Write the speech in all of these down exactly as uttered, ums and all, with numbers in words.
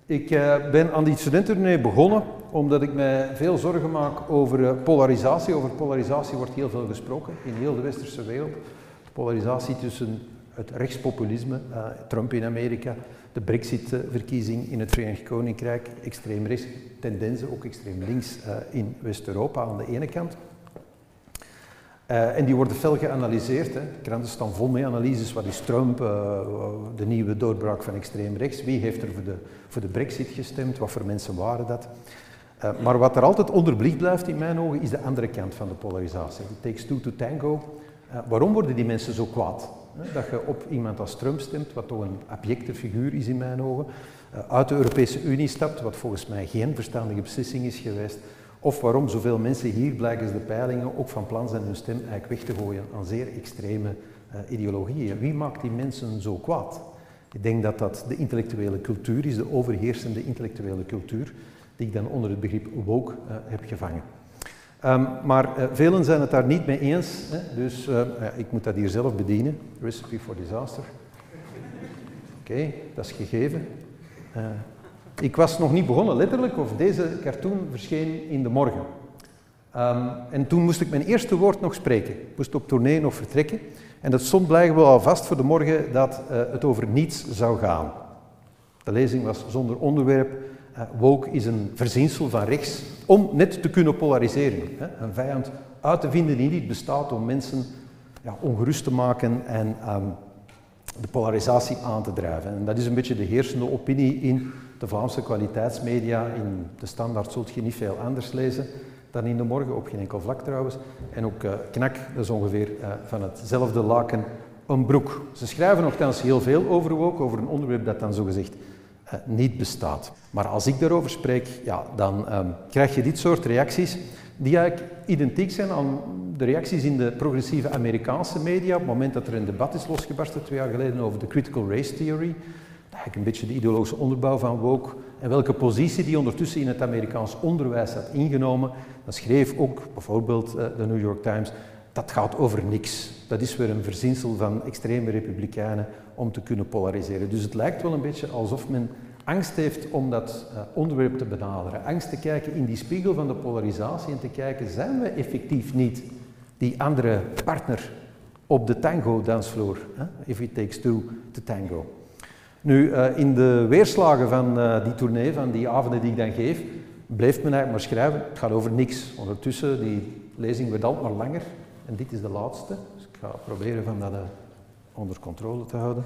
Ik uh, ben aan die studententournee begonnen omdat ik mij veel zorgen maak over uh, polarisatie. Over polarisatie wordt heel veel gesproken in heel de westerse wereld. De polarisatie tussen het rechtspopulisme, uh, Trump in Amerika, de Brexit-verkiezing in het Verenigd Koninkrijk, extreem rechts tendensen, ook extreem links uh, in West-Europa aan de ene kant. Uh, en die worden fel geanalyseerd. Hè. De kranten staan vol met analyses. Wat is Trump? Uh, de nieuwe doorbraak van extreem rechts. Wie heeft er voor de, voor de Brexit gestemd? Wat voor mensen waren dat? Uh, maar wat er altijd onderbelicht blijft in mijn ogen is de andere kant van de polarisatie. It takes two to tango. Uh, waarom worden die mensen zo kwaad? Uh, dat je op iemand als Trump stemt, wat toch een abjecte figuur is in mijn ogen. Uh, uit de Europese Unie stapt, wat volgens mij geen verstandige beslissing is geweest. Of waarom zoveel mensen hier, blijkens de peilingen, ook van plan zijn hun stem eigenlijk weg te gooien aan zeer extreme uh, ideologieën. Wie maakt die mensen zo kwaad? Ik denk dat dat de intellectuele cultuur is, de overheersende intellectuele cultuur, die ik dan onder het begrip woke uh, heb gevangen. Um, maar uh, velen zijn het daar niet mee eens, hè? Dus uh, ja, ik moet dat hier zelf bedienen. Recipe for disaster. Oké, okay, dat is gegeven. Uh, Ik was nog niet begonnen, letterlijk, of deze cartoon verscheen in de morgen. Um, en toen moest ik mijn eerste woord nog spreken. Ik moest op tournee nog vertrekken. En dat stond blijkbaar al vast voor de morgen dat uh, het over niets zou gaan. De lezing was zonder onderwerp. Uh, woke is een verzinsel van rechts om net te kunnen polariseren. Hè? Een vijand uit te vinden die niet bestaat om mensen ja, ongerust te maken en um, de polarisatie aan te drijven. En dat is een beetje de heersende opinie in de Vlaamse kwaliteitsmedia. In de Standaard zult je niet veel anders lezen dan in de morgen, op geen enkel vlak trouwens. En ook uh, Knak, dat is ongeveer uh, van hetzelfde laken een broek. Ze schrijven nogthans heel veel over woke, over een onderwerp dat dan zogezegd uh, niet bestaat. Maar als ik daarover spreek, ja, dan um, krijg je dit soort reacties die eigenlijk identiek zijn aan de reacties in de progressieve Amerikaanse media. Op het moment dat er een debat is losgebarsten, twee jaar geleden, over de critical race theory, eigenlijk een beetje de ideologische onderbouw van woke en welke positie die ondertussen in het Amerikaans onderwijs had ingenomen, dan schreef ook bijvoorbeeld uh, de New York Times, dat gaat over niks. Dat is weer een verzinsel van extreme republikeinen om te kunnen polariseren. Dus het lijkt wel een beetje alsof men angst heeft om dat uh, onderwerp te benaderen. Angst te kijken in die spiegel van de polarisatie en te kijken, zijn we effectief niet die andere partner op de tango-dansvloer? Huh? If it takes two to tango. Nu, uh, in de weerslagen van uh, die tournee, van die avonden die ik dan geef, bleef men eigenlijk maar schrijven, het gaat over niks. Ondertussen, die lezing werd altijd maar langer en dit is de laatste. Dus ik ga proberen van dat uh, onder controle te houden.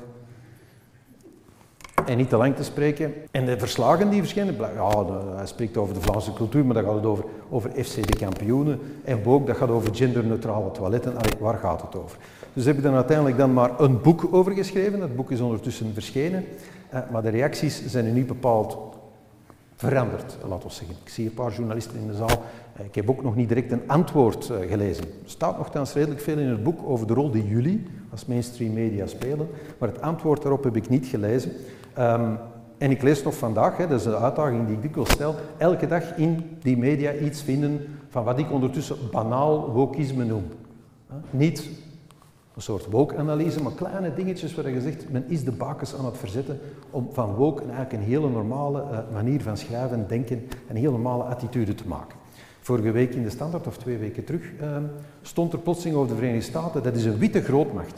En niet te lang te spreken. En de verslagen die verschijnen, ja, de, hij spreekt over de Vlaamse cultuur, maar dat gaat het over, over F C de kampioenen. En woke, dat gaat over genderneutrale toiletten. Allee, waar gaat het over? Dus heb ik dan uiteindelijk dan maar een boek over geschreven. Dat boek is ondertussen verschenen. Uh, maar de reacties zijn nu niet bepaald veranderd, laten we zeggen. Ik zie een paar journalisten in de zaal. Uh, ik heb ook nog niet direct een antwoord uh, gelezen. Er staat nogthans redelijk veel in het boek over de rol die jullie als mainstream media spelen. Maar het antwoord daarop heb ik niet gelezen. Um, en ik lees nog vandaag, hè, dat is de uitdaging die ik dikwijls stel, elke dag in die media iets vinden van wat ik ondertussen banaal wokisme noem. Uh, niet een soort woke-analyse, maar kleine dingetjes waar je zegt, men is de bakens aan het verzetten om van woke eigenlijk een hele normale uh, manier van schrijven en denken, een hele normale attitude te maken. Vorige week in de Standaard, of twee weken terug, uh, stond er plotseling over de Verenigde Staten, dat is een witte grootmacht.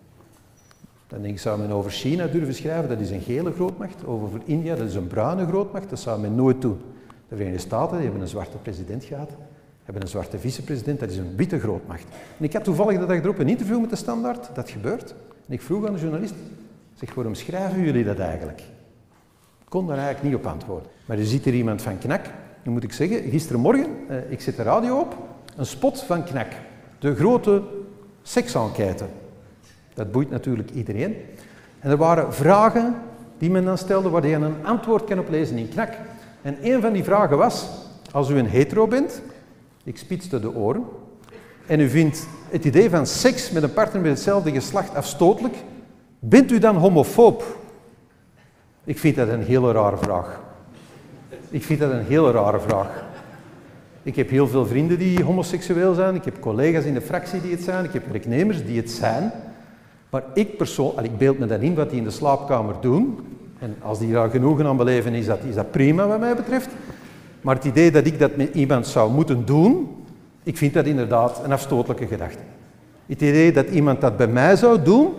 Dan denk ik, zou men over China durven schrijven, dat is een gele grootmacht. Over India, dat is een bruine grootmacht, dat zou men nooit doen. De Verenigde Staten die hebben een zwarte president gehad, hebben een zwarte vicepresident, dat is een witte grootmacht. En ik had toevallig de dag erop een interview met de Standaard, dat gebeurt. En ik vroeg aan de journalist, zeg, waarom schrijven jullie dat eigenlijk? Ik kon daar eigenlijk niet op antwoorden. Maar er zit hier iemand van Knak, nu moet ik zeggen, gisterenmorgen, eh, ik zet de radio op, een spot van Knak. De grote seksenquête. Dat boeit natuurlijk iedereen. En er waren vragen die men dan stelde waar je een antwoord kan op lezen in Knak. En een van die vragen was, als u een hetero bent, ik spitste de oren, en u vindt het idee van seks met een partner met hetzelfde geslacht afstotelijk, bent u dan homofoob? Ik vind dat een hele rare vraag. Ik vind dat een hele rare vraag. Ik heb heel veel vrienden die homoseksueel zijn, ik heb collega's in de fractie die het zijn, ik heb werknemers die het zijn. Maar ik persoonlijk, ik beeld me dan in wat die in de slaapkamer doen, En als die daar genoegen aan beleven, is dat, is dat prima wat mij betreft. Maar het idee dat ik dat met iemand zou moeten doen, ik vind dat inderdaad een afstotelijke gedachte. Het idee dat iemand dat bij mij zou doen,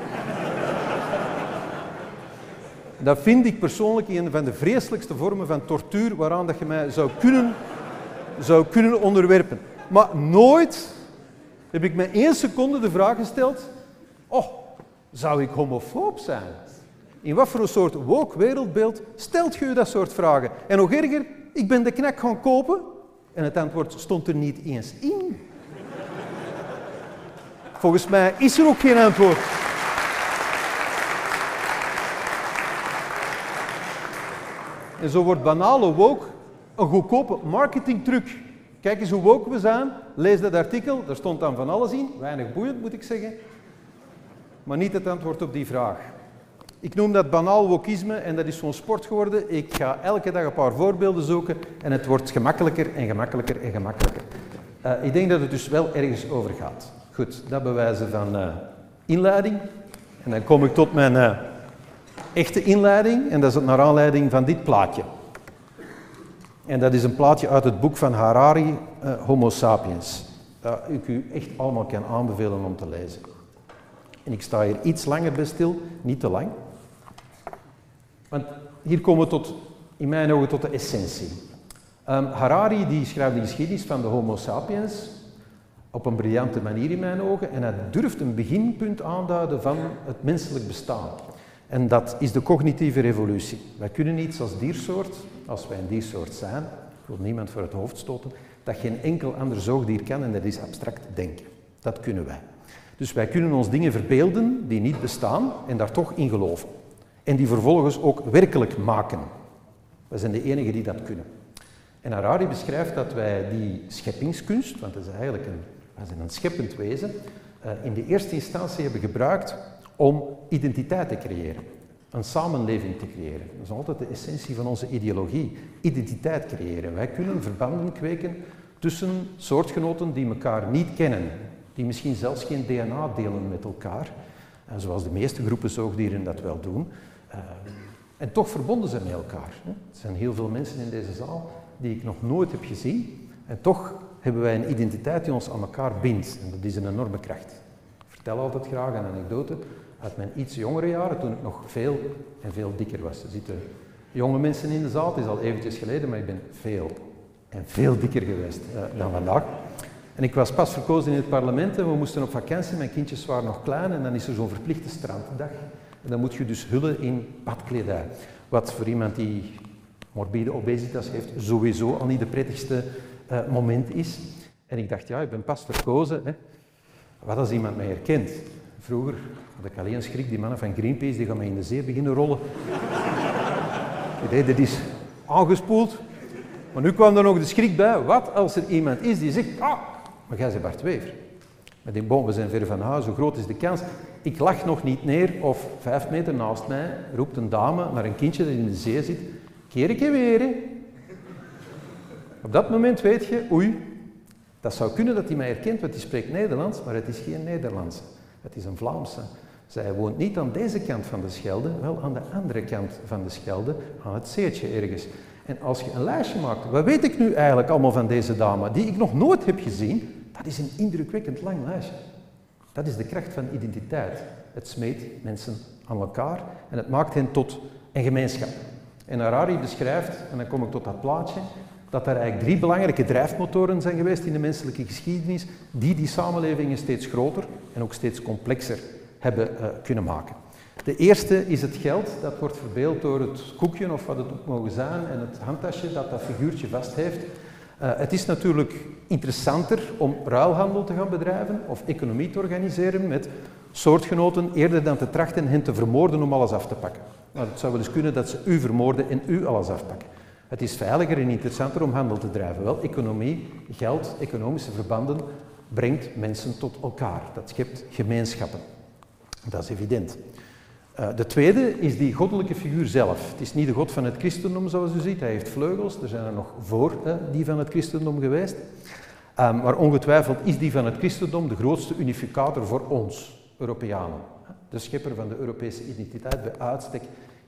dat vind ik persoonlijk een van de vreselijkste vormen van tortuur waaraan dat je mij zou kunnen, zou kunnen onderwerpen. Maar nooit heb ik me één seconde de vraag gesteld, oh, zou ik homofoob zijn? In wat voor een soort woke wereldbeeld stelt je je dat soort vragen? En nog erger, ik ben de knak gaan kopen en het antwoord stond er niet eens in. Volgens mij is er ook geen antwoord. En zo wordt banale woke een goedkope marketingtruc. Kijk eens hoe woke we zijn, lees dat artikel, daar stond dan van alles in, weinig boeiend moet ik zeggen, maar niet het antwoord op die vraag. Ik noem dat banaal wokisme en dat is zo'n sport geworden. Ik ga elke dag een paar voorbeelden zoeken en het wordt gemakkelijker en gemakkelijker en gemakkelijker. Uh, ik denk dat het dus wel ergens over gaat. Goed, dat bewijzen van uh, inleiding. En dan kom ik tot mijn uh, echte inleiding en dat is het naar aanleiding van dit plaatje. En dat is een plaatje uit het boek van Harari, uh, Homo sapiens. Dat ik u echt allemaal kan aanbevelen om te lezen. En ik sta hier iets langer bij stil, niet te lang. Want hier komen we tot, in mijn ogen tot de essentie. Um, Harari die schrijft de geschiedenis van de Homo sapiens op een briljante manier in mijn ogen en hij durft een beginpunt aanduiden van het menselijk bestaan. En dat is de cognitieve revolutie. Wij kunnen iets als diersoort, als wij een diersoort zijn, ik wil niemand voor het hoofd stoten, dat geen enkel ander zoogdier kan en dat is abstract denken. Dat kunnen wij. Dus wij kunnen ons dingen verbeelden die niet bestaan en daar toch in geloven. En die vervolgens ook werkelijk maken. Wij zijn de enigen die dat kunnen. En Harari beschrijft dat wij die scheppingskunst, want dat is eigenlijk een, wij zijn een scheppend wezen, uh, in de eerste instantie hebben gebruikt om identiteit te creëren. Een samenleving te creëren. Dat is altijd de essentie van onze ideologie. Identiteit creëren. Wij kunnen verbanden kweken tussen soortgenoten die elkaar niet kennen. Die misschien zelfs geen D N A delen met elkaar. Uh, zoals de meeste groepen zoogdieren dat wel doen. Uh, en toch verbonden zijn met elkaar. Hè. Er zijn heel veel mensen in deze zaal die ik nog nooit heb gezien. En toch hebben wij een identiteit die ons aan elkaar bindt. En dat is een enorme kracht. Ik vertel altijd graag een anekdote uit mijn iets jongere jaren, toen ik nog veel en veel dikker was. Er zitten jonge mensen in de zaal, het is al eventjes geleden, maar ik ben veel en veel dikker geweest uh, dan vandaag. En ik was pas verkozen in het parlement en we moesten op vakantie, mijn kindjes waren nog klein en dan is er zo'n verplichte stranddag. En dan moet je dus hullen in badkledij. Wat voor iemand die morbide obesitas heeft, sowieso al niet de prettigste uh, moment is. En ik dacht, ja, ik ben pas verkozen. Hè. Wat als iemand mij herkent? Vroeger had ik alleen schrik, die mannen van Greenpeace, die gaan mij in de zee beginnen rollen. Nee, dat is aangespoeld. Maar nu kwam er nog de schrik bij, wat als er iemand is die zegt, ah, maar jij bent Bart Wever. Maar die bon, we zijn ver van huis, hoe groot is de kans? Ik lach nog niet neer of vijf meter naast mij roept een dame naar een kindje dat in de zee zit, keer een keer weer. Hè. Op dat moment weet je, oei, dat zou kunnen dat hij mij herkent, want hij spreekt Nederlands, maar het is geen Nederlandse. Het is een Vlaamse. Zij woont niet aan deze kant van de Schelde, wel aan de andere kant van de Schelde, aan het zeetje ergens. En als je een lijstje maakt, wat weet ik nu eigenlijk allemaal van deze dame, die ik nog nooit heb gezien, dat is een indrukwekkend lang lijstje. Dat is de kracht van identiteit. Het smeet mensen aan elkaar en het maakt hen tot een gemeenschap. En Harari beschrijft, en dan kom ik tot dat plaatje, dat er eigenlijk drie belangrijke drijfmotoren zijn geweest in de menselijke geschiedenis, die die samenlevingen steeds groter en ook steeds complexer hebben uh, kunnen maken. De eerste is het geld, dat wordt verbeeld door het koekje of wat het ook mogen zijn en het handtasje dat dat figuurtje vast heeft. Uh, het is natuurlijk interessanter om ruilhandel te gaan bedrijven of economie te organiseren met soortgenoten eerder dan te trachten hen te vermoorden om alles af te pakken. Nou, het zou wel eens kunnen dat ze u vermoorden en u alles afpakken. Het is veiliger en interessanter om handel te drijven. Wel, economie, geld, economische verbanden brengt mensen tot elkaar. Dat schept gemeenschappen. Dat is evident. Uh, de tweede is die goddelijke figuur zelf. Het is niet de god van het christendom zoals u ziet, hij heeft vleugels, er zijn er nog voor uh, die van het christendom geweest. Um, maar ongetwijfeld is die van het christendom de grootste unificator voor ons, Europeanen. De schepper van de Europese identiteit bij uitstek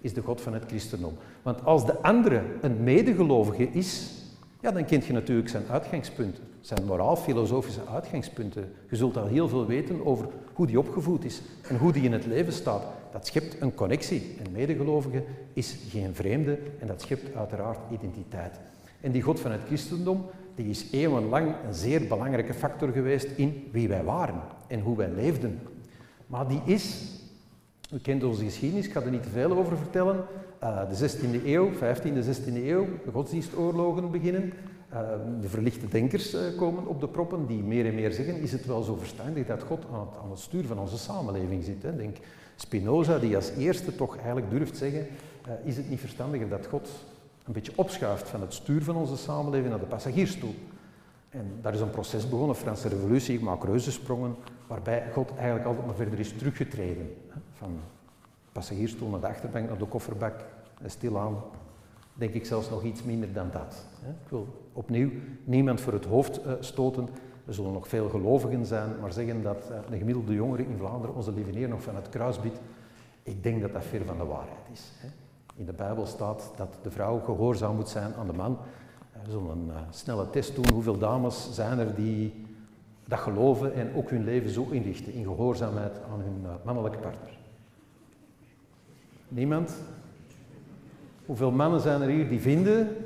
is de God van het christendom. Want als de andere een medegelovige is, ja, dan kent je natuurlijk zijn uitgangspunten, zijn moraal-filosofische uitgangspunten. Je zult al heel veel weten over hoe die opgevoed is en hoe die in het leven staat. Dat schept een connectie. Een medegelovige is geen vreemde en dat schept uiteraard identiteit. En die God van het christendom, die is eeuwenlang een zeer belangrijke factor geweest in wie wij waren en hoe wij leefden. Maar die is, u kent onze geschiedenis, ik ga er niet te veel over vertellen, uh, de zestiende eeuw, vijftiende, zestiende eeuw, de godsdienstoorlogen beginnen, uh, de verlichte denkers uh, komen op de proppen, die meer en meer zeggen, is het wel zo verstandig dat God aan het, aan het stuur van onze samenleving zit. Hè? Denk Spinoza, die als eerste toch eigenlijk durft zeggen, uh, is het niet verstandiger dat God een beetje opschuift van het stuur van onze samenleving naar de passagiersstoel. En daar is een proces begonnen, de Franse revolutie, ik maak reuzensprongen, waarbij God eigenlijk altijd maar verder is teruggetreden. Hè? Van de passagiersstoel naar de achterbank, naar de kofferbak, en stilaan, denk ik zelfs nog iets minder dan dat. Hè? Ik wil opnieuw niemand voor het hoofd uh, stoten, er zullen nog veel gelovigen zijn, maar zeggen dat uh, de gemiddelde jongere in Vlaanderen onze lieve Heer nog van het kruis bidt, ik denk dat dat ver van de waarheid is. Hè? In de Bijbel staat dat de vrouw gehoorzaam moet zijn aan de man. We zullen een uh, snelle test doen. Hoeveel dames zijn er die dat geloven en ook hun leven zo inrichten, in gehoorzaamheid aan hun uh, mannelijke partner? Niemand? Hoeveel mannen zijn er hier die vinden?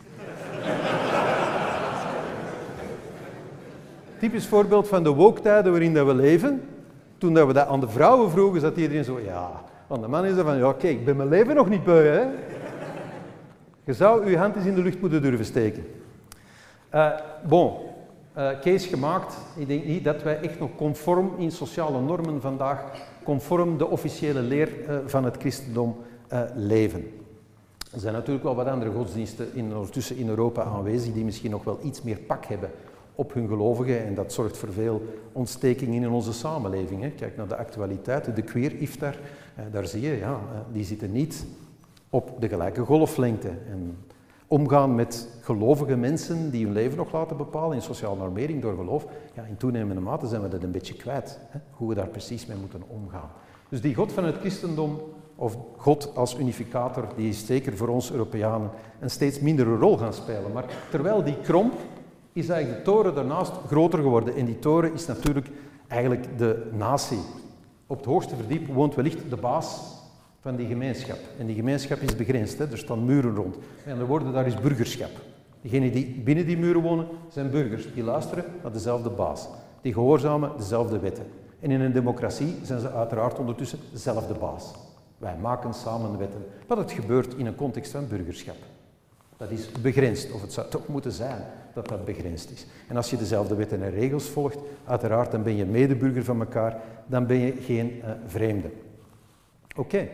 Typisch voorbeeld van de woke-tijden waarin dat we leven. Toen dat we dat aan de vrouwen vroegen, zat iedereen zo, ja... Want de man is er van, ja kijk, ik ben mijn leven nog niet beu, hè. Je zou je hand eens in de lucht moeten durven steken. Uh, bon, uh, case gemaakt. Ik denk niet dat wij echt nog conform in sociale normen vandaag, conform de officiële leer uh, van het christendom uh, leven. Er zijn natuurlijk wel wat andere godsdiensten in, ondertussen in Europa aanwezig die misschien nog wel iets meer pak hebben op hun gelovigen en dat zorgt voor veel ontstekingen in onze samenleving. Hè. Kijk naar de actualiteit, de queer-iftar, eh, daar zie je, ja, eh, die zitten niet op de gelijke golflengte. En omgaan met gelovige mensen die hun leven nog laten bepalen in sociale normering door geloof, ja, in toenemende mate zijn we dat een beetje kwijt, hè, hoe we daar precies mee moeten omgaan. Dus die God van het christendom, of God als unificator, die is zeker voor ons Europeanen een steeds mindere rol gaan spelen. Maar terwijl die kromp, is eigenlijk de toren daarnaast groter geworden. En die toren is natuurlijk eigenlijk de natie. Op het hoogste verdiep woont wellicht de baas van die gemeenschap. En die gemeenschap is begrensd, hè. Er staan muren rond. En er worden daar is burgerschap. Diegenen die binnen die muren wonen, zijn burgers. Die luisteren naar dezelfde baas. Die gehoorzamen dezelfde wetten. En in een democratie zijn ze uiteraard ondertussen dezelfde baas. Wij maken samen wetten. Maar dat gebeurt in een context van burgerschap. Dat is begrensd, of het zou toch moeten zijn dat dat begrensd is. En als je dezelfde wetten en regels volgt, uiteraard, dan ben je medeburger van elkaar, dan ben je geen uh, vreemde. Oké. Okay.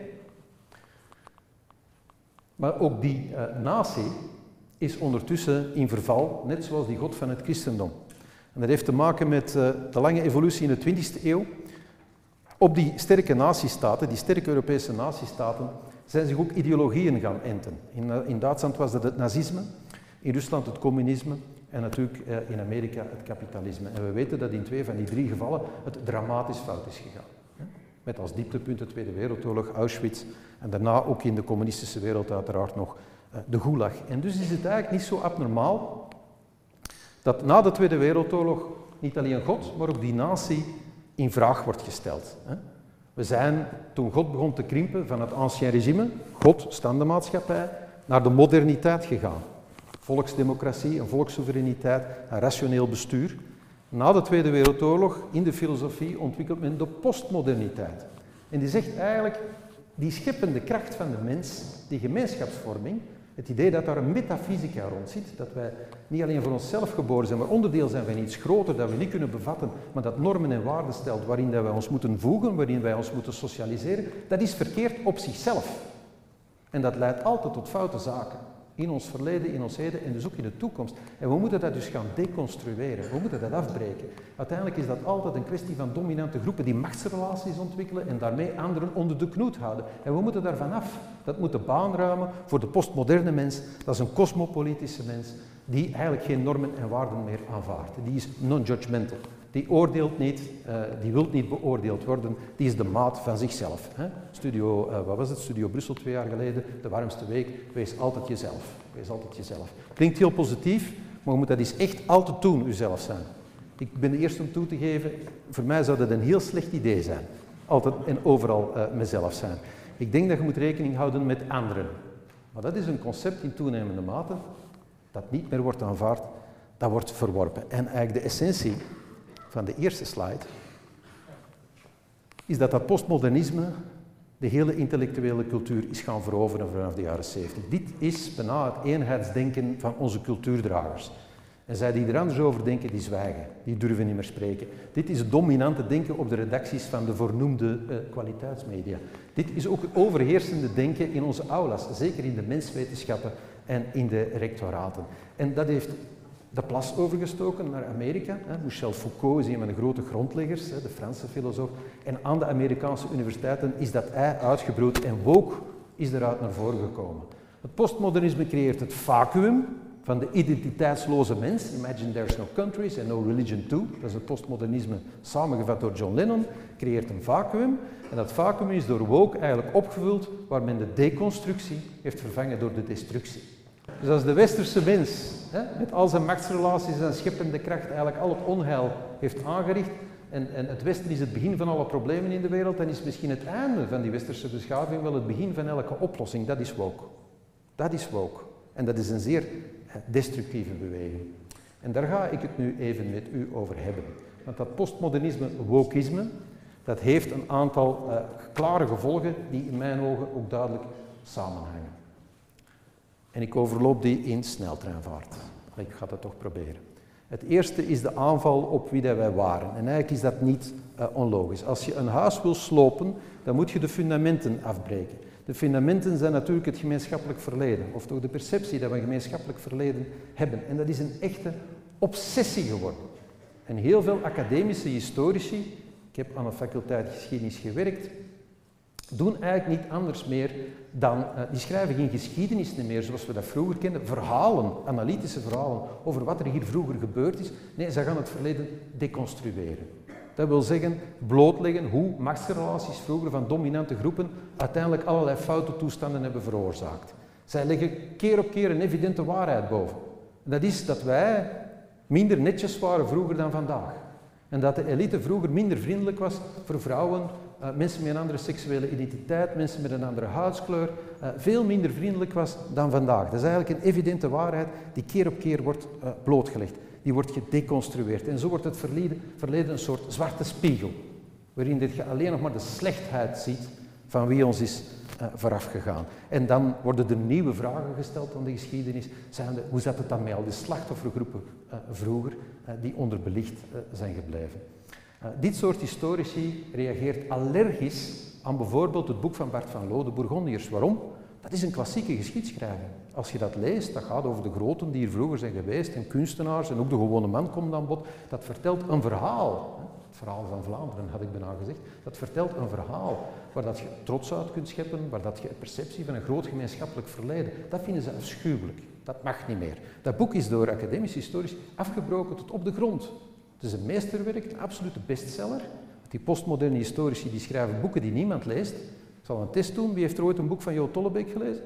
Maar ook die uh, natie is ondertussen in verval, net zoals die God van het christendom. En dat heeft te maken met uh, de lange evolutie in de twintigste eeuw. Op die sterke natiestaten, die sterke Europese natiestaten, zijn zich ook ideologieën gaan enten. In, in Duitsland was dat het nazisme, in Rusland het communisme en natuurlijk eh, in Amerika het kapitalisme. En we weten dat in twee van die drie gevallen het dramatisch fout is gegaan. Hè? Met als dieptepunt de Tweede Wereldoorlog, Auschwitz en daarna ook in de communistische wereld uiteraard nog eh, de Gulag. En dus is het eigenlijk niet zo abnormaal dat na de Tweede Wereldoorlog niet alleen God, maar ook die natie in vraag wordt gesteld. Hè? We zijn, toen God begon te krimpen van het ancien regime, God, standenmaatschappij, naar de moderniteit gegaan. Volksdemocratie, een volkssoevereiniteit, een rationeel bestuur. Na de Tweede Wereldoorlog, in de filosofie, ontwikkelt men de postmoderniteit. En die zegt eigenlijk, die scheppende kracht van de mens, die gemeenschapsvorming, het idee dat daar een metafysica rond zit, dat wij niet alleen voor onszelf geboren zijn, maar onderdeel zijn van iets groter dat we niet kunnen bevatten, maar dat normen en waarden stelt waarin dat wij ons moeten voegen, waarin wij ons moeten socialiseren, dat is verkeerd op zichzelf. En dat leidt altijd tot foute zaken. In ons verleden, in ons heden en dus ook in de toekomst. En we moeten dat dus gaan deconstrueren, we moeten dat afbreken. Uiteindelijk is dat altijd een kwestie van dominante groepen die machtsrelaties ontwikkelen en daarmee anderen onder de knoet houden. En we moeten daar vanaf. Dat moet de baan ruimen voor de postmoderne mens. Dat is een cosmopolitische mens die eigenlijk geen normen en waarden meer aanvaardt. Die is non-judgmental. Die oordeelt niet, uh, die wil niet beoordeeld worden, die is de maat van zichzelf. Hè? Studio, uh, wat was het? Studio Brussel twee jaar geleden, de warmste week, wees altijd jezelf. Wees altijd jezelf. Klinkt heel positief, maar je moet dat eens echt altijd doen, jezelf zijn. Ik ben de eerste om toe te geven, voor mij zou dat een heel slecht idee zijn. Altijd en overal uh, mezelf zijn. Ik denk dat je moet rekening houden met anderen. Maar dat is een concept in toenemende mate dat niet meer wordt aanvaard, dat wordt verworpen. En eigenlijk de essentie van de eerste slide is dat dat postmodernisme de hele intellectuele cultuur is gaan veroveren vanaf de jaren zeventig. Dit is bijna het eenheidsdenken van onze cultuurdragers. En zij die er anders over denken, die zwijgen. Die durven niet meer spreken. Dit is het dominante denken op de redacties van de voornoemde uh, kwaliteitsmedia. Dit is ook het overheersende denken in onze aulas, zeker in de menswetenschappen en in de rectoraten. En dat heeft de plas overgestoken naar Amerika. Hè. Michel Foucault is een van de grote grondleggers, hè, de Franse filosoof. En aan de Amerikaanse universiteiten is dat ei uitgebroed en woke is eruit naar voren gekomen. Het postmodernisme creëert het vacuüm van de identiteitsloze mens. Imagine there's no countries and no religion too. Dat is het postmodernisme samengevat door John Lennon. Creëert een vacuüm. En dat vacuüm is door woke eigenlijk opgevuld, waar men de deconstructie heeft vervangen door de destructie. Dus als de westerse mens, hè, met al zijn machtsrelaties en scheppende kracht, eigenlijk al het onheil heeft aangericht, en, en het Westen is het begin van alle problemen in de wereld, dan is misschien het einde van die westerse beschaving wel het begin van elke oplossing. Dat is woke. Dat is woke. En dat is een zeer destructieve beweging. En daar ga ik het nu even met u over hebben. Want dat postmodernisme, wokisme, dat heeft een aantal uh, klare gevolgen die in mijn ogen ook duidelijk samenhangen. En ik overloop die in sneltreinvaart. Ik ga dat toch proberen. Het eerste is de aanval op wie dat wij waren. En eigenlijk is dat niet uh, onlogisch. Als je een huis wil slopen, dan moet je de fundamenten afbreken. De fundamenten zijn natuurlijk het gemeenschappelijk verleden, of toch de perceptie dat we een gemeenschappelijk verleden hebben. En dat is een echte obsessie geworden. En heel veel academische historici, ik heb aan de faculteit geschiedenis gewerkt, doen eigenlijk niet anders meer dan, uh, die schrijven geen geschiedenis meer zoals we dat vroeger kenden, verhalen, analytische verhalen over wat er hier vroeger gebeurd is. Nee, ze gaan het verleden deconstrueren. Dat wil zeggen, blootleggen hoe machtsrelaties vroeger van dominante groepen uiteindelijk allerlei foute toestanden hebben veroorzaakt. Zij leggen keer op keer een evidente waarheid boven. En dat is dat wij minder netjes waren vroeger dan vandaag. En dat de elite vroeger minder vriendelijk was voor vrouwen, uh, mensen met een andere seksuele identiteit, mensen met een andere huidskleur, uh, veel minder vriendelijk was dan vandaag. Dat is eigenlijk een evidente waarheid die keer op keer wordt uh, blootgelegd. Die wordt gedeconstrueerd. En zo wordt het verleden, verleden een soort zwarte spiegel, waarin je alleen nog maar de slechtheid ziet van wie ons is uh, vooraf gegaan. En dan worden er nieuwe vragen gesteld aan de geschiedenis. Zijn de, hoe zat het dan met al die slachtoffergroepen uh, vroeger, uh, die onderbelicht uh, zijn gebleven? Uh, dit soort historici reageert allergisch aan bijvoorbeeld het boek van Bart van Loo, De Bourgondiërs. Waarom? Dat is een klassieke geschiedschrijving. Als je dat leest, dat gaat over de groten die hier vroeger zijn geweest, en kunstenaars, en ook de gewone man komt aan bod. Dat vertelt een verhaal. Het verhaal van Vlaanderen, had ik bijna gezegd. Dat vertelt een verhaal waar dat je trots uit kunt scheppen, waar dat je een perceptie van een groot gemeenschappelijk verleden. Dat vinden ze afschuwelijk. Dat mag niet meer. Dat boek is door academische historici afgebroken tot op de grond. Het is een meesterwerk, een absolute bestseller. Die postmoderne historici die schrijven boeken die niemand leest. Ik zal een test doen. Wie heeft er ooit een boek van Jo Tollebeek gelezen?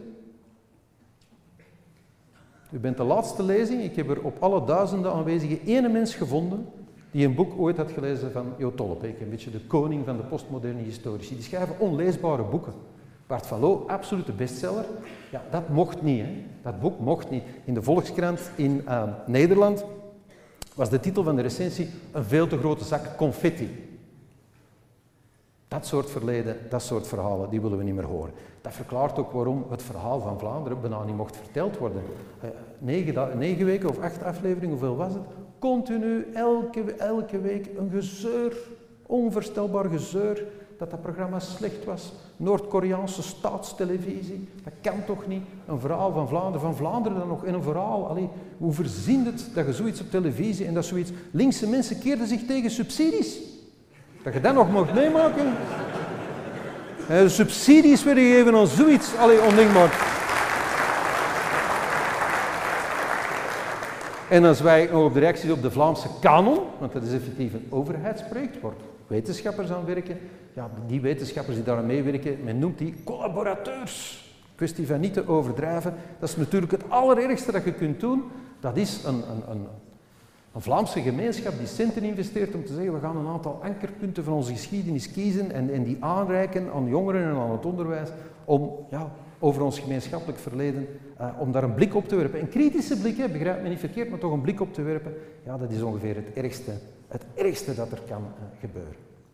U bent de laatste lezing. Ik heb er op alle duizenden aanwezigen één mens gevonden die een boek ooit had gelezen van Jo Tollebeek. Een beetje de koning van de postmoderne historici. Die schrijven onleesbare boeken. Bart van Loo, absolute bestseller. Ja, dat mocht niet. Hè. Dat boek mocht niet. In de Volkskrant in uh, Nederland was de titel van de recensie een veel te grote zak confetti. Dat soort verleden, dat soort verhalen, die willen we niet meer horen. Dat verklaart ook waarom het verhaal van Vlaanderen bijna niet mocht verteld worden. Uh, negen, negen weken of acht afleveringen, hoeveel was het? Continu, elke, elke week een gezeur, onvoorstelbaar gezeur, dat dat programma slecht was. Noord-Koreaanse staatstelevisie, dat kan toch niet? Een verhaal van Vlaanderen, van Vlaanderen dan nog in een verhaal. Allee, hoe verzint het dat je zoiets op televisie en dat zoiets... Linkse mensen keerden zich tegen subsidies. Dat je dat nog mocht meemaken. Uh, subsidies werden gegeven aan zoiets. Allee, ondenkbaar. En dan zwijg ik nog op de reacties op de Vlaamse kanon, want dat is effectief een overheidsproject, waar wetenschappers aan werken. Ja, die wetenschappers die daar aan meewerken, men noemt die collaborateurs. Kwestie van niet te overdrijven. Dat is natuurlijk het allerergste dat je kunt doen. Dat is een, een, een, een Vlaamse gemeenschap die centen investeert om te zeggen we gaan een aantal ankerpunten van onze geschiedenis kiezen en, en die aanreiken aan jongeren en aan het onderwijs om ja, over ons gemeenschappelijk verleden, uh, om daar een blik op te werpen. Een kritische blik, hè, begrijp me niet verkeerd, maar toch een blik op te werpen. Ja, dat is ongeveer het ergste, het ergste dat er kan uh, gebeuren.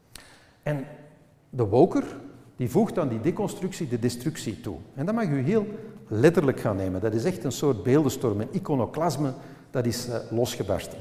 En de woker, die voegt aan die deconstructie de destructie toe. En dat mag u heel letterlijk gaan nemen. Dat is echt een soort beeldenstorm, een iconoclasme, dat is uh, losgebarsten.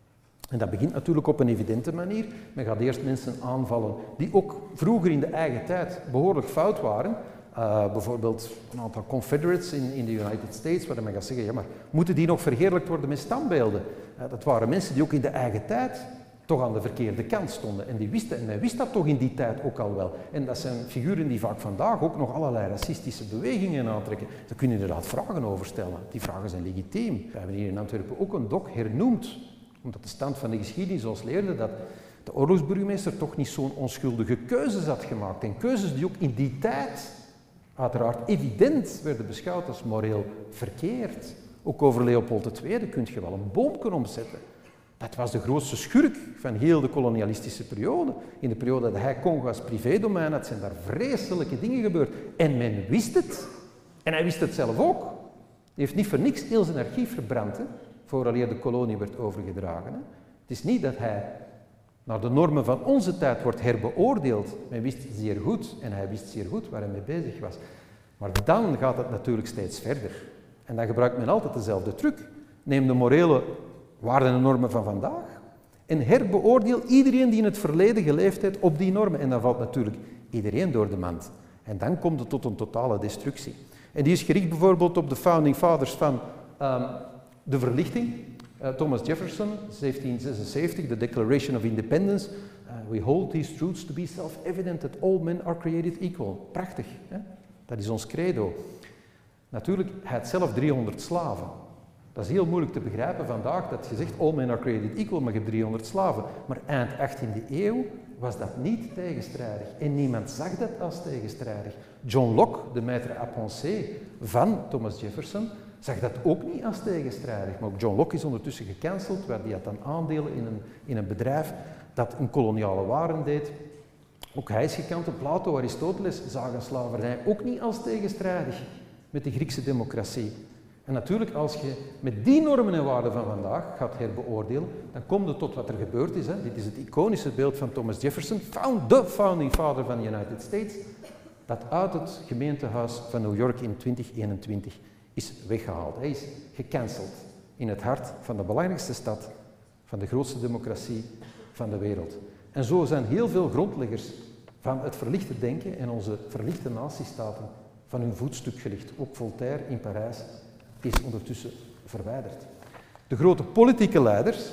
En dat begint natuurlijk op een evidente manier. Men gaat eerst mensen aanvallen die ook vroeger in de eigen tijd behoorlijk fout waren. Uh, bijvoorbeeld een aantal Confederates in, in de United States, waar men gaat zeggen, ja maar moeten die nog verheerlijkt worden met standbeelden? Uh, dat waren mensen die ook in de eigen tijd toch aan de verkeerde kant stonden. En die wisten, en men wist dat toch in die tijd ook al wel. En dat zijn figuren die vaak vandaag ook nog allerlei racistische bewegingen aantrekken. Daar kun je inderdaad vragen over stellen. Die vragen zijn legitiem. We hebben hier in Antwerpen ook een dok hernoemd, omdat de stand van de geschiedenis ons leerde dat de oorlogsburgemeester toch niet zo'n onschuldige keuzes had gemaakt. En keuzes die ook in die tijd uiteraard evident werden beschouwd als moreel verkeerd. Ook over Leopold de Tweede kun je wel een boom kunnen omzetten. Dat was de grootste schurk van heel de kolonialistische periode. In de periode dat hij Congo als privédomein had, zijn daar vreselijke dingen gebeurd. En men wist het. En hij wist het zelf ook. Hij heeft niet voor niks heel zijn archief verbrand, hè, vooraleer de kolonie werd overgedragen. Hè. Het is niet dat hij naar de normen van onze tijd wordt herbeoordeeld. Men wist zeer goed, en hij wist zeer goed waar hij mee bezig was. Maar dan gaat het natuurlijk steeds verder. En dan gebruikt men altijd dezelfde truc. Neem de morele waarden en normen van vandaag en herbeoordeel iedereen die in het verleden geleefd heeft op die normen. En dan valt natuurlijk iedereen door de mand. En dan komt het tot een totale destructie. En die is gericht bijvoorbeeld op de founding fathers van um, de verlichting. Uh, Thomas Jefferson, zeventien zesenzeventig, the Declaration of Independence. Uh, we hold these truths to be self-evident that all men are created equal. Prachtig, hè? Dat is ons credo. Natuurlijk, hij had zelf driehonderd slaven. Dat is heel moeilijk te begrijpen vandaag, dat je zegt all men are created equal, maar je hebt driehonderd slaven. Maar eind achttiende eeuw was dat niet tegenstrijdig. En niemand zag dat als tegenstrijdig. John Locke, de maître à penser van Thomas Jefferson, zag dat ook niet als tegenstrijdig. Maar ook John Locke is ondertussen gecanceld, waar die had dan aandelen in een, in een bedrijf dat een koloniale waren deed. Ook hij is gecanceld. Plato, Aristoteles zagen slavernij ook niet als tegenstrijdig met de Griekse democratie. En natuurlijk, als je met die normen en waarden van vandaag gaat herbeoordelen, dan komt het tot wat er gebeurd is. Hè. Dit is het iconische beeld van Thomas Jefferson, found, de founding father van de United States, dat uit het gemeentehuis van New York in twintig eenentwintig is weggehaald. Hij is gecanceld in het hart van de belangrijkste stad, van de grootste democratie van de wereld. En zo zijn heel veel grondleggers van het verlichte denken en onze verlichte natiestaten van hun voetstuk gelicht. Ook Voltaire in Parijs is ondertussen verwijderd. De grote politieke leiders,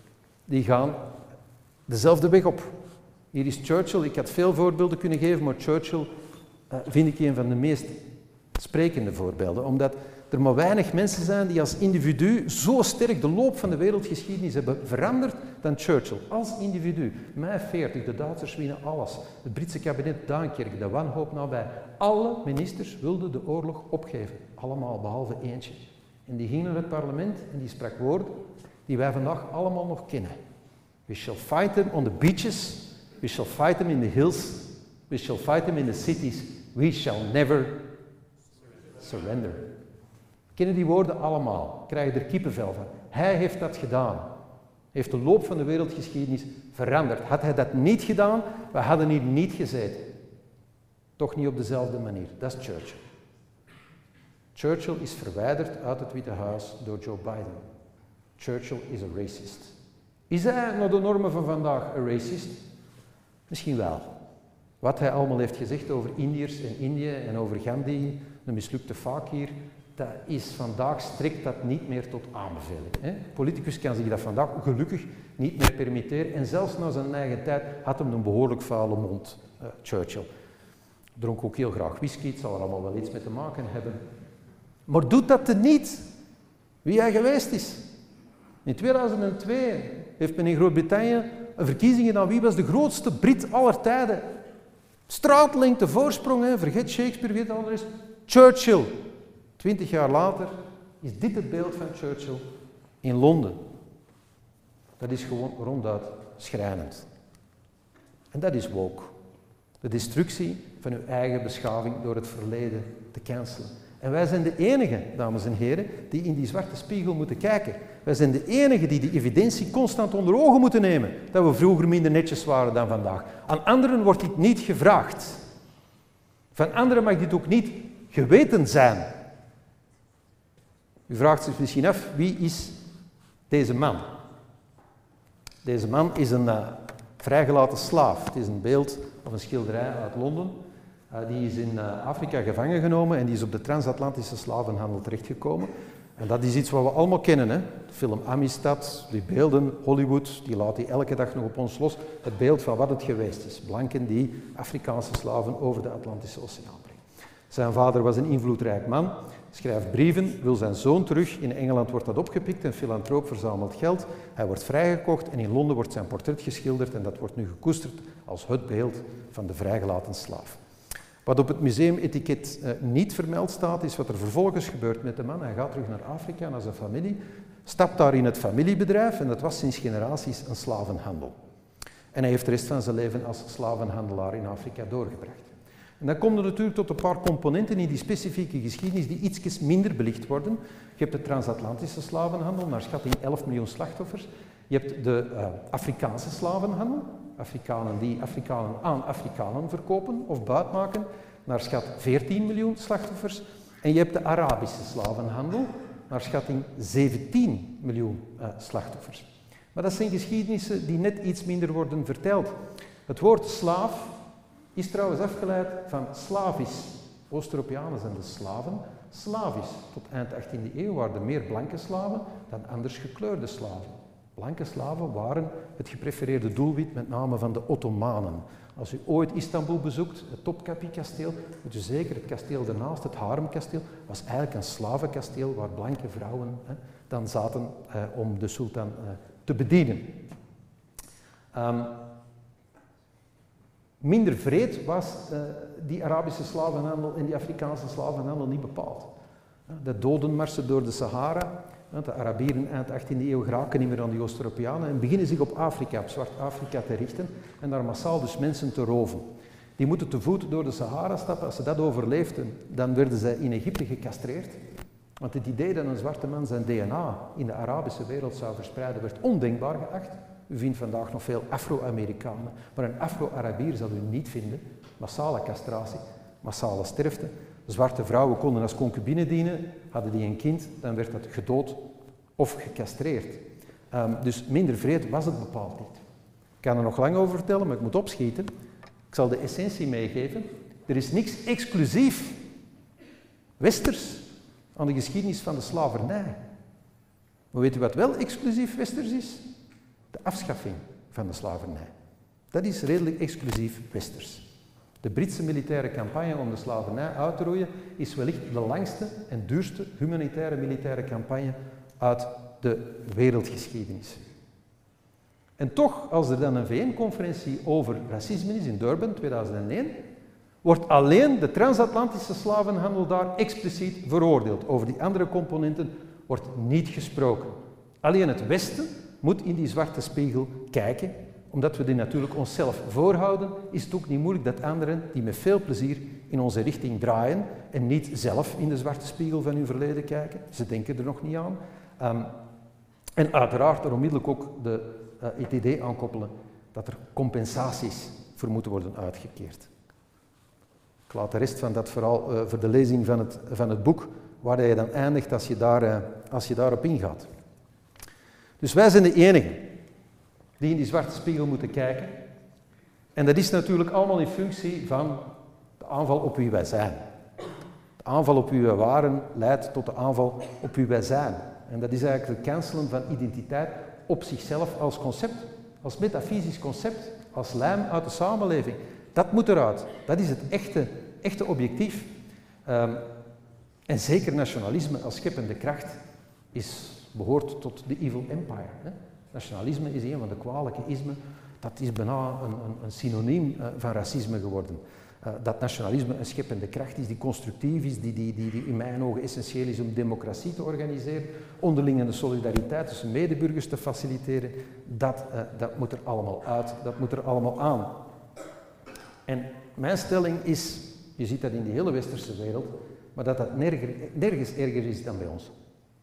die gaan dezelfde weg op. Hier is Churchill, ik had veel voorbeelden kunnen geven, maar Churchill uh, vind ik een van de meest sprekende voorbeelden, omdat er maar weinig mensen zijn die als individu zo sterk de loop van de wereldgeschiedenis hebben veranderd dan Churchill. Als individu. mei veertig, de Duitsers winnen alles. Het Britse kabinet Duinkerk, de wanhoop nabij. Alle ministers wilden de oorlog opgeven. Allemaal, behalve eentje. En die ging naar het parlement en die sprak woorden die wij vandaag allemaal nog kennen. We shall fight them on the beaches. We shall fight them in the hills. We shall fight them in the cities. We shall never surrender. Kennen die woorden allemaal, krijgen er kippenvel van. Hij heeft dat gedaan. Hij heeft de loop van de wereldgeschiedenis veranderd. Had hij dat niet gedaan, we hadden hier niet gezeten. Toch niet op dezelfde manier. Dat is Churchill. Churchill is verwijderd uit het Witte Huis door Joe Biden. Churchill is een racist. Is hij naar de normen van vandaag een racist? Misschien wel. Wat hij allemaal heeft gezegd over Indiërs en Indië en over Gandhi, een mislukte fakir, dat is vandaag strekt dat niet meer tot aanbeveling. Hè? Politicus kan zich dat vandaag gelukkig niet meer permitteren en zelfs na zijn eigen tijd had hem een behoorlijk vuile mond, uh, Churchill. Dronk ook heel graag whisky, het zal er allemaal wel iets mee te maken hebben. Maar doet dat te niet wie hij geweest is. In tweeduizend twee heeft men in Groot-Brittannië een verkiezing gedaan. Wie was de grootste Brit aller tijden? Straatlengte voorsprong, hè? Vergeet Shakespeare, vergeet alles. Churchill. Twintig jaar later is dit het beeld van Churchill in Londen. Dat is gewoon ronduit schrijnend. En dat is woke. De destructie van uw eigen beschaving door het verleden te cancelen. En wij zijn de enigen, dames en heren, die in die zwarte spiegel moeten kijken. Wij zijn de enigen die die evidentie constant onder ogen moeten nemen. Dat we vroeger minder netjes waren dan vandaag. Aan anderen wordt dit niet gevraagd. Van anderen mag dit ook niet geweten zijn. U vraagt zich misschien af, wie is deze man? Deze man is een uh, vrijgelaten slaaf. Het is een beeld of een schilderij uit Londen. Uh, die is in uh, Afrika gevangen genomen en die is op de transatlantische slavenhandel terechtgekomen. En dat is iets wat we allemaal kennen. Hè? De film Amistad, die beelden, Hollywood, die laat die elke dag nog op ons los. Het beeld van wat het geweest is. Blanken die Afrikaanse slaven over de Atlantische Oceaan brengen. Zijn vader was een invloedrijk man, schrijft brieven, wil zijn zoon terug. In Engeland wordt dat opgepikt, een filantroop verzamelt geld. Hij wordt vrijgekocht en in Londen wordt zijn portret geschilderd en dat wordt nu gekoesterd als het beeld van de vrijgelaten slaaf. Wat op het museumetiket uh, niet vermeld staat, is wat er vervolgens gebeurt met de man. Hij gaat terug naar Afrika, naar zijn familie, stapt daar in het familiebedrijf en dat was sinds generaties een slavenhandel. En hij heeft de rest van zijn leven als slavenhandelaar in Afrika doorgebracht. En dan komt er natuurlijk tot een paar componenten in die specifieke geschiedenis die iets minder belicht worden. Je hebt de transatlantische slavenhandel, naar schatting elf miljoen slachtoffers. Je hebt de uh, Afrikaanse slavenhandel, Afrikanen die Afrikanen aan Afrikanen verkopen of buitmaken, naar schat veertien miljoen slachtoffers. En je hebt de Arabische slavenhandel, naar schatting zeventien miljoen uh, slachtoffers. Maar dat zijn geschiedenissen die net iets minder worden verteld. Het woord slaaf is trouwens afgeleid van Slavisch. Oost-Europeanen zijn de slaven. Slavisch. Tot eind achttiende eeuw waren er meer blanke slaven dan anders gekleurde slaven. Blanke slaven waren het geprefereerde doelwit met name van de Ottomanen. Als u ooit Istanbul bezoekt, het Topkapi-kasteel, moet u zeker het kasteel daarnaast, het Haremkasteel, was eigenlijk een slavenkasteel waar blanke vrouwen hè, dan zaten eh, om de sultan eh, te bedienen. Um, Minder wreed was uh, die Arabische slavenhandel en die Afrikaanse slavenhandel niet bepaald. De dodenmarsen door de Sahara, de Arabieren eind achttiende eeuw geraken niet meer aan die Oost-Europeanen en beginnen zich op Afrika, op Zwart-Afrika te richten en daar massaal dus mensen te roven. Die moeten te voet door de Sahara stappen. Als ze dat overleefden, dan werden ze in Egypte gecastreerd. Want het idee dat een zwarte man zijn D N A in de Arabische wereld zou verspreiden, werd ondenkbaar geacht. U vindt vandaag nog veel Afro-Amerikanen, maar een Afro-Arabier zal u niet vinden. Massale castratie, massale sterfte. Zwarte vrouwen konden als concubine dienen, hadden die een kind, dan werd dat gedood of gecastreerd. Um, dus minder wreed was het bepaald niet. Ik kan er nog lang over vertellen, maar ik moet opschieten. Ik zal de essentie meegeven. Er is niks exclusief westers aan de geschiedenis van de slavernij. Maar weet u wat wel exclusief westers is? De afschaffing van de slavernij. Dat is redelijk exclusief westers. De Britse militaire campagne om de slavernij uit te roeien is wellicht de langste en duurste humanitaire militaire campagne uit de wereldgeschiedenis. En toch, als er dan een V N-conferentie over racisme is in Durban, tweeduizend één, wordt alleen de transatlantische slavenhandel daar expliciet veroordeeld. Over die andere componenten wordt niet gesproken. Alleen het Westen moet in die zwarte spiegel kijken. Omdat we die natuurlijk onszelf voorhouden, is het ook niet moeilijk dat anderen die met veel plezier in onze richting draaien en niet zelf in de zwarte spiegel van hun verleden kijken. Ze denken er nog niet aan. Um, en uiteraard er onmiddellijk ook de, uh, het idee aankoppelen dat er compensaties voor moeten worden uitgekeerd. Ik laat de rest van dat verhaal uh, voor de lezing van het, van het boek, waar je dan eindigt als je, daar, uh, als je daarop ingaat. Dus wij zijn de enigen die in die zwarte spiegel moeten kijken. En dat is natuurlijk allemaal in functie van de aanval op wie wij zijn. De aanval op wie wij waren leidt tot de aanval op wie wij zijn. En dat is eigenlijk het cancelen van identiteit op zichzelf als concept, als metafysisch concept, als lijm uit de samenleving. Dat moet eruit. Dat is het echte, echte objectief. Um, en zeker nationalisme als scheppende kracht is behoort tot de evil empire. Hè. Nationalisme is een van de kwalijke ismen. Dat is bijna een, een, een synoniem uh, van racisme geworden. Uh, dat nationalisme een scheppende kracht is, die constructief is, die, die, die, die in mijn ogen essentieel is om democratie te organiseren, onderlinge solidariteit tussen medeburgers te faciliteren, dat, uh, dat moet er allemaal uit, dat moet er allemaal aan. En mijn stelling is, je ziet dat in de hele westerse wereld, maar dat dat nerger, nergens erger is dan bij ons.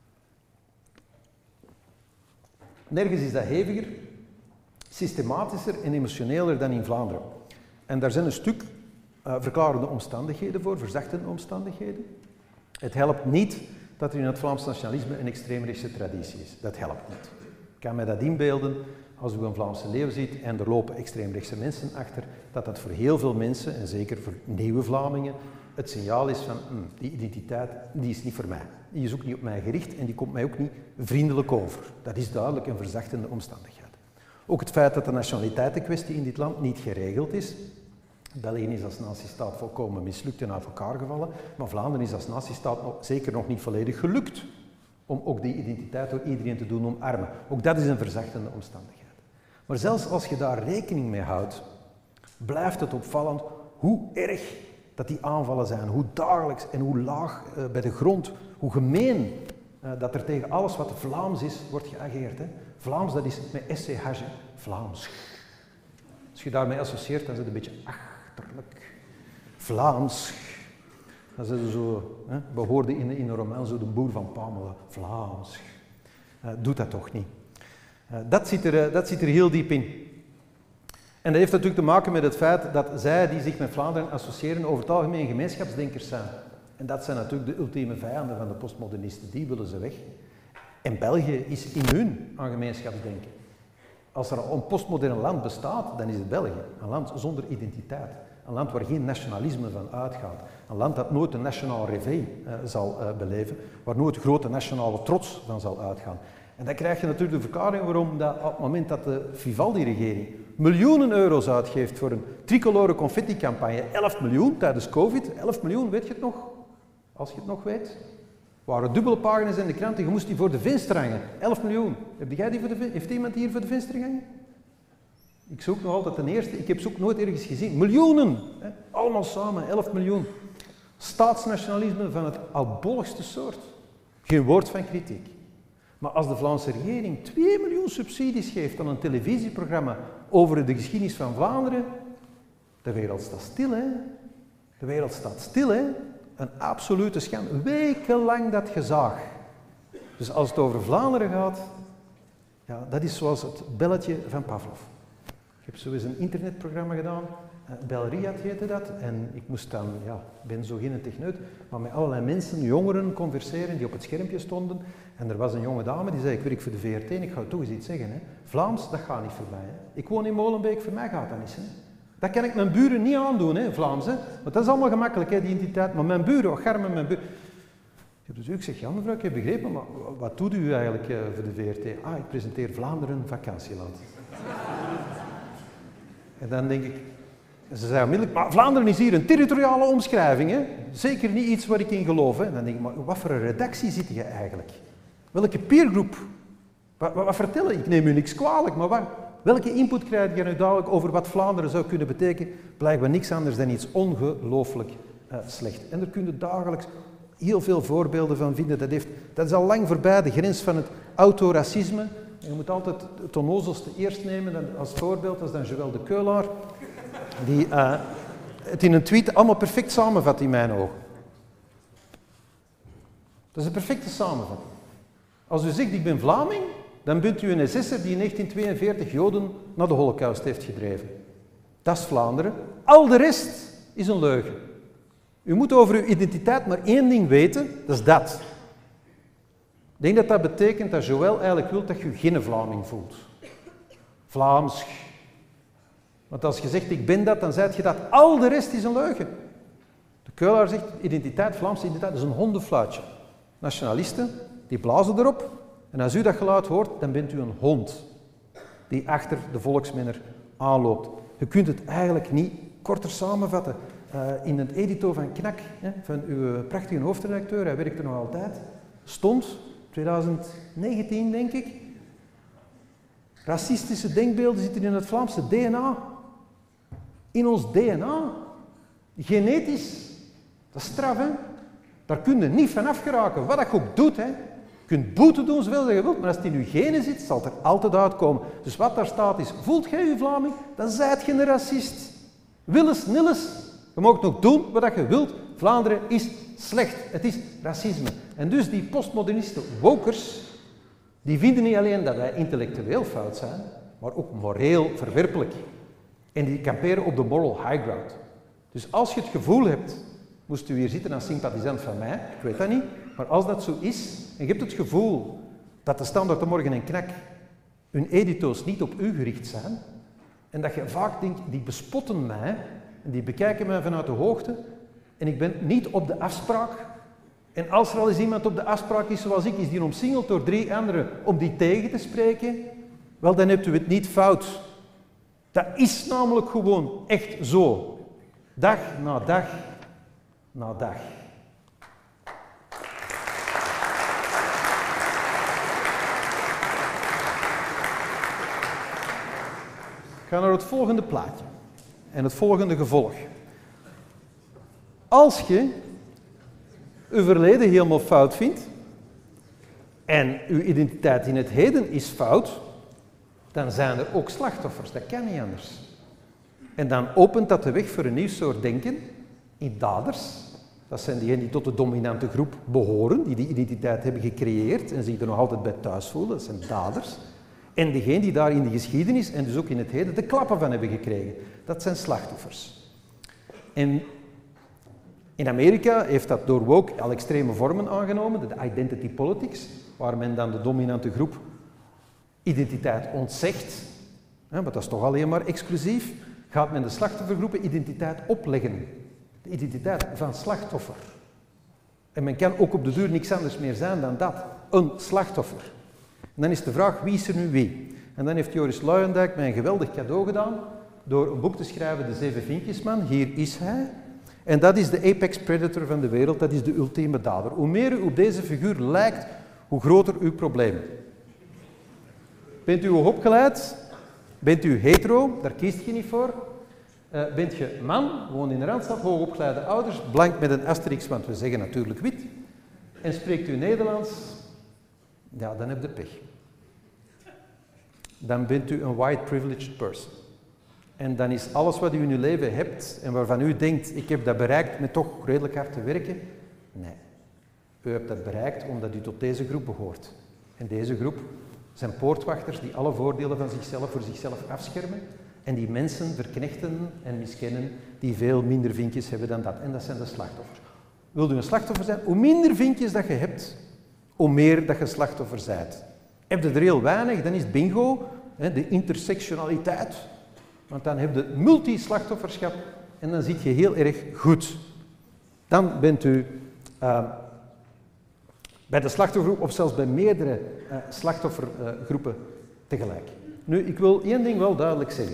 Nergens is dat heviger, systematischer en emotioneler dan in Vlaanderen. En daar zijn een stuk uh, verklarende omstandigheden voor, verzachtende omstandigheden. Het helpt niet dat er in het Vlaams nationalisme een extreemrechtse traditie is. Dat helpt niet. Ik kan mij dat inbeelden als u een Vlaamse leeuw ziet en er lopen extreemrechtse mensen achter, dat dat voor heel veel mensen, en zeker voor nieuwe Vlamingen, het signaal is van hm, die identiteit, die is niet voor mij. Die is ook niet op mij gericht en die komt mij ook niet vriendelijk over. Dat is duidelijk een verzachtende omstandigheid. Ook het feit dat de nationaliteitenkwestie in dit land niet geregeld is. België is als natiestaat volkomen mislukt en uit elkaar gevallen, maar Vlaanderen is als natiestaat nog, zeker nog niet volledig gelukt om ook die identiteit door iedereen te doen omarmen. Ook dat is een verzachtende omstandigheid. Maar zelfs als je daar rekening mee houdt, blijft het opvallend hoe erg dat die aanvallen zijn, hoe dagelijks en hoe laag uh, bij de grond, hoe gemeen uh, dat er tegen alles wat Vlaams is, wordt geageerd. Hè. Vlaams, dat is met S C H, hè. Vlaams. Als je daarmee associeert, dan is het een beetje achterlijk. Vlaams. Dan zijn ze zo, hè, we hoorden in, in een roman zo de boer van Pamela. Vlaams. Uh, doet dat toch niet. Uh, dat, zit er, uh, dat zit er heel diep in. En dat heeft natuurlijk te maken met het feit dat zij die zich met Vlaanderen associëren over het algemeen gemeenschapsdenkers zijn. En dat zijn natuurlijk de ultieme vijanden van de postmodernisten, die willen ze weg. En België is immuun aan gemeenschapsdenken. Als er al een postmodern land bestaat, dan is het België. Een land zonder identiteit. Een land waar geen nationalisme van uitgaat. Een land dat nooit een nationaal réveil uh, zal uh, beleven, waar nooit grote nationale trots van zal uitgaan. En dan krijg je natuurlijk de verklaring waarom dat op het moment dat de Vivaldi-regering miljoenen euro's uitgeeft voor een tricolore confetti-campagne, elf miljoen tijdens COVID, elf miljoen, weet je het nog? Als je het nog weet. Er waren dubbele pagina's in de krant en je moest die voor de venster hangen. elf miljoen. Heb jij die voor de, heeft iemand die hier voor de venster hangen? Ik zoek nog altijd een eerste. Ik heb ze ook nooit ergens gezien. Miljoenen. Hè? Allemaal samen, elf miljoen. Staatsnationalisme van het oudbolligste soort. Geen woord van kritiek. Maar als de Vlaamse regering twee miljoen subsidies geeft aan een televisieprogramma over de geschiedenis van Vlaanderen, de wereld staat stil, hè? De wereld staat stil, hè? Een absolute schande. Wekenlang dat gezaag. Dus als het over Vlaanderen gaat, ja, dat is zoals het belletje van Pavlov. Ik heb zo eens een internetprogramma gedaan, uh, Belriad heette dat, en ik moest dan, ja, ik ben zo geen techneut, maar met allerlei mensen, jongeren, converseren die op het schermpje stonden. En er was een jonge dame die zei, ik werk voor de V R T en ik ga toch eens iets zeggen. Hè. Vlaams, dat gaat niet voor mij. Hè. Ik woon in Molenbeek, voor mij gaat dat niet. Hè. Dat kan ik mijn buren niet aandoen, hè, Vlaams. Hè. Want dat is allemaal gemakkelijk, hè, die identiteit. Maar mijn buren, wat garmen mijn buren. Dus ik zeg, ja mevrouw, ik heb begrepen, maar wat doet u eigenlijk uh, voor de V R T? Ah, ik presenteer Vlaanderen vakantieland. En dan denk ik, ze zei onmiddellijk, maar Vlaanderen is hier een territoriale omschrijving, hè? Zeker niet iets waar ik in geloof. Hè? En dan denk ik, maar wat voor een redactie zit je eigenlijk? Welke peergroep? Wat, wat, wat vertellen? Ik neem u niks kwalijk, maar wat, welke input krijg je nu dadelijk over wat Vlaanderen zou kunnen betekenen? Blijkbaar niks anders dan iets ongelooflijk uh, slecht. En er kun je dagelijks heel veel voorbeelden van vinden. Dat, heeft, dat is al lang voorbij de grens van het autoracisme. Je moet altijd het onnozelste eerst nemen dan als voorbeeld, dat is dan Joël de Keulaar, die uh, het in een tweet allemaal perfect samenvat in mijn ogen. Dat is een perfecte samenvatting. Als u zegt, ik ben Vlaming, dan bent u een S S'er die in negentien tweeënveertig Joden naar de Holocaust heeft gedreven. Dat is Vlaanderen. Al de rest is een leugen. U moet over uw identiteit maar één ding weten, dat is dat. Ik denk dat dat betekent dat Joël eigenlijk wil dat je geen Vlaming voelt. Vlaams. Want als je zegt, ik ben dat, dan zeg je dat. Al de rest is een leugen. De Keulaar zegt, identiteit, Vlaamse identiteit, dat is een hondenfluitje. Nationalisten, die blazen erop. En als u dat geluid hoort, dan bent u een hond. Die achter de volksmenner aanloopt. Je kunt het eigenlijk niet korter samenvatten. Uh, in het edito van Knak, hè, van uw prachtige hoofdredacteur, hij werkt er nog altijd, stond twintig negentien denk ik. Racistische denkbeelden zitten in het Vlaamse D N A. In ons D N A. Genetisch. Dat is straf, hè. Daar kun je niet van afgeraken, wat je ook doet, hè. Je kunt boete doen zoveel je wilt, maar als het in je genen zit, zal het er altijd uitkomen. Dus wat daar staat is, voelt jij je Vlaming, dan zijt je een racist. Willens, nillens, je mag nog doen wat je wilt. Vlaanderen is slecht, het is racisme. En dus die postmoderniste wokers, die vinden niet alleen dat wij intellectueel fout zijn, maar ook moreel verwerpelijk. En die kamperen op de moral high ground. Dus als je het gevoel hebt, moest u hier zitten als sympathisant van mij, ik weet dat niet, maar als dat zo is, en je hebt het gevoel dat de Standaard de Morgen en Knak hun edito's niet op u gericht zijn, en dat je vaak denkt, die bespotten mij, en die bekijken mij vanuit de hoogte, en ik ben niet op de afspraak, en als er al eens iemand op de afspraak is zoals ik, is die omsingeld door drie anderen om die tegen te spreken, wel, dan hebt u het niet fout. Dat is namelijk gewoon echt zo. Dag na dag na dag. Ik ga naar het volgende plaatje en het volgende gevolg. Als je uw verleden helemaal fout vindt en uw identiteit in het heden is fout, dan zijn er ook slachtoffers. Dat kan niet anders. En dan opent dat de weg voor een nieuw soort denken in daders. Dat zijn diegenen die tot de dominante groep behoren, die die identiteit hebben gecreëerd en zich er nog altijd bij thuis voelen. Dat zijn daders. En degenen die daar in de geschiedenis en dus ook in het heden de klappen van hebben gekregen. Dat zijn slachtoffers. En in Amerika heeft dat door woke al extreme vormen aangenomen, de identity politics, waar men dan de dominante groep identiteit ontzegt, hè, maar dat is toch alleen maar exclusief, gaat men de slachtoffergroepen identiteit opleggen. De identiteit van slachtoffer. En men kan ook op de duur niks anders meer zijn dan dat, een slachtoffer. En dan is de vraag, wie is er nu wie? En dan heeft Joris Luijendijk mij een geweldig cadeau gedaan door een boek te schrijven, De Zeven Vinkjesman. Hier is hij. En dat is de apex predator van de wereld, dat is de ultieme dader. Hoe meer u op deze figuur lijkt, hoe groter uw probleem. Bent u hoogopgeleid? Bent u hetero? Daar kiest je niet voor. Uh, bent je man, woont in de Randstad, hoogopgeleide ouders, blank met een asterix, want we zeggen natuurlijk wit. En spreekt u Nederlands? Ja, dan heb je pech. Dan bent u een white privileged person. En dan is alles wat u in uw leven hebt en waarvan u denkt, ik heb dat bereikt met toch redelijk hard te werken. Nee. U hebt dat bereikt omdat u tot deze groep behoort. En deze groep zijn poortwachters die alle voordelen van zichzelf voor zichzelf afschermen en die mensen verknechten en miskennen die veel minder vinkjes hebben dan dat. En dat zijn de slachtoffers. Wilt u een slachtoffer zijn? Hoe minder vinkjes dat je hebt, hoe meer dat je slachtoffer bent. Heb je er heel weinig, dan is het bingo, hè, de intersectionaliteit. Want dan heb je multi-slachtofferschap en dan zit je heel erg goed. Dan bent u uh, bij de slachtoffergroep of zelfs bij meerdere uh, slachtoffergroepen uh, tegelijk. Nu, ik wil één ding wel duidelijk zeggen.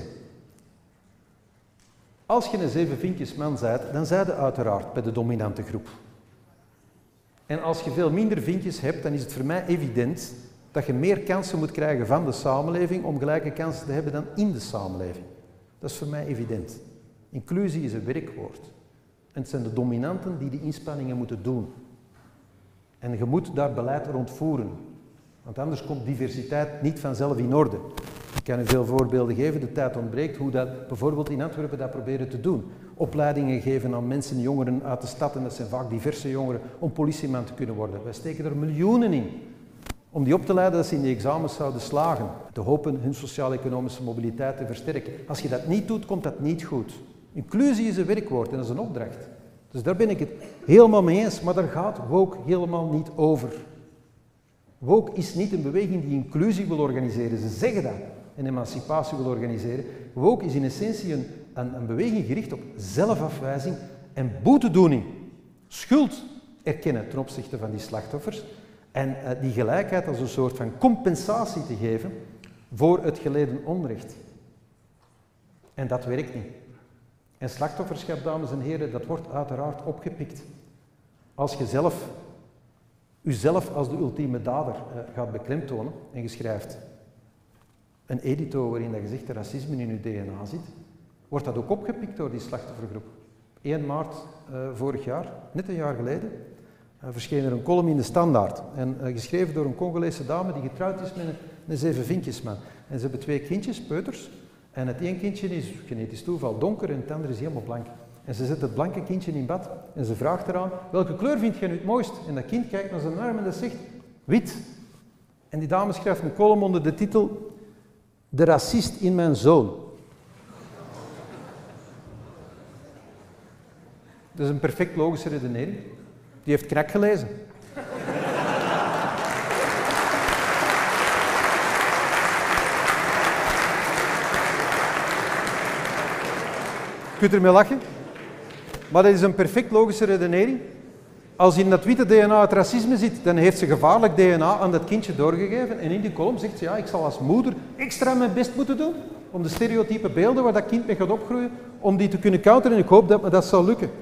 Als je een zeven vinkjesman bent, dan zijn je uiteraard bij de dominante groep. En als je veel minder vinkjes hebt, dan is het voor mij evident dat je meer kansen moet krijgen van de samenleving om gelijke kansen te hebben dan in de samenleving. Dat is voor mij evident. Inclusie is een werkwoord. En het zijn de dominanten die die inspanningen moeten doen. En je moet daar beleid rond voeren. Want anders komt diversiteit niet vanzelf in orde. Ik kan u veel voorbeelden geven, de tijd ontbreekt, hoe dat bijvoorbeeld in Antwerpen dat proberen te doen. Opleidingen geven aan mensen, jongeren uit de stad, en dat zijn vaak diverse jongeren, om politieman te kunnen worden. Wij steken er miljoenen in om die op te leiden dat ze in die examens zouden slagen. Te hopen hun sociaal-economische mobiliteit te versterken. Als je dat niet doet, komt dat niet goed. Inclusie is een werkwoord en dat is een opdracht. Dus daar ben ik het helemaal mee eens, maar daar gaat woke helemaal niet over. Woke is niet een beweging die inclusie wil organiseren. Ze zeggen dat. En emancipatie wil organiseren. Woke is in essentie een, een, een beweging gericht op zelfafwijzing en boetedoening. Schuld erkennen ten opzichte van die slachtoffers. En uh, die gelijkheid als een soort van compensatie te geven voor het geleden onrecht. En dat werkt niet. En slachtofferschap, dames en heren, dat wordt uiteraard opgepikt. Als je zelf uzelf als de ultieme dader uh, gaat beklemtonen en je schrijft een edito waarin dat je zegt dat racisme in je D N A zit, wordt dat ook opgepikt door die slachtoffergroep. één maart uh, vorig jaar, net een jaar geleden, uh, verscheen er een column in de Standaard. En uh, geschreven door een Congolese dame die getrouwd is met een, een zevenvinkjesman. En ze hebben twee kindjes, peuters. En het één kindje is, genetisch toeval, donker en het andere is helemaal blank. En ze zet het blanke kindje in bad en ze vraagt eraan, welke kleur vind je nu het mooist? En dat kind kijkt naar zijn arm en dat zegt, wit. En die dame schrijft een column onder de titel, de racist in mijn zoon. Dat is een perfect logische redenering. Die heeft Knak gelezen. Je kunt ermee lachen, maar dat is een perfect logische redenering. Als in dat witte D N A het racisme zit, dan heeft ze gevaarlijk D N A aan dat kindje doorgegeven. En in die column zegt ze, ja, ik zal als moeder extra mijn best moeten doen om de stereotype beelden waar dat kind mee gaat opgroeien, om die te kunnen counteren. En ik hoop dat me dat zal lukken.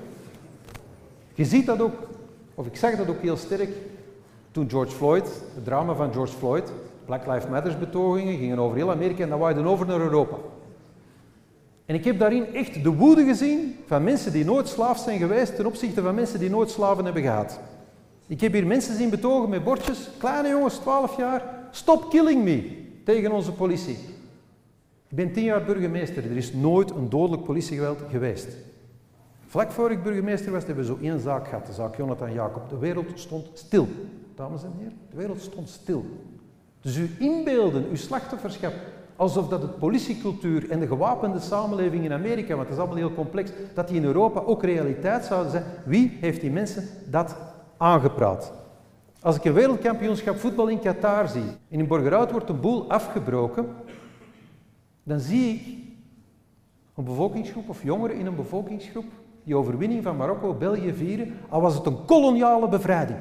Je ziet dat ook, of ik zag dat ook heel sterk, toen George Floyd, het drama van George Floyd, Black Lives Matter betogingen, gingen over heel Amerika en dat waaiden over naar Europa. En ik heb daarin echt de woede gezien van mensen die nooit slaaf zijn geweest ten opzichte van mensen die nooit slaven hebben gehad. Ik heb hier mensen zien betogen met bordjes, kleine jongens, twaalf jaar, stop killing me, tegen onze politie. Ik ben tien jaar burgemeester, er is nooit een dodelijk politiegeweld geweest. Vlak voor ik burgemeester was, hebben we zo één zaak gehad, de zaak Jonathan Jacob. De wereld stond stil, dames en heren, de wereld stond stil. Dus uw inbeelden, uw slachtofferschap, alsof dat het politiecultuur en de gewapende samenleving in Amerika, want dat is allemaal heel complex, dat die in Europa ook realiteit zouden zijn. Wie heeft die mensen dat aangepraat? Als ik een wereldkampioenschap voetbal in Qatar zie en in Borgerhout wordt een boel afgebroken, dan zie ik een bevolkingsgroep of jongeren in een bevolkingsgroep die overwinning van Marokko, België vieren, al was het een koloniale bevrijding.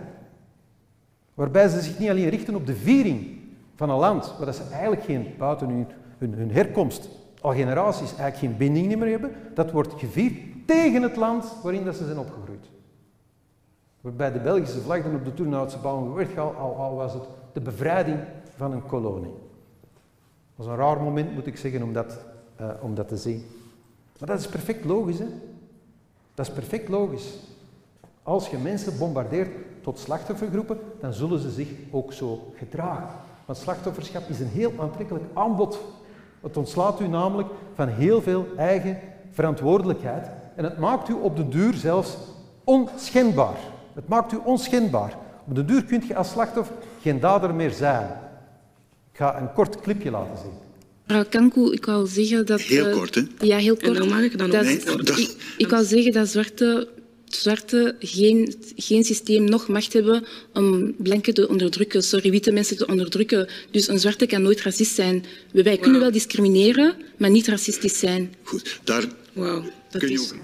Waarbij ze zich niet alleen richten op de viering van een land, waar ze eigenlijk geen, buiten hun, hun, hun herkomst, al generaties eigenlijk geen binding meer hebben, dat wordt gevierd tegen het land waarin dat ze zijn opgegroeid. Waarbij de Belgische vlag dan op de Turnhoutse baan werd gehaald, al, al was het de bevrijding van een kolonie. Dat was een raar moment, moet ik zeggen, om dat, uh, om dat te zien. Maar dat is perfect logisch, hè? Dat is perfect logisch. Als je mensen bombardeert tot slachtoffergroepen, dan zullen ze zich ook zo gedragen. Want slachtofferschap is een heel aantrekkelijk aanbod. Het ontslaat u namelijk van heel veel eigen verantwoordelijkheid. En het maakt u op de duur zelfs onschendbaar. Het maakt u onschendbaar. Op de duur kunt je als slachtoffer geen dader meer zijn. Ik ga een kort clipje laten zien. Mevrouw Kanko, ik wou zeggen dat... Heel uh, kort, hè? Ja, heel kort. En dan mag ik dan dat, nee, dat... Ik, ik wou zeggen dat zwarte, zwarte geen, geen systeem nog macht hebben om blanken te onderdrukken, sorry, witte mensen te onderdrukken. Dus een zwarte kan nooit racist zijn. Wij wow. kunnen wel discrimineren, maar niet racistisch zijn. Goed, daar wow, dat kun je is... ook...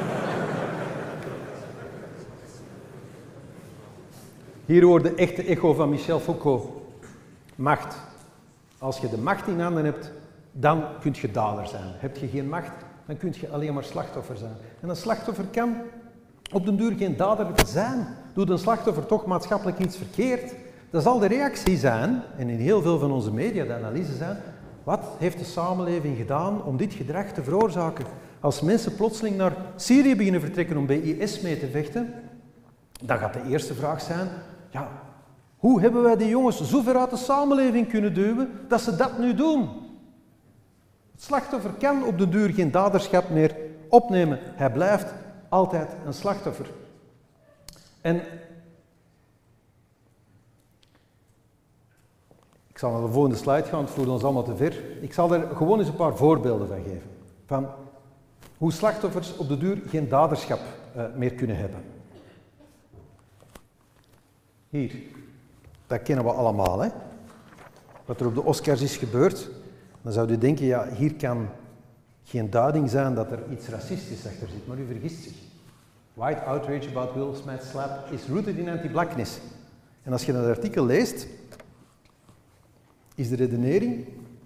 Hier hoort de echte echo van Michel Foucault. Macht. Als je de macht in handen hebt, dan kun je dader zijn. Heb je geen macht, dan kun je alleen maar slachtoffer zijn. En een slachtoffer kan op den duur geen dader zijn. Doet een slachtoffer toch maatschappelijk iets verkeerd? Dat zal de reactie zijn, en in heel veel van onze media de analyse zijn, wat heeft de samenleving gedaan om dit gedrag te veroorzaken? Als mensen plotseling naar Syrië beginnen vertrekken om bij I S mee te vechten, dan gaat de eerste vraag zijn, ja, hoe hebben wij die jongens zo ver uit de samenleving kunnen duwen dat ze dat nu doen? Het slachtoffer kan op de duur geen daderschap meer opnemen. Hij blijft altijd een slachtoffer. En ik zal naar de volgende slide gaan, het voert ons allemaal te ver. Ik zal er gewoon eens een paar voorbeelden van geven. Van hoe slachtoffers op de duur geen daderschap uh, meer kunnen hebben. Hier, dat kennen we allemaal, hè? Wat er op de Oscars is gebeurd, dan zou u denken, ja, hier kan geen duiding zijn dat er iets racistisch achter zit, maar u vergist zich. White outrage about Will Smith's slap is rooted in anti-blackness. En als je dat artikel leest, is de redenering,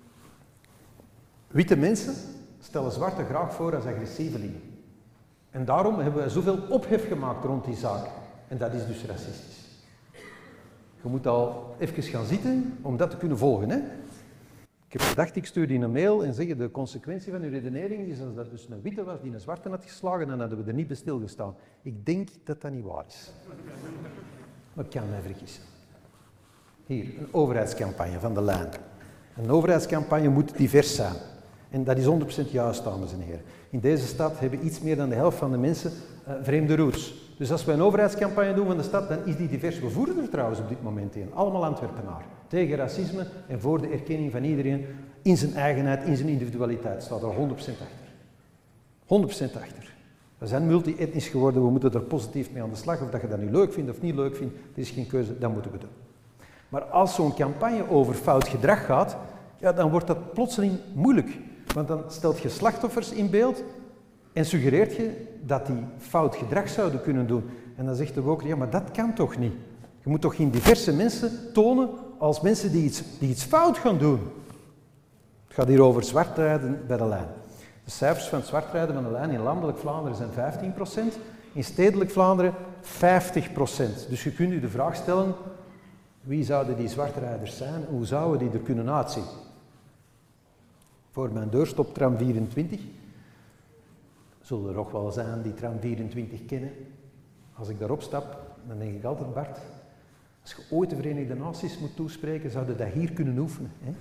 witte mensen stellen zwarte graag voor als agressievelingen. En daarom hebben wij zoveel ophef gemaakt rond die zaak. En dat is dus racistisch. Je moet al even gaan zitten om dat te kunnen volgen. Hè? Ik heb gedacht, ik stuur die een mail en zeg de consequentie van uw redenering is als dat dus een witte was die een zwarte had geslagen, dan hadden we er niet bij stilgestaan. Ik denk dat dat niet waar is. Maar ik kan mij vergissen. Hier, een overheidscampagne van de lijn. Een overheidscampagne moet divers zijn. En dat is honderd procent juist, dames en heren. In deze stad hebben iets meer dan de helft van de mensen uh, vreemde roots. Dus als we een overheidscampagne doen van de stad, dan is die divers. We voeren er trouwens op dit moment in. Allemaal Antwerpenaar. Tegen racisme en voor de erkenning van iedereen in zijn eigenheid, in zijn individualiteit. Staat er honderd procent achter. honderd procent achter. We zijn multi-etnisch geworden, we moeten er positief mee aan de slag. Of dat je dat nu leuk vindt of niet leuk vindt, er is geen keuze, dat moeten we doen. Maar als zo'n campagne over fout gedrag gaat, ja, dan wordt dat plotseling moeilijk. Want dan stelt je slachtoffers in beeld en suggereert je dat die fout gedrag zouden kunnen doen. En dan zegt de woker, ja, maar dat kan toch niet? Je moet toch geen diverse mensen tonen als mensen die iets, die iets fout gaan doen? Het gaat hier over zwartrijden bij de lijn. De cijfers van het zwartrijden van de lijn in landelijk Vlaanderen zijn vijftien procent, in stedelijk Vlaanderen vijftig procent. Dus je kunt je de vraag stellen, wie zouden die zwartrijders zijn? Hoe zouden die er kunnen uitzien? Voor mijn deur stopt tram vierentwintig. Zullen er nog wel zijn die tram vierentwintig kennen. Als ik daarop stap, dan denk ik altijd, Bart, als je ooit de Verenigde Naties moet toespreken, zouden dat hier kunnen oefenen. Hè?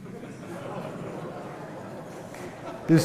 Dus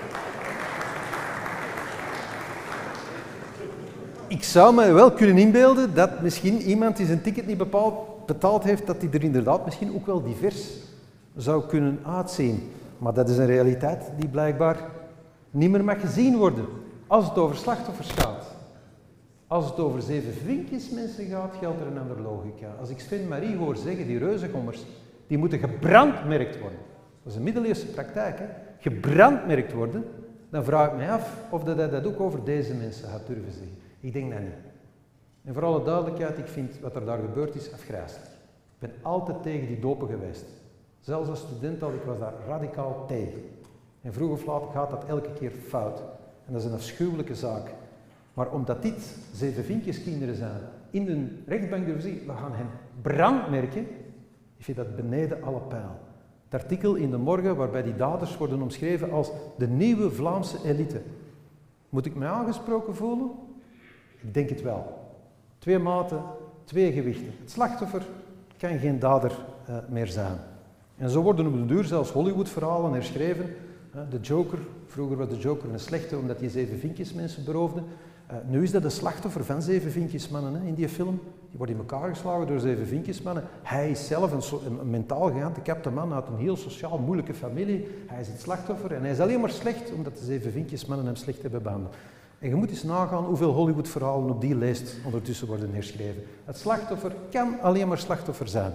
ik zou me wel kunnen inbeelden dat misschien iemand die zijn ticket niet bepaald, betaald heeft, dat hij er inderdaad misschien ook wel divers zou kunnen uitzien. Maar dat is een realiteit die blijkbaar niet meer mag gezien worden. Als het over slachtoffers gaat. Als het over zeven vinkjesmensen gaat, geldt er een andere logica. Als ik Sven Marie hoor zeggen, die reuzengommers, die moeten gebrandmerkt worden. Dat is een middeleeuwse praktijk, hè? Gebrandmerkt worden. Dan vraag ik mij af of dat hij dat ook over deze mensen gaat durven zeggen. Ik denk dat niet. En voor alle duidelijkheid, ik vind wat er daar gebeurd is afgrijselijk. Ik ben altijd tegen die dopen geweest. Zelfs als student al, ik was daar radicaal tegen. En vroeg of laat gaat dat elke keer fout. En dat is een afschuwelijke zaak. Maar omdat dit zeven vinkjeskinderen zijn, in een rechtbank durven zeggen, we gaan hen brandmerken, ik vind dat beneden alle pijl. Het artikel in de Morgen waarbij die daders worden omschreven als de nieuwe Vlaamse elite. Moet ik mij aangesproken voelen? Ik denk het wel. Twee maten, twee gewichten. Het slachtoffer kan geen dader uh, meer zijn. En zo worden op de duur zelfs Hollywood-verhalen herschreven. Uh, de Joker, vroeger was de Joker een slechte omdat hij zeven vinkjesmensen beroofde. Uh, nu is dat de slachtoffer van zeven vinkjesmannen hè, in die film. Die wordt in elkaar geslagen door zeven vinkjesmannen. Hij is zelf een, so een, een mentaal gehandicapte man uit een heel sociaal moeilijke familie. Hij is het slachtoffer en hij is alleen maar slecht omdat de zeven vinkjesmannen hem slecht hebben behandeld. En je moet eens nagaan hoeveel Hollywood-verhalen op die lijst ondertussen worden herschreven. Het slachtoffer kan alleen maar slachtoffer zijn.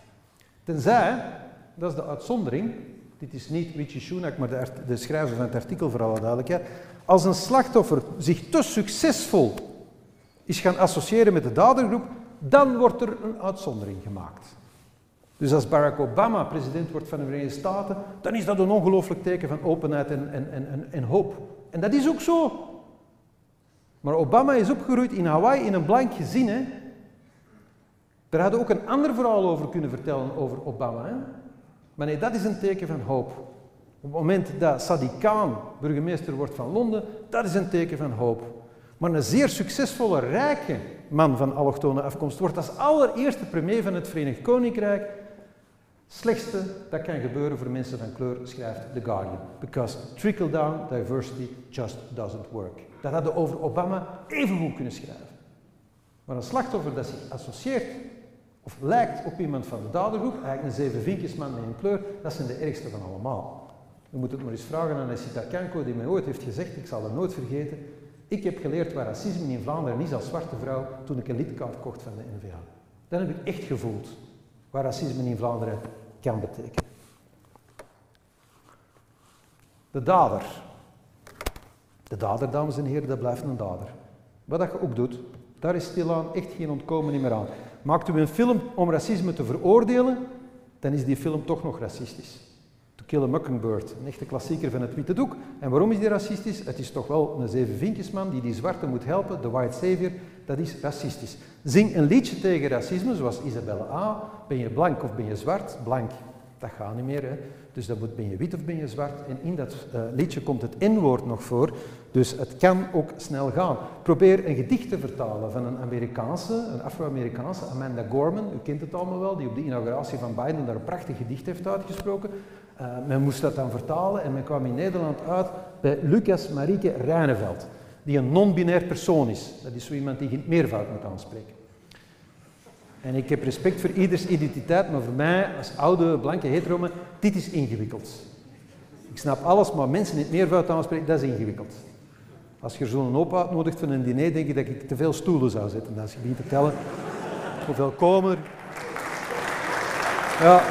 Tenzij, dat is de uitzondering, dit is niet Richie Sunak, maar de, de schrijver van het artikel voor alle duidelijkheid, als een slachtoffer zich te succesvol is gaan associëren met de dadergroep, dan wordt er een uitzondering gemaakt. Dus als Barack Obama president wordt van de Verenigde Staten, dan is dat een ongelooflijk teken van openheid en, en, en, en, en hoop. En dat is ook zo. Maar Obama is opgegroeid in Hawaii in een blank gezin. Hè. Daar hadden we ook een ander verhaal over kunnen vertellen over Obama. Hè. Maar nee, dat is een teken van hoop. Op het moment dat Sadiq Khan burgemeester wordt van Londen, dat is een teken van hoop. Maar een zeer succesvolle, rijke man van allochtone afkomst wordt als allereerste premier van het Verenigd Koninkrijk. Slechtste dat kan gebeuren voor mensen van kleur, schrijft The Guardian. Because trickle-down diversity just doesn't work. Dat hadden we over Obama even goed kunnen schrijven. Maar een slachtoffer dat zich associeert of lijkt op iemand van de dadergroep, eigenlijk een zeven vinkjesman met een kleur, dat zijn de ergste van allemaal. Je moet het maar eens vragen aan Esita Kanko, die mij ooit heeft gezegd, ik zal dat nooit vergeten, ik heb geleerd wat racisme in Vlaanderen is als zwarte vrouw toen ik een lidkaart kocht van de N V A. Dan heb ik echt gevoeld wat racisme in Vlaanderen kan betekenen. De dader. De dader, dames en heren, dat blijft een dader. Wat dat je ook doet, daar is stilaan echt geen ontkomen meer aan. Maakt u een film om racisme te veroordelen, dan is die film toch nog racistisch. De Kill a Mockingbird, een echte klassieker van het witte doek. En waarom is die racistisch? Het is toch wel een zevenvinkjesman die die zwarte moet helpen, de white savior, dat is racistisch. Zing een liedje tegen racisme, zoals Isabelle A. Ben je blank of ben je zwart? Blank. Dat gaat niet meer, hè. Dus dat moet, ben je wit of ben je zwart? En in dat uh, liedje komt het N-woord nog voor, dus het kan ook snel gaan. Probeer een gedicht te vertalen van een Amerikaanse, een Afro-Amerikaanse, Amanda Gorman, u kent het allemaal wel, die op de inauguratie van Biden daar een prachtig gedicht heeft uitgesproken. Uh, men moest dat dan vertalen en men kwam in Nederland uit bij Lucas Marieke Rijneveld, die een non-binair persoon is. Dat is zo iemand die je in het meervoud moet aanspreken. En ik heb respect voor ieders identiteit, maar voor mij, als oude, blanke hetero, dit is ingewikkeld. Ik snap alles, maar mensen in het meervoud aanspreken, dat is ingewikkeld. Als je er zo'n hoop uitnodigt voor een diner, denk ik dat ik te veel stoelen zou zetten. Als je begint te tellen, hoeveel komen er? Ja.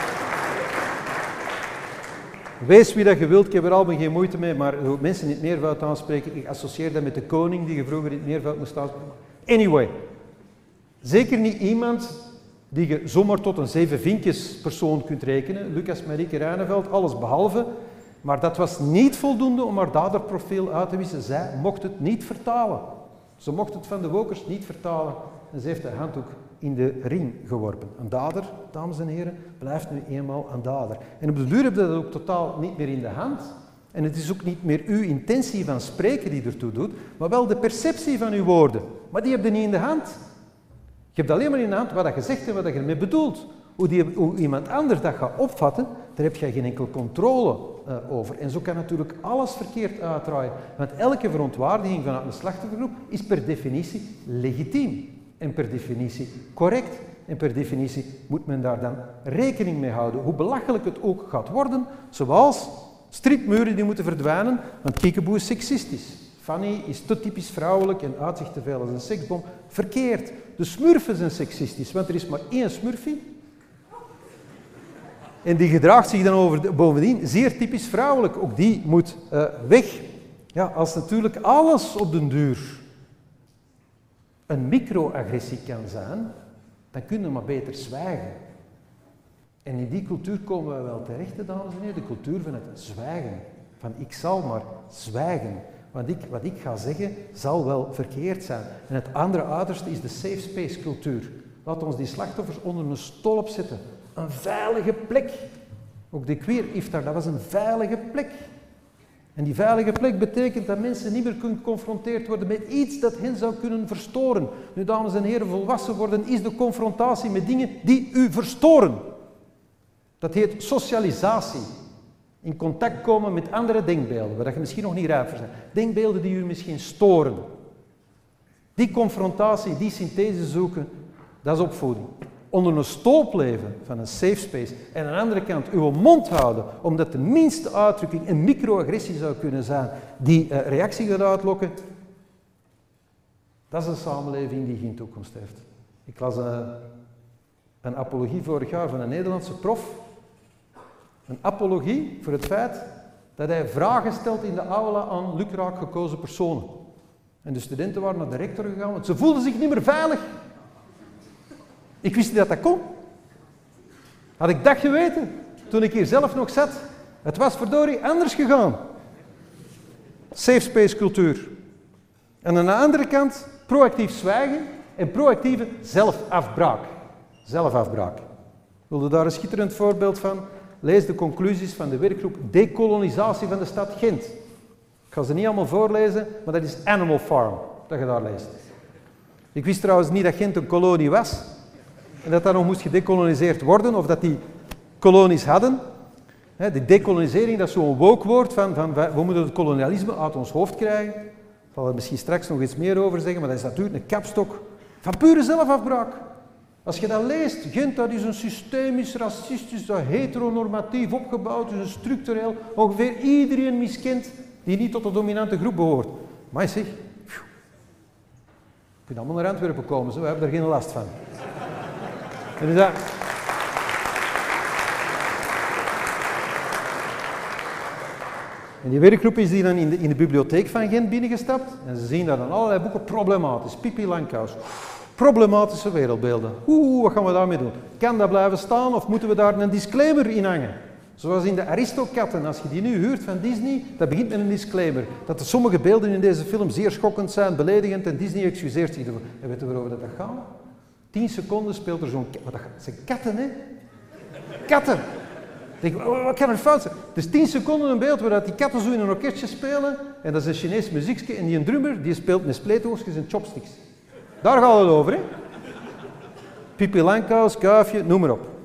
Wees wie dat je wilt, ik heb er al geen moeite mee, maar mensen in het meervoud aanspreken, ik associeer dat met de koning die je vroeger in het meervoud moest aanspreken. Anyway. Zeker niet iemand die je zomaar tot een zevenvinkjes persoon kunt rekenen. Lucas Marieke Rijneveld, alles behalve. Maar dat was niet voldoende om haar daderprofiel uit te wissen. Zij mocht het niet vertalen. Ze mocht het van de wokers niet vertalen. En ze heeft de handdoek in de ring geworpen. Een dader, dames en heren, blijft nu eenmaal een dader. En op de duur heb je dat ook totaal niet meer in de hand. En het is ook niet meer uw intentie van spreken die ertoe doet, maar wel de perceptie van uw woorden. Maar die heb je niet in de hand. Je hebt alleen maar in de hand wat je zegt en wat je ermee bedoelt. Hoe, die, hoe iemand anders dat gaat opvatten, daar heb je geen enkel controle uh, over. En zo kan natuurlijk alles verkeerd uitdraaien. Want elke verontwaardiging vanuit een slachtoffergroep is per definitie legitiem. En per definitie correct. En per definitie moet men daar dan rekening mee houden. Hoe belachelijk het ook gaat worden, zoals stripmuren die moeten verdwijnen, want Kiekeboe is seksistisch. Fanny is te typisch vrouwelijk en uitzicht te veel als een seksbom. Verkeerd. De smurfen zijn seksistisch, want er is maar één smurfie. En die gedraagt zich dan over de, bovendien zeer typisch vrouwelijk. Ook die moet uh, weg. Ja, als natuurlijk alles op den duur een microagressie kan zijn, dan kunnen we maar beter zwijgen. En in die cultuur komen we wel terecht, dames en heren. De cultuur van het zwijgen. Van ik zal maar zwijgen. Want ik, wat ik ga zeggen, zal wel verkeerd zijn. En het andere uiterste is de safe space cultuur. Laat ons die slachtoffers onder een stolp zetten. Een veilige plek. Ook de queer-iftar, dat was een veilige plek. En die veilige plek betekent dat mensen niet meer kunnen geconfronteerd worden met iets dat hen zou kunnen verstoren. Nu, dames en heren, volwassen worden is de confrontatie met dingen die u verstoren. Dat heet socialisatie. In contact komen met andere denkbeelden, waar je misschien nog niet rijp voor bent. Denkbeelden die u misschien storen. Die confrontatie, die synthese zoeken, dat is opvoeding. Onder een stolp leven van een safe space en aan de andere kant uw mond houden, omdat de minste uitdrukking een microagressie zou kunnen zijn die uh, reactie gaat uitlokken, dat is een samenleving die geen toekomst heeft. Ik las uh, een apologie vorig jaar van een Nederlandse prof. Een apologie voor het feit dat hij vragen stelt in de aula aan lukraak gekozen personen. En de studenten waren naar de rector gegaan, want ze voelden zich niet meer veilig. Ik wist niet dat dat kon. Had ik dat geweten, toen ik hier zelf nog zat, het was verdorie anders gegaan. Safe space cultuur. En aan de andere kant proactief zwijgen en proactieve zelfafbraak. Zelfafbraak. Wilde daar een schitterend voorbeeld van? Lees de conclusies van de werkgroep Dekolonisatie van de stad Gent. Ik ga ze niet allemaal voorlezen, maar dat is Animal Farm, dat je daar leest. Ik wist trouwens niet dat Gent een kolonie was en dat dat nog moest gedekoloniseerd worden, of dat die kolonies hadden. De dekolonisering, dat is zo'n woke woord van, van we moeten het kolonialisme uit ons hoofd krijgen. Ik zal er misschien straks nog iets meer over zeggen, maar dat is natuurlijk een kapstok van pure zelfafbraak. Als je dat leest, Gent, dat is een systemisch, racistisch, dat heteronormatief opgebouwd, dus structureel ongeveer iedereen miskent die niet tot de dominante groep behoort. Maar zeg, je kunt allemaal naar Antwerpen komen, zo, we hebben er geen last van. En dat... En die werkgroep is die dan in de, in de bibliotheek van Gent binnengestapt en ze zien daar dan allerlei boeken problematisch, Pippi Langkous. Problematische wereldbeelden. Oeh, wat gaan we daarmee doen? Kan dat blijven staan of moeten we daar een disclaimer in hangen? Zoals in de Aristokatten, als je die nu huurt van Disney, dat begint met een disclaimer. Dat er sommige beelden in deze film zeer schokkend zijn, beledigend en Disney excuseert zich ervoor. En weet je waarover dat gaat? Tien seconden speelt er zo'n... Maar dat zijn katten, hè? Katten! Denk, wat kan er fout zijn? Het is tien seconden een beeld waar die katten zo in een orkestje spelen en dat is een Chinees muziekje en die een drummer die speelt met spleetoogstjes en chopsticks. Daar gaat het over, hè? Pipi Langkous, Kuifje, noem maar op.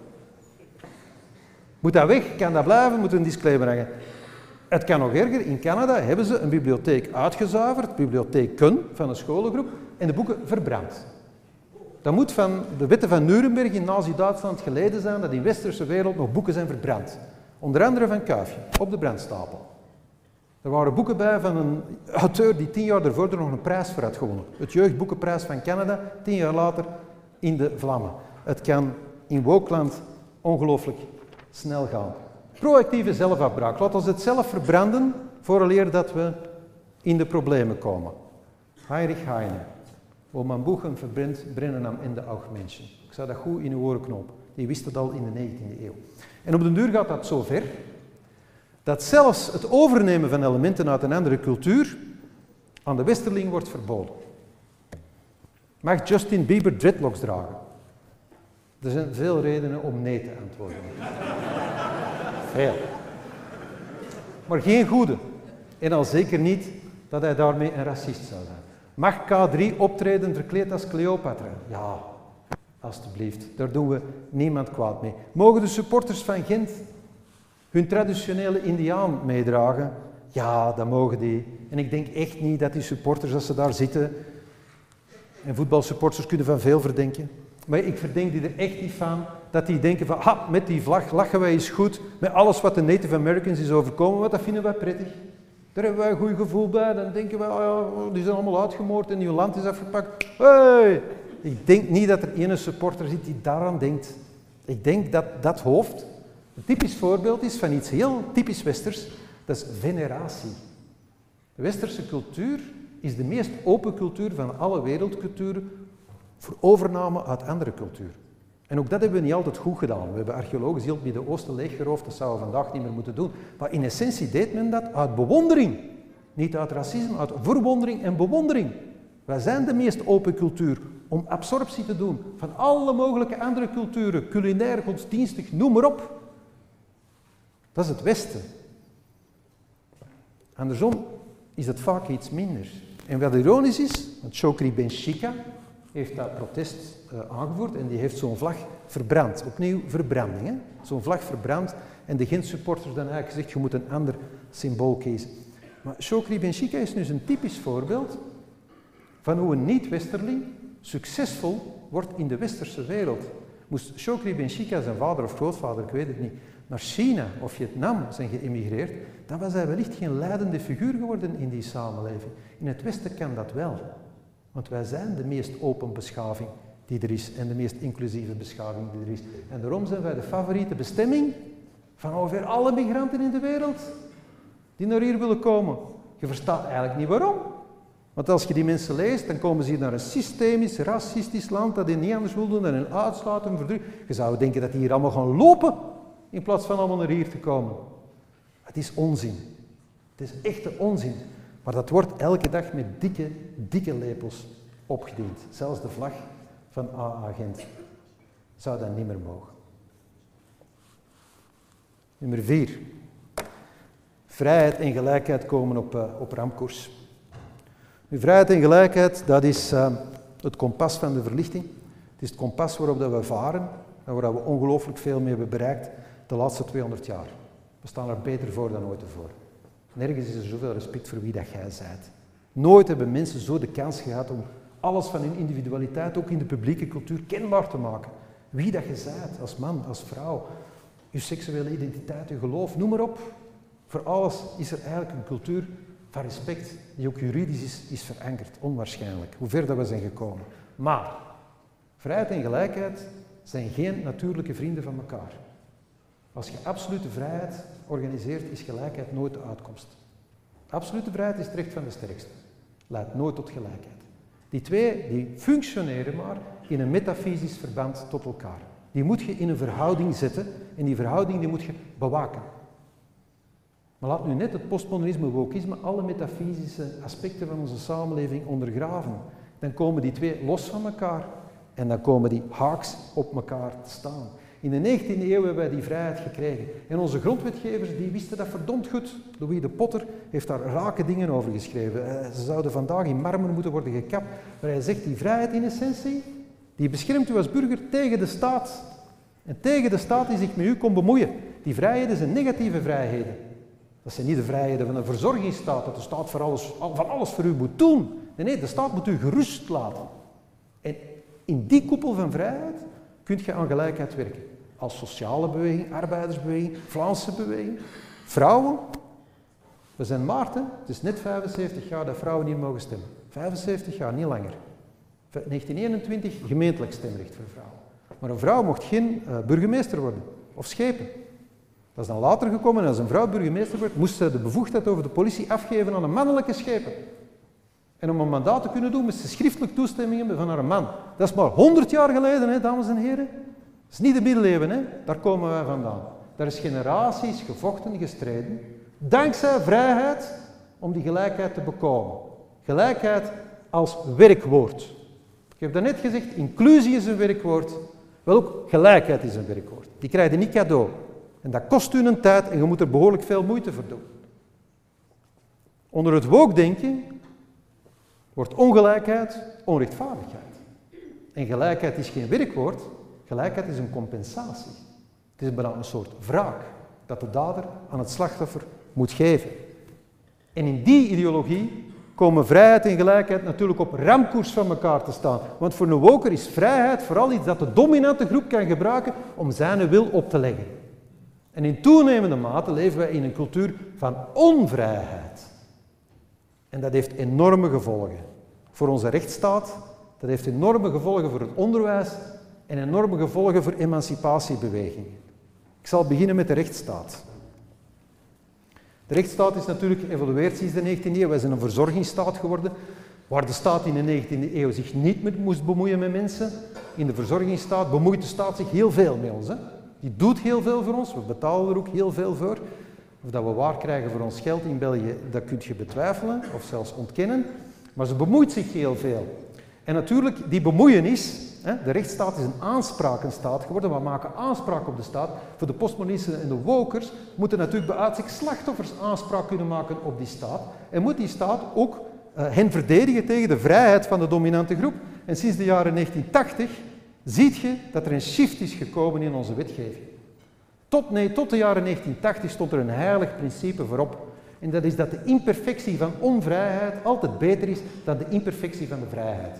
Moet dat weg? Kan dat blijven? Moet een disclaimer hangen. Het kan nog erger. In Canada hebben ze een bibliotheek uitgezuiverd, bibliotheken van een scholengroep, en de boeken verbrand. Dat moet van de wetten van Nuremberg in Nazi-Duitsland geleden zijn dat in de westerse wereld nog boeken zijn verbrand. Onder andere van Kuifje, op de brandstapel. Er waren boeken bij van een auteur die tien jaar ervoor er nog een prijs voor had gewonnen. Het Jeugdboekenprijs van Canada, tien jaar later in de vlammen. Het kan in Wookland ongelooflijk snel gaan. Proactieve zelfafbraak. Laat ons het zelf verbranden vooraleer dat we in de problemen komen. Heinrich Heine. Wo man Buchen verbrennt, brennen am Ende auch Menschen. Ik zou dat goed in uw oren knopen. Die wist het al in de negentiende eeuw. En op den duur gaat dat zo ver, dat zelfs het overnemen van elementen uit een andere cultuur aan de westerling wordt verboden. Mag Justin Bieber dreadlocks dragen? Er zijn veel redenen om nee te antwoorden. Veel. Maar geen goede. En al zeker niet dat hij daarmee een racist zou zijn. Mag K drie optreden verkleed als Cleopatra? Ja, alstublieft. Daar doen we niemand kwaad mee. Mogen de supporters van Gent hun traditionele indiaan meedragen? Ja, dat mogen die. En ik denk echt niet dat die supporters, als ze daar zitten, en voetbalsupporters kunnen van veel verdenken, maar ik verdenk die er echt niet van, dat die denken van, ha, met die vlag lachen wij eens goed, met alles wat de Native Americans is overkomen, want dat vinden wij prettig. Daar hebben wij een goed gevoel bij, dan denken wij, oh ja, die zijn allemaal uitgemoord en hun land is afgepakt. Hey! Ik denk niet dat er ene supporter zit die daaraan denkt. Ik denk dat dat hoofd een typisch voorbeeld is van iets heel typisch westers, dat is veneratie. De westerse cultuur is de meest open cultuur van alle wereldculturen voor overname uit andere culturen. En ook dat hebben we niet altijd goed gedaan. We hebben archeologisch heel het Midden-Oosten leeggeroofd, dat zouden we vandaag niet meer moeten doen. Maar in essentie deed men dat uit bewondering. Niet uit racisme, uit verwondering en bewondering. Wij zijn de meest open cultuur om absorptie te doen van alle mogelijke andere culturen, culinair, godsdienstig, noem maar op. Dat is het Westen. Andersom is het vaak iets minder. En wat ironisch is, want Chokri Benchika heeft dat protest uh, aangevoerd en die heeft zo'n vlag verbrand. Opnieuw verbranding. Zo'n vlag verbrand en de Gent-supporters dan eigenlijk gezegd, je moet een ander symbool kiezen. Maar Chokri Benchika is dus een typisch voorbeeld van hoe een niet-westerling succesvol wordt in de westerse wereld. Moest Chokri Benchika, zijn vader of grootvader, ik weet het niet, naar China of Vietnam zijn geëmigreerd, dan was hij wellicht geen leidende figuur geworden in die samenleving. In het Westen kan dat wel. Want wij zijn de meest open beschaving die er is en de meest inclusieve beschaving die er is. En daarom zijn wij de favoriete bestemming van ongeveer alle migranten in de wereld die naar hier willen komen. Je verstaat eigenlijk niet waarom. Want als je die mensen leest, dan komen ze hier naar een systemisch, racistisch land dat die niet anders wil doen dan hen uitsluiten, verdrukken. Je zou denken dat die hier allemaal gaan lopen in plaats van allemaal naar hier te komen. Het is onzin. Het is echte onzin. Maar dat wordt elke dag met dikke, dikke lepels opgediend. Zelfs de vlag van A A Gent zou dat niet meer mogen. Nummer vier. Vrijheid en gelijkheid komen op, uh, op ramkoers. Nu, vrijheid en gelijkheid, dat is uh, het kompas van de verlichting. Het is het kompas waarop dat we varen en waar we ongelooflijk veel mee hebben bereikt de laatste tweehonderd jaar. We staan er beter voor dan ooit ervoor. Nergens is er zoveel respect voor wie dat jij bent. Nooit hebben mensen zo de kans gehad om alles van hun individualiteit, ook in de publieke cultuur, kenbaar te maken. Wie dat je bent, als man, als vrouw, je seksuele identiteit, je geloof, noem maar op. Voor alles is er eigenlijk een cultuur van respect, die ook juridisch is, is verankerd. Onwaarschijnlijk, hoe ver dat we zijn gekomen. Maar vrijheid en gelijkheid zijn geen natuurlijke vrienden van elkaar. Als je absolute vrijheid organiseert, is gelijkheid nooit de uitkomst. Absolute vrijheid is het recht van de sterkste. Leidt nooit tot gelijkheid. Die twee die functioneren maar in een metafysisch verband tot elkaar. die moet je in een verhouding zetten en die verhouding die moet je bewaken. Maar laat nu net het postmodernisme, wokisme, alle metafysische aspecten van onze samenleving ondergraven. Dan komen die twee los van elkaar en dan komen die haaks op elkaar te staan. In de negentiende eeuw hebben wij die vrijheid gekregen. En onze grondwetgevers die wisten dat verdomd goed. Louis de Potter heeft daar rake dingen over geschreven. Ze zouden vandaag in marmer moeten worden gekapt. Maar hij zegt, die vrijheid in essentie, die beschermt u als burger tegen de staat. En tegen de staat die zich met u kon bemoeien. Die vrijheden zijn negatieve vrijheden. Dat zijn niet de vrijheden van een verzorgingsstaat, dat de staat voor alles, van alles voor u moet doen. Nee, nee, de staat moet u gerust laten. En in die koepel van vrijheid kun je aan gelijkheid werken. Als sociale beweging, arbeidersbeweging, Vlaamse beweging. Vrouwen, we zijn maart, hè? Het is net vijfenzeventig jaar dat vrouwen hier mogen stemmen. vijfenzeventig jaar, niet langer. negentien eenentwintig, gemeentelijk stemrecht voor vrouwen. Maar een vrouw mocht geen uh, burgemeester worden, of schepen. Dat is dan later gekomen en als een vrouw burgemeester wordt, moest ze de bevoegdheid over de politie afgeven aan een mannelijke schepen. En om een mandaat te kunnen doen, moest ze schriftelijk toestemming hebben van haar man. Dat is maar honderd jaar geleden, hè, dames en heren. Dat is niet de middeleeuwen, hè. Daar komen wij vandaan. Daar is generaties gevochten, gestreden, dankzij vrijheid om die gelijkheid te bekomen. Gelijkheid als werkwoord. Ik heb daarnet gezegd, inclusie is een werkwoord, wel ook gelijkheid is een werkwoord. Die krijg je niet cadeau. En dat kost u een tijd en je moet er behoorlijk veel moeite voor doen. Onder het woke-denken wordt ongelijkheid onrechtvaardigheid. En gelijkheid is geen werkwoord, gelijkheid is een compensatie. Het is bijna een soort wraak dat de dader aan het slachtoffer moet geven. En in die ideologie komen vrijheid en gelijkheid natuurlijk op ramkoers van elkaar te staan. Want voor een woker is vrijheid vooral iets dat de dominante groep kan gebruiken om zijn wil op te leggen. En in toenemende mate leven wij in een cultuur van onvrijheid. En dat heeft enorme gevolgen voor onze rechtsstaat, dat heeft enorme gevolgen voor het onderwijs en enorme gevolgen voor emancipatiebewegingen. Ik zal beginnen met de rechtsstaat. De rechtsstaat is natuurlijk geëvolueerd sinds de negentiende eeuw. Wij zijn een verzorgingsstaat geworden, waar de staat in de negentiende eeuw zich niet meer moest bemoeien met mensen. In de verzorgingsstaat bemoeit de staat zich heel veel met ons, hè. Die doet heel veel voor ons, we betalen er ook heel veel voor. Of dat we waar krijgen voor ons geld in België, dat kun je betwijfelen of zelfs ontkennen. Maar ze bemoeit zich heel veel. En natuurlijk, die bemoeienis, hè, de rechtsstaat is een aansprakenstaat geworden. We maken aanspraak op de staat. Voor de postmodernisten en de wokers moeten natuurlijk bij uitstek slachtoffers aanspraak kunnen maken op die staat. En moet die staat ook uh, hen verdedigen tegen de vrijheid van de dominante groep. En sinds de jaren negentien tachtig zie je dat er een shift is gekomen in onze wetgeving. Tot, nee, tot de jaren negentien tachtig stond er een heilig principe voorop. En dat is dat de imperfectie van onvrijheid altijd beter is dan de imperfectie van de vrijheid.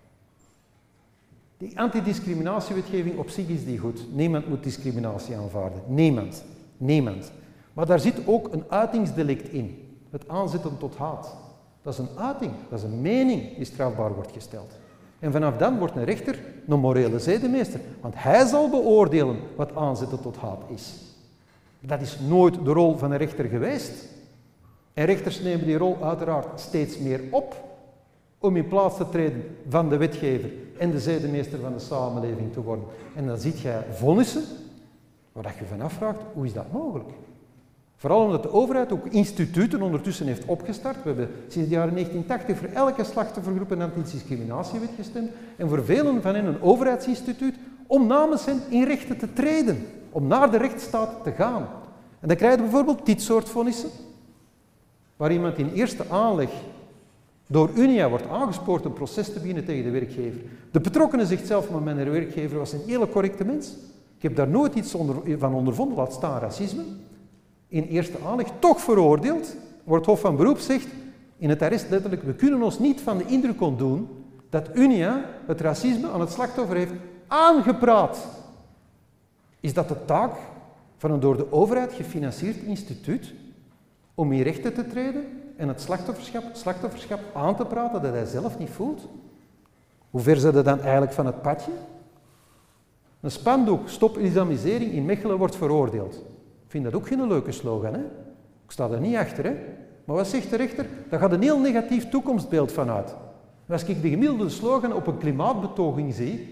Die antidiscriminatiewetgeving op zich is die goed. Niemand moet discriminatie aanvaarden. Niemand. Niemand. Maar daar zit ook een uitingsdelict in. Het aanzetten tot haat. Dat is een uiting, dat is een mening die strafbaar wordt gesteld. En vanaf dan wordt een rechter een morele zedemeester. Want hij zal beoordelen wat aanzetten tot haat is. Dat is nooit de rol van een rechter geweest. En rechters nemen die rol uiteraard steeds meer op om in plaats te treden van de wetgever en de zedemeester van de samenleving te worden. En dan ziet jij vonnissen waar je van afvraagt, hoe is dat mogelijk? Vooral omdat de overheid ook instituten ondertussen heeft opgestart. We hebben sinds de jaren negentien tachtig voor elke slachtoffergroep een antidiscriminatiewet gestemd en voor velen van hen een overheidsinstituut om namens hen in rechten te treden, om naar de rechtsstaat te gaan. En dan krijg je bijvoorbeeld dit soort vonnissen, waar iemand in eerste aanleg door Unia wordt aangespoord een proces te beginnen tegen de werkgever. De betrokkenen zegt zelf, maar mijn werkgever was een hele correcte mens. Ik heb daar nooit iets onder, van ondervonden, laat staan racisme. In eerste aanleg toch veroordeeld, wordt Hof van Beroep zegt, in het arrest letterlijk, we kunnen ons niet van de indruk ontdoen dat Unia het racisme aan het slachtoffer heeft aangepraat. Is dat de taak van een door de overheid gefinancierd instituut om in rechten te treden en het slachtofferschap, slachtofferschap aan te praten dat hij zelf niet voelt? Hoe ver zijn ze dan eigenlijk van het padje? Een spandoek, stop islamisering in Mechelen wordt veroordeeld. Ik vind dat ook geen leuke slogan, hè? Ik sta er niet achter, hè? Maar wat zegt de rechter? Daar gaat een heel negatief toekomstbeeld van uit. Als ik de gemiddelde slogan op een klimaatbetoging zie,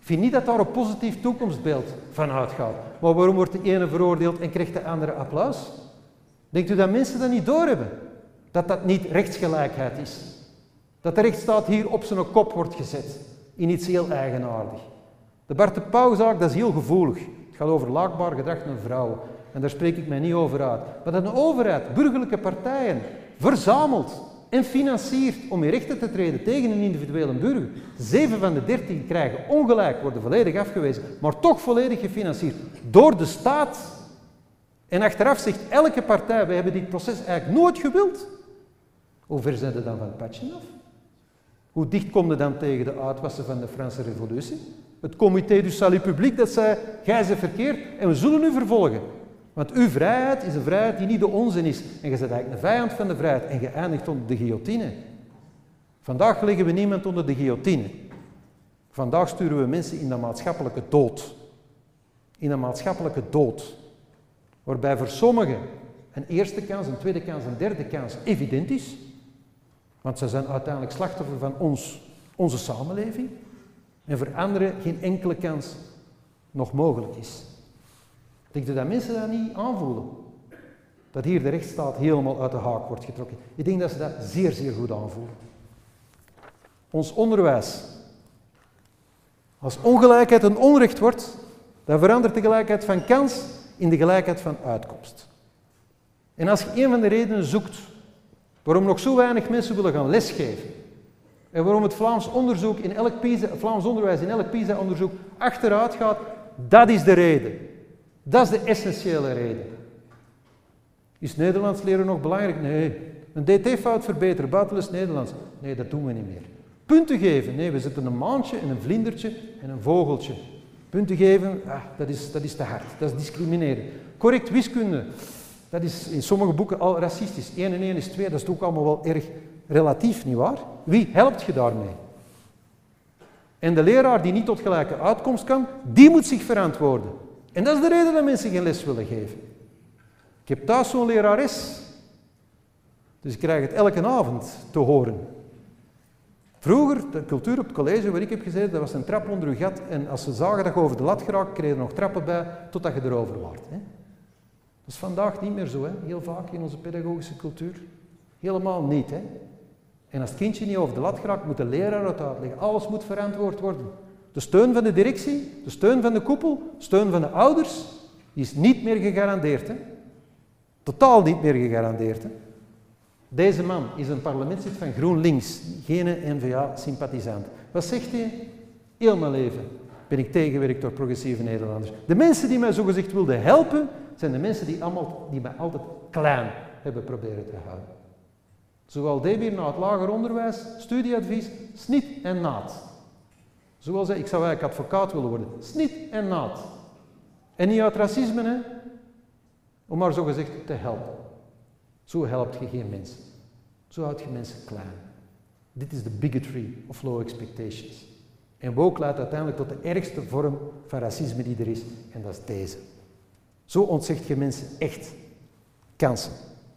Ik vind niet dat daar een positief toekomstbeeld van uitgaat. Maar waarom wordt de ene veroordeeld en krijgt de andere applaus? Denkt u dat mensen dat niet doorhebben? Dat dat niet rechtsgelijkheid is. Dat de rechtsstaat hier op zijn kop wordt gezet. In iets heel eigenaardig. De Bart de Pauw-zaak, dat is heel gevoelig. Het gaat over laakbaar gedrag naar vrouwen. En daar spreek ik mij niet over uit. Maar dat een overheid, burgerlijke partijen, verzamelt en financiert om in rechten te treden tegen een individuele burger. Zeven van de dertien krijgen ongelijk, worden volledig afgewezen, maar toch volledig gefinancierd door de staat. En achteraf zegt elke partij, wij hebben dit proces eigenlijk nooit gewild. Hoe ver zijn ze dan van het padje af? Hoe dicht kom je dan tegen de uitwassen van de Franse revolutie? Het comité du salut public dat zei, gij bent verkeerd en we zullen u vervolgen. Want uw vrijheid is een vrijheid die niet de onze is. En je bent eigenlijk een vijand van de vrijheid en je eindigt onder de guillotine. Vandaag leggen we niemand onder de guillotine. Vandaag sturen we mensen in de maatschappelijke dood. In een maatschappelijke dood. Waarbij voor sommigen een eerste kans, een tweede kans, een derde kans evident is. Want ze zijn uiteindelijk slachtoffer van ons, onze samenleving. En voor anderen geen enkele kans nog mogelijk is. Denk je dat mensen dat niet aanvoelen? Dat hier de rechtsstaat helemaal uit de haak wordt getrokken. Ik denk dat ze dat zeer, zeer goed aanvoelen. Ons onderwijs. Als ongelijkheid een onrecht wordt, dan verandert de gelijkheid van kans in de gelijkheid van uitkomst. En als je een van de redenen zoekt waarom nog zo weinig mensen willen gaan lesgeven, en waarom het Vlaams onderzoek in elk PISA, Vlaams onderwijs in elk PISA-onderzoek achteruit gaat, dat is de reden. Dat is de essentiële reden. Is Nederlands leren nog belangrijk? Nee. Een D T-fout verbeteren, buitenles Nederlands? Nee, dat doen we niet meer. Punten geven? Nee, we zetten een maantje en een vlindertje en een vogeltje. Punten geven, ah, dat, is, dat is te hard. Dat is discrimineren. Correct wiskunde, dat is in sommige boeken al racistisch. één en één is twee, dat is ook allemaal wel erg relatief, nietwaar? Wie helpt je daarmee? En de leraar die niet tot gelijke uitkomst kan, die moet zich verantwoorden. En dat is de reden dat mensen geen les willen geven. Ik heb thuis zo'n lerares. Dus ik krijg het elke avond te horen. Vroeger, de cultuur op het college waar ik heb gezeten, dat was een trap onder je gat. En als ze zagen dat je over de lat geraakt, kregen er nog trappen bij, totdat je erover waart. Hè? Dat is vandaag niet meer zo, hè? Heel vaak in onze pedagogische cultuur. Helemaal niet. Hè? En als het kindje niet over de lat geraakt, moet de leraar het uitleggen. Alles moet verantwoord worden. De steun van de directie, de steun van de koepel, de steun van de ouders, die is niet meer gegarandeerd. Hè? Totaal niet meer gegarandeerd. Hè? Deze man is een parlementslid van GroenLinks, geen N V A-sympathisant. Wat zegt hij? Heel mijn leven ben ik tegengewerkt door progressieve Nederlanders. De mensen die mij zogezegd wilden helpen, zijn de mensen die, allemaal, die mij altijd klein hebben proberen te houden. Zowel Debier na het lager onderwijs, studieadvies, snit en naad. Zoals hij, ik zou eigenlijk advocaat willen worden. Snit en naad. En niet uit racisme, hè? Om maar zogezegd te helpen. Zo helpt je geen mensen. Zo houdt je mensen klein. Dit is de bigotry of low expectations. En woke leidt uiteindelijk tot de ergste vorm van racisme die er is, en dat is deze. Zo ontzegt je mensen echt kansen.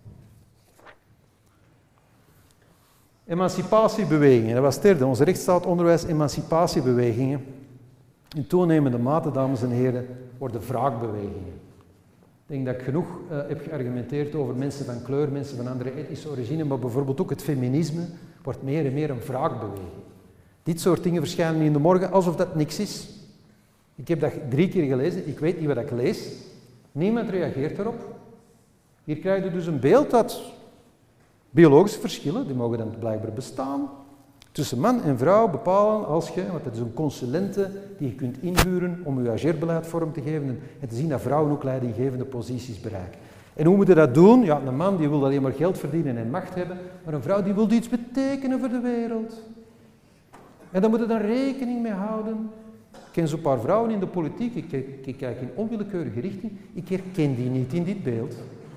Emancipatiebewegingen, dat was het derde. Onze rechtsstaat, onderwijs, emancipatiebewegingen. In toenemende mate, dames en heren, worden wraakbewegingen. Ik denk dat ik genoeg uh, heb geargumenteerd over mensen van kleur, mensen van andere etnische origine, maar bijvoorbeeld ook het feminisme wordt meer en meer een wraakbeweging. Dit soort dingen verschijnen in de morgen alsof dat niks is. Ik heb dat drie keer gelezen, ik weet niet wat ik lees. Niemand reageert erop. Hier krijg je dus een beeld dat biologische verschillen, die mogen dan blijkbaar bestaan, tussen man en vrouw bepalen als je, want dat is een consulente die je kunt inhuren om je ageerbeleid vorm te geven en te zien dat vrouwen ook leidinggevende posities bereiken. En hoe moet je dat doen? Ja, een man die wil alleen maar geld verdienen en macht hebben, maar een vrouw die wil iets betekenen voor de wereld. En daar moet je dan rekening mee houden. Ik ken zo'n paar vrouwen in de politiek, ik, ik, ik kijk in onwillekeurige richting, ik herken die niet in dit beeld.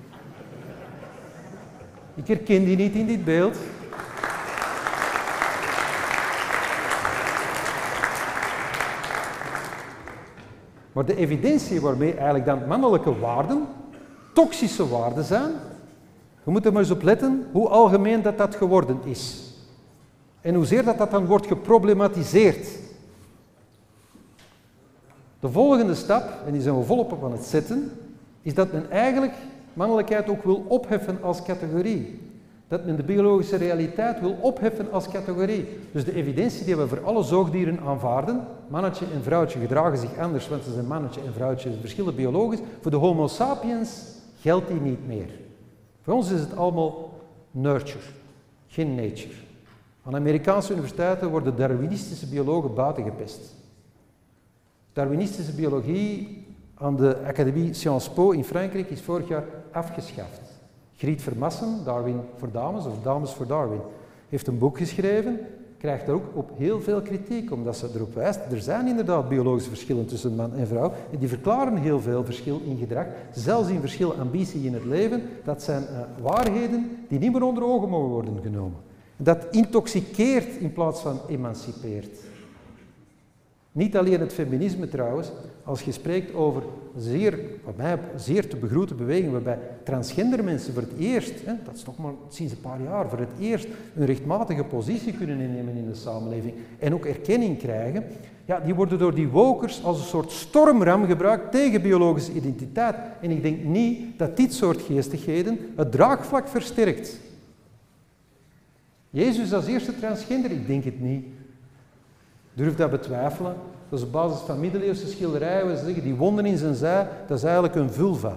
Ik herken die niet in dit beeld. Maar de evidentie waarmee eigenlijk dan mannelijke waarden toxische waarden zijn, je moet er maar eens op letten hoe algemeen dat dat geworden is. En hoezeer dat dat dan wordt geproblematiseerd. De volgende stap, en die zijn we volop op aan het zetten, is dat men eigenlijk mannelijkheid ook wil opheffen als categorie. Dat men de biologische realiteit wil opheffen als categorie. Dus de evidentie die we voor alle zoogdieren aanvaarden, mannetje en vrouwtje gedragen zich anders, want ze zijn mannetje en vrouwtje, ze verschillen biologisch. Voor de homo sapiens geldt die niet meer. Voor ons is het allemaal nurture, geen nature. Aan Amerikaanse universiteiten worden Darwinistische biologen buiten gepest. Darwinistische biologie aan de Académie Sciences Po in Frankrijk is vorig jaar afgeschaft. Griet Vermassen, Darwin voor dames of Dames voor Darwin, heeft een boek geschreven, krijgt er ook op heel veel kritiek, omdat ze erop wijst, er zijn inderdaad biologische verschillen tussen man en vrouw, en die verklaren heel veel verschil in gedrag, zelfs in verschil ambitie in het leven. Dat zijn uh, waarheden die niet meer onder ogen mogen worden genomen. Dat intoxiceert in plaats van emancipeert. Niet alleen het feminisme trouwens, als je spreekt over zeer, wat mij zeer te begroeten bewegingen waarbij transgender mensen voor het eerst, hè, dat is nog maar sinds een paar jaar, voor het eerst een rechtmatige positie kunnen innemen in de samenleving en ook erkenning krijgen, ja, die worden door die wokers als een soort stormram gebruikt tegen biologische identiteit. En ik denk niet dat dit soort geestigheden het draagvlak versterkt. Jezus als eerste transgender? Ik denk het niet. Durf dat betwijfelen. Dat is op basis van middeleeuwse schilderijen. We zeggen, die wonden in zijn zij, dat is eigenlijk een vulva.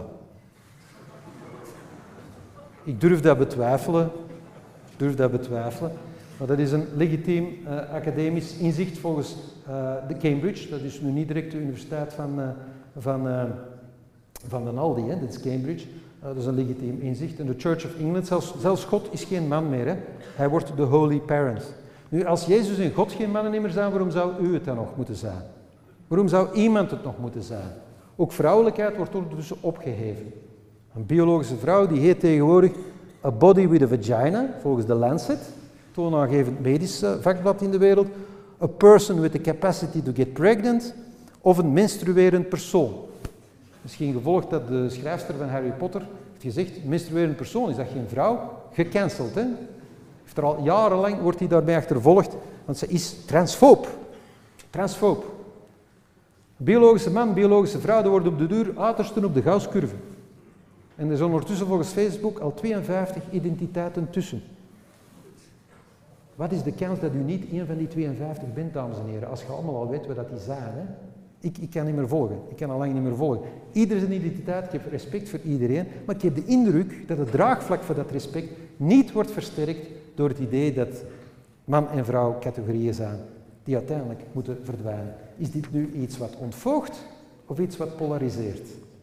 Ik durf dat betwijfelen. Ik durf dat betwijfelen. Maar dat is een legitiem uh, academisch inzicht volgens uh, de Cambridge. Dat is nu niet direct de universiteit van, uh, van, uh, van de Aldi, hè. Dat is Cambridge. Uh, dat is een legitiem inzicht. En de Church of England, zelfs, zelfs God is geen man meer. Hè. Hij wordt de Holy Parent. Nu, als Jezus en God geen mannen meer zijn, waarom zou u het dan nog moeten zijn? Waarom zou iemand het nog moeten zijn? Ook vrouwelijkheid wordt ondertussen opgeheven. Een biologische vrouw die heet tegenwoordig a body with a vagina, volgens de Lancet, toonaangevend medisch vakblad in de wereld, a person with the capacity to get pregnant, of een menstruerend persoon. Misschien gevolgd dat de schrijfster van Harry Potter heeft gezegd, menstruerend persoon, is dat geen vrouw? Gecanceld, hè? Er al jarenlang wordt hij daarbij achtervolgd, want ze is transfoob. Transfoob. Biologische man, biologische vrouw, die worden op de duur uitersten op de Gauss-curve. En er zijn ondertussen volgens Facebook al tweeënvijftig identiteiten tussen. Wat is de kans dat u niet een van die tweeënvijftig bent, dames en heren, als je allemaal al weet wat dat die zijn, hè? Ik, ik kan niet meer volgen. Ik kan al lang niet meer volgen. Ieder zijn identiteit, ik heb respect voor iedereen, maar ik heb de indruk dat het draagvlak voor dat respect niet wordt versterkt door het idee dat man en vrouw categorieën zijn die uiteindelijk moeten verdwijnen. Is dit nu iets wat ontvoogt of iets wat polariseert?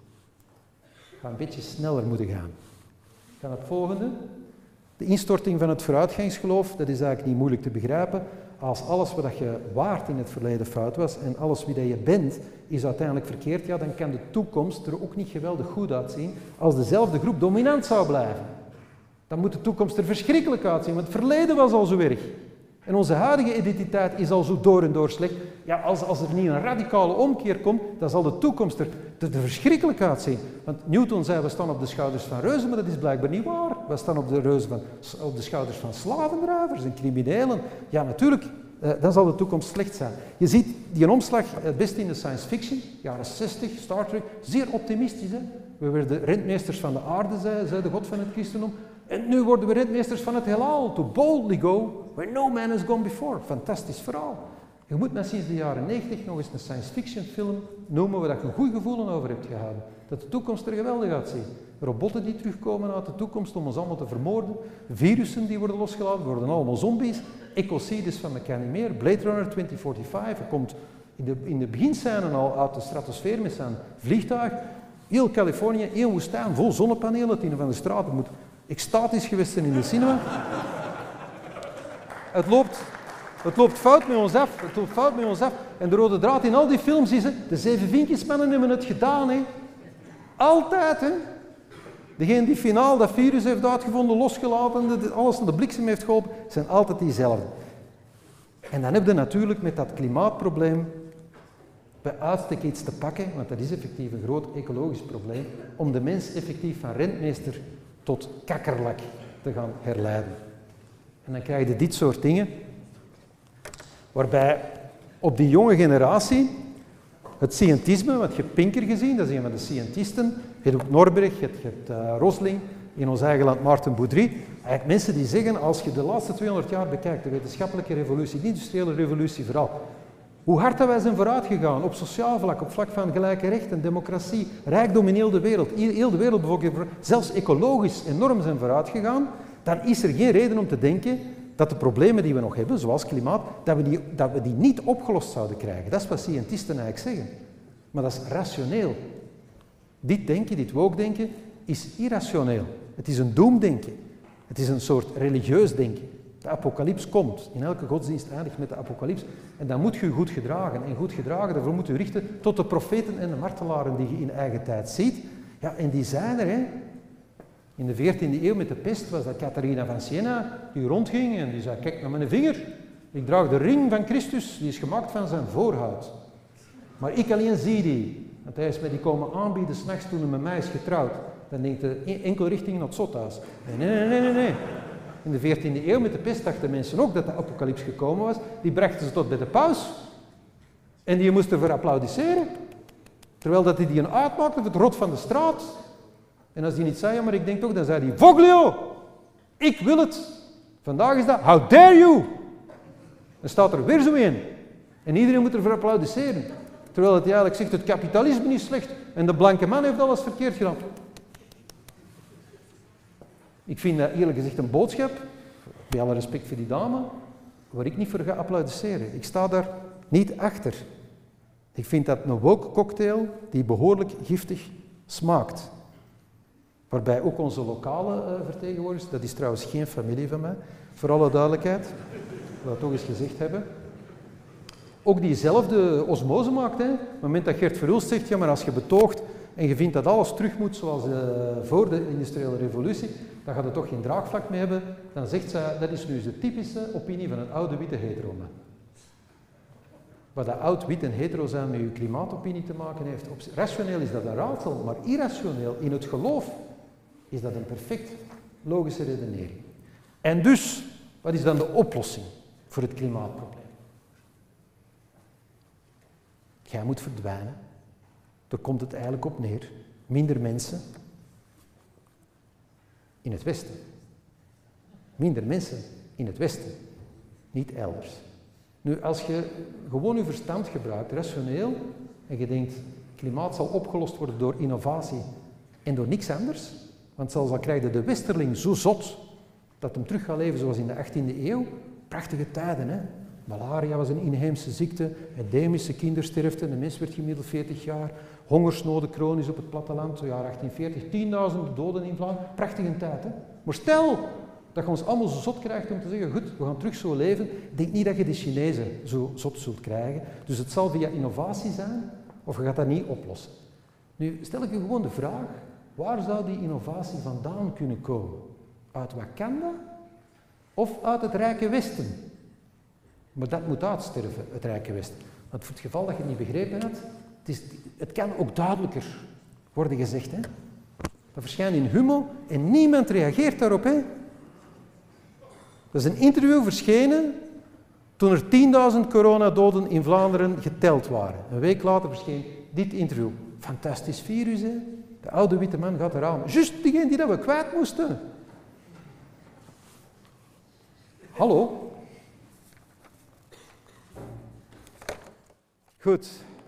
Ik ga een beetje sneller moeten gaan. Dan het volgende. De instorting van het vooruitgangsgeloof, dat is eigenlijk niet moeilijk te begrijpen. Als alles wat je waard in het verleden fout was en alles wie dat je bent is uiteindelijk verkeerd, ja, dan kan de toekomst er ook niet geweldig goed uitzien als dezelfde groep dominant zou blijven. Dan moet de toekomst er verschrikkelijk uitzien, want het verleden was al zo erg. En onze huidige identiteit is al zo door en door slecht. Ja, als, als er niet een radicale omkeer komt, dan zal de toekomst er te, te verschrikkelijk uitzien. Want Newton zei, we staan op de schouders van reuzen, maar dat is blijkbaar niet waar. We staan op de, reuzen van, op de schouders van slavendrijvers en criminelen. Ja, natuurlijk, eh, dan zal de toekomst slecht zijn. Je ziet die omslag het beste in de science fiction, jaren zestig, Star Trek, zeer optimistisch. Hè? We werden rentmeesters van de aarde, zei, zei de god van het christendom. En nu worden we rentmeesters van het heelal. To boldly go where no man has gone before. Fantastisch verhaal. Je moet maar sinds de jaren negentig nog eens een science fiction film noemen waar je een goed gevoel over hebt gehouden. Dat de toekomst er geweldig uitziet. Robotten die terugkomen uit de toekomst om ons allemaal te vermoorden. Virussen die worden losgelaten, worden allemaal zombies. Ecocides van elkaar niet meer. Blade Runner twintig vijfenveertig. Hij komt in de, in de beginscène al uit de stratosfeer met zijn vliegtuig. Heel Californië, één woestijn vol zonnepanelen. Het een van de straten moet extatisch geweest zijn in de cinema. Het loopt, het loopt fout met ons af. Het loopt fout met ons af. En de rode draad in al die films is, hè, de zeven vinkjesmannen hebben het gedaan. Hè. Altijd. Hè. Degene die finaal dat virus heeft uitgevonden, losgelaten, alles aan de bliksem heeft geholpen, zijn altijd diezelfde. En dan heb je natuurlijk met dat klimaatprobleem bij uitstek iets te pakken, want dat is effectief een groot ecologisch probleem, om de mens effectief van rentmeester tot kakkerlak te gaan herleiden. En dan krijg je dit soort dingen, waarbij op die jonge generatie het scientisme, want je hebt Pinker gezien, dat is een van de scientisten. Je hebt ook Norberg, je hebt, je hebt uh, Rosling, in ons eigen land Maarten Boudry. Eigenlijk mensen die zeggen, als je de laatste tweehonderd jaar bekijkt, de wetenschappelijke revolutie, de industriële revolutie vooral, hoe hard dat wij zijn vooruit gegaan op sociaal vlak, op vlak van gelijke rechten, democratie, rijkdom in heel de wereld, heel de wereldbevolking, zelfs ecologisch enorm zijn vooruit gegaan, dan is er geen reden om te denken dat de problemen die we nog hebben, zoals klimaat, dat we die, dat we die niet opgelost zouden krijgen. Dat is wat scientisten eigenlijk zeggen. Maar dat is rationeel. Dit denken, dit woke-denken, is irrationeel. Het is een doemdenken. Het is een soort religieus denken. De apocalyps komt. In elke godsdienst eindigt met de apocalyps. En dan moet je je goed gedragen. En goed gedragen, daarvoor moet je richten tot de profeten en de martelaren die je in eigen tijd ziet. Ja, en die zijn er, hè. In de veertiende eeuw met de pest was dat Catharina van Siena die rondging en die zei, kijk naar mijn vinger. Ik draag de ring van Christus, die is gemaakt van zijn voorhout. Maar ik alleen zie die. Want hij is mij die komen aanbieden s'nachts toen hij met mij is getrouwd. Dan denkt hij enkel richting naar het zothuis. Nee, nee, nee, nee, nee. In de veertiende eeuw met de pest dachten mensen ook dat de apocalyps gekomen was. Die brachten ze tot bij de paus. En die moesten voor applaudisseren. Terwijl dat hij die een uitmaakte voor het rot van de straat. En als die niet zei, ja, maar ik denk toch, dan zei hij, Voglio, ik wil het. Vandaag is dat, how dare you. Dan staat er weer zo in. En iedereen moet ervoor applaudisseren. Terwijl het eigenlijk zegt, het kapitalisme is slecht en de blanke man heeft alles verkeerd gedaan. Ik vind dat eerlijk gezegd een boodschap, bij alle respect voor die dame, waar ik niet voor ga applaudisseren. Ik sta daar niet achter. Ik vind dat een woke cocktail die behoorlijk giftig smaakt. Waarbij ook onze lokale uh, vertegenwoordigers, dat is trouwens geen familie van mij, voor alle duidelijkheid, ik wil dat toch eens gezegd hebben, ook diezelfde osmose maakt. Hè. Op het moment dat Gert Verhulst zegt, ja maar als je betoogt en je vindt dat alles terug moet zoals uh, voor de industriële revolutie, dan gaat er toch geen draagvlak mee hebben, dan zegt zij, dat is nu de typische opinie van een oude witte hetero man. Wat dat oud, wit en hetero zijn met uw klimaatopinie te maken heeft, op, rationeel is dat een raadsel, maar irrationeel in het geloof is dat een perfect logische redenering. En dus, wat is dan de oplossing voor het klimaatprobleem? Jij moet verdwijnen. Daar komt het eigenlijk op neer. Minder mensen in het Westen. Minder mensen in het Westen, niet elders. Nu, als je gewoon je verstand gebruikt, rationeel, en je denkt, klimaat zal opgelost worden door innovatie en door niks anders, want zelfs al krijg je de westerling zo zot dat hem terug gaat leven zoals in de achttiende eeuw, prachtige tijden, hè. Malaria was een inheemse ziekte, endemische kindersterfte, de mens werd gemiddeld veertig jaar, hongersnoden chronisch op het platteland, zo jaar achttien veertig, tienduizenden doden in Vlaanderen, prachtige tijd, hè. Maar stel dat je ons allemaal zo zot krijgt om te zeggen, goed, we gaan terug zo leven, denk niet dat je de Chinezen zo zot zult krijgen. Dus het zal via innovatie zijn, of je gaat dat niet oplossen. Nu, stel ik je gewoon de vraag, waar zou die innovatie vandaan kunnen komen? Uit Wakanda of uit het Rijke Westen? Maar dat moet uitsterven, het Rijke Westen. Want voor het geval dat je het niet begrepen hebt, het, is, het kan ook duidelijker worden gezegd. Hè? Dat verschijnt in Hummel en niemand reageert daarop. Hè? Dat is een interview verschenen toen er tienduizend coronadoden in Vlaanderen geteld waren. Een week later verscheen dit interview. Fantastisch virus, hè? De oude witte man gaat eraan. Juist diegene die dat we kwijt moesten. Hallo? Goed.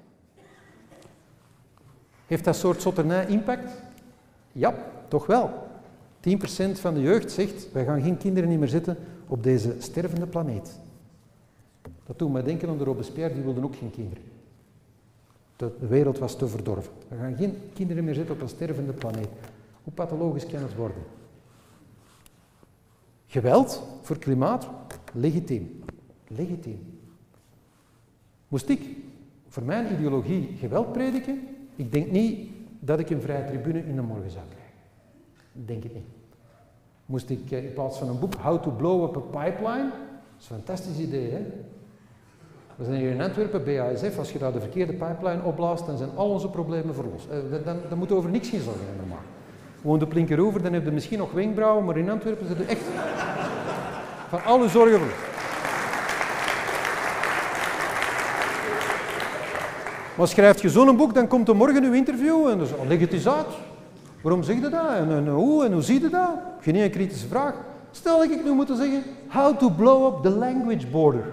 Heeft dat soort zotternij impact? Ja, toch wel. tien procent van de jeugd zegt, wij gaan geen kinderen meer zetten op deze stervende planeet. Dat doet mij denken aan de Robespierre, die wilden ook geen kinderen. De, de wereld was te verdorven. We gaan geen kinderen meer zetten op een stervende planeet. Hoe pathologisch kan het worden? Geweld voor klimaat? Legitiem. Legitiem. Moest ik voor mijn ideologie geweld prediken? Ik denk niet dat ik een vrije tribune in de morgen zou krijgen. Ik denk het niet. Moest ik in plaats van een boek How to Blow Up a Pipeline? Dat is een fantastisch idee, hè? We zijn hier in Antwerpen, B A S F, als je daar de verkeerde pipeline opblaast, dan zijn al onze problemen verlost. Eh, dan, dan moet je over niks geen zorgen hebben maken. Gewoon de Plinkeroever, dan heb je misschien nog wenkbrauwen, maar in Antwerpen zit je echt van al uw zorgen verlost. Maar schrijf je zo'n boek, dan komt er morgen uw interview en dan zeg je, leg het eens uit. Waarom zeg je dat? En, en hoe? En hoe zie je dat? Geen één kritische vraag. Stel dat ik nu moet zeggen, how to blow up the language border.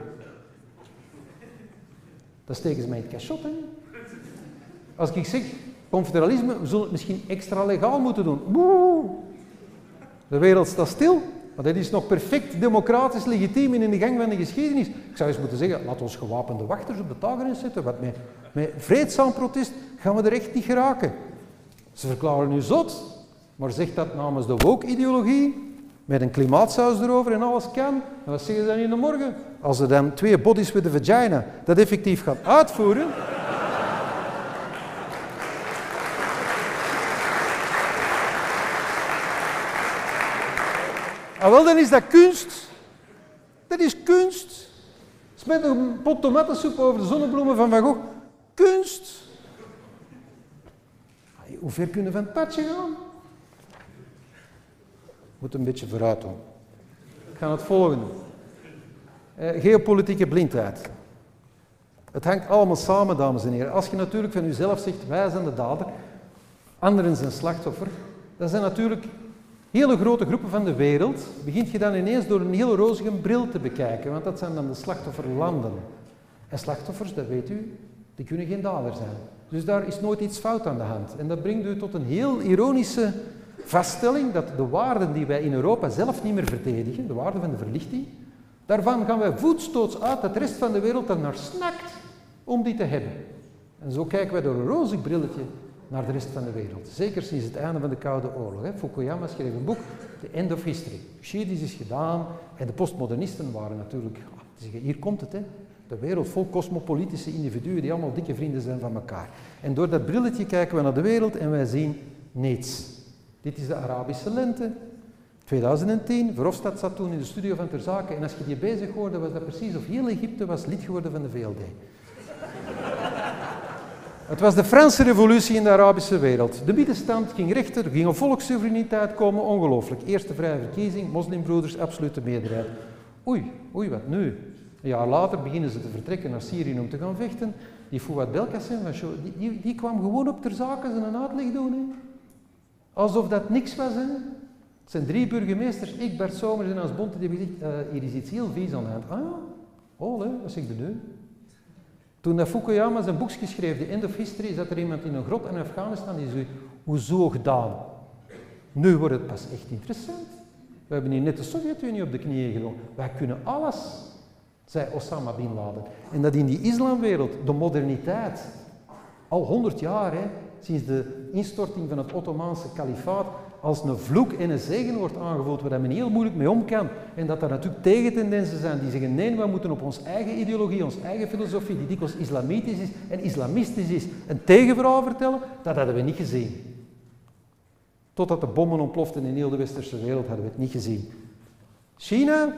Dan steken ze mij in het cachot, hè. Als ik zeg, confederalisme, we zullen het misschien extra legaal moeten doen. Boe. De wereld staat stil, maar dat is nog perfect democratisch legitiem in de gang van de geschiedenis. Ik zou eens moeten zeggen, laat ons gewapende wachters op de taalgrens zetten, want met, met vreedzaam protest gaan we er echt niet geraken. Ze verklaren nu zot, maar zegt dat namens de woke-ideologie, met een klimaatsaus erover en alles kan. En wat zeggen ze dan in de morgen? Als ze dan twee bodies with a vagina dat effectief gaan uitvoeren... Ah, wel, dan is dat kunst. Dat is kunst. Smet een pot tomatensoep over de zonnebloemen van Van Gogh. Kunst. Hoe ver kunnen we van het padje gaan? Moet een beetje vooruit doen. Ik ga het volgende. Uh, geopolitieke blindheid. Het hangt allemaal samen, dames en heren. Als je natuurlijk van jezelf zegt, wij zijn de dader, anderen zijn slachtoffer, dan zijn natuurlijk hele grote groepen van de wereld, begint je dan ineens door een heel rozige bril te bekijken, want dat zijn dan de slachtofferlanden. En slachtoffers, dat weet u, die kunnen geen dader zijn. Dus daar is nooit iets fout aan de hand. En dat brengt u tot een heel ironische vaststelling dat de waarden die wij in Europa zelf niet meer verdedigen, de waarden van de verlichting, daarvan gaan wij voetstoots uit dat de rest van de wereld er naar snakt om die te hebben. En zo kijken wij door een rozig brilletje naar de rest van de wereld. Zeker sinds het einde van de Koude Oorlog. Hè. Fukuyama schreef een boek, The End of History. Geschiedenis is gedaan en de postmodernisten waren natuurlijk... Te zeggen, hier komt het, hè. De wereld vol cosmopolitische individuen die allemaal dikke vrienden zijn van elkaar. En door dat brilletje kijken we naar de wereld en wij zien niets. Dit is de Arabische lente, tweeduizend tien. Verhofstadt zat toen in de studio van Ter Zaken en als je die bezig hoorde, was dat precies of heel Egypte was lid geworden van de V L D. Het was de Franse revolutie in de Arabische wereld. De middenstand ging rechter, er ging een volkssoevereiniteit komen, ongelooflijk. Eerste vrije verkiezing, moslimbroeders, absolute meerderheid. Oei, oei, wat nu? Een jaar later beginnen ze te vertrekken naar Syrië om te gaan vechten. Die Fouad Belkacem, die, die, die kwam gewoon op Ter Zaken zijn uitleg doen. Hè. Alsof dat niks was. Hè. Het zijn drie burgemeesters, ik, Bart Somers en Hans Bonte, die hebben gezegd, uh, hier is iets heel vies aan de hand. Ah ja, oh, hè, wat zeg je nu? Toen dat Fukuyama zijn boekje schreef, The End of History, zat er iemand in een grot in Afghanistan die zei, hoezo gedaan? Nu wordt het pas echt interessant. We hebben hier net de Sovjet-Unie op de knieën gelopen. Wij kunnen alles, zei Osama Bin Laden. En dat in die islamwereld, de moderniteit, al honderd jaar, hè, sinds de instorting van het Ottomaanse kalifaat, als een vloek en een zegen wordt aangevoeld, waar men heel moeilijk mee om kan. En dat er natuurlijk tegentendensen zijn die zeggen, nee, we moeten op onze eigen ideologie, onze eigen filosofie, die dikwijls islamitisch is en islamistisch is, een tegenverhaal vertellen, dat hadden we niet gezien. Totdat de bommen ontploften in heel de westerse wereld, hadden we het niet gezien. China,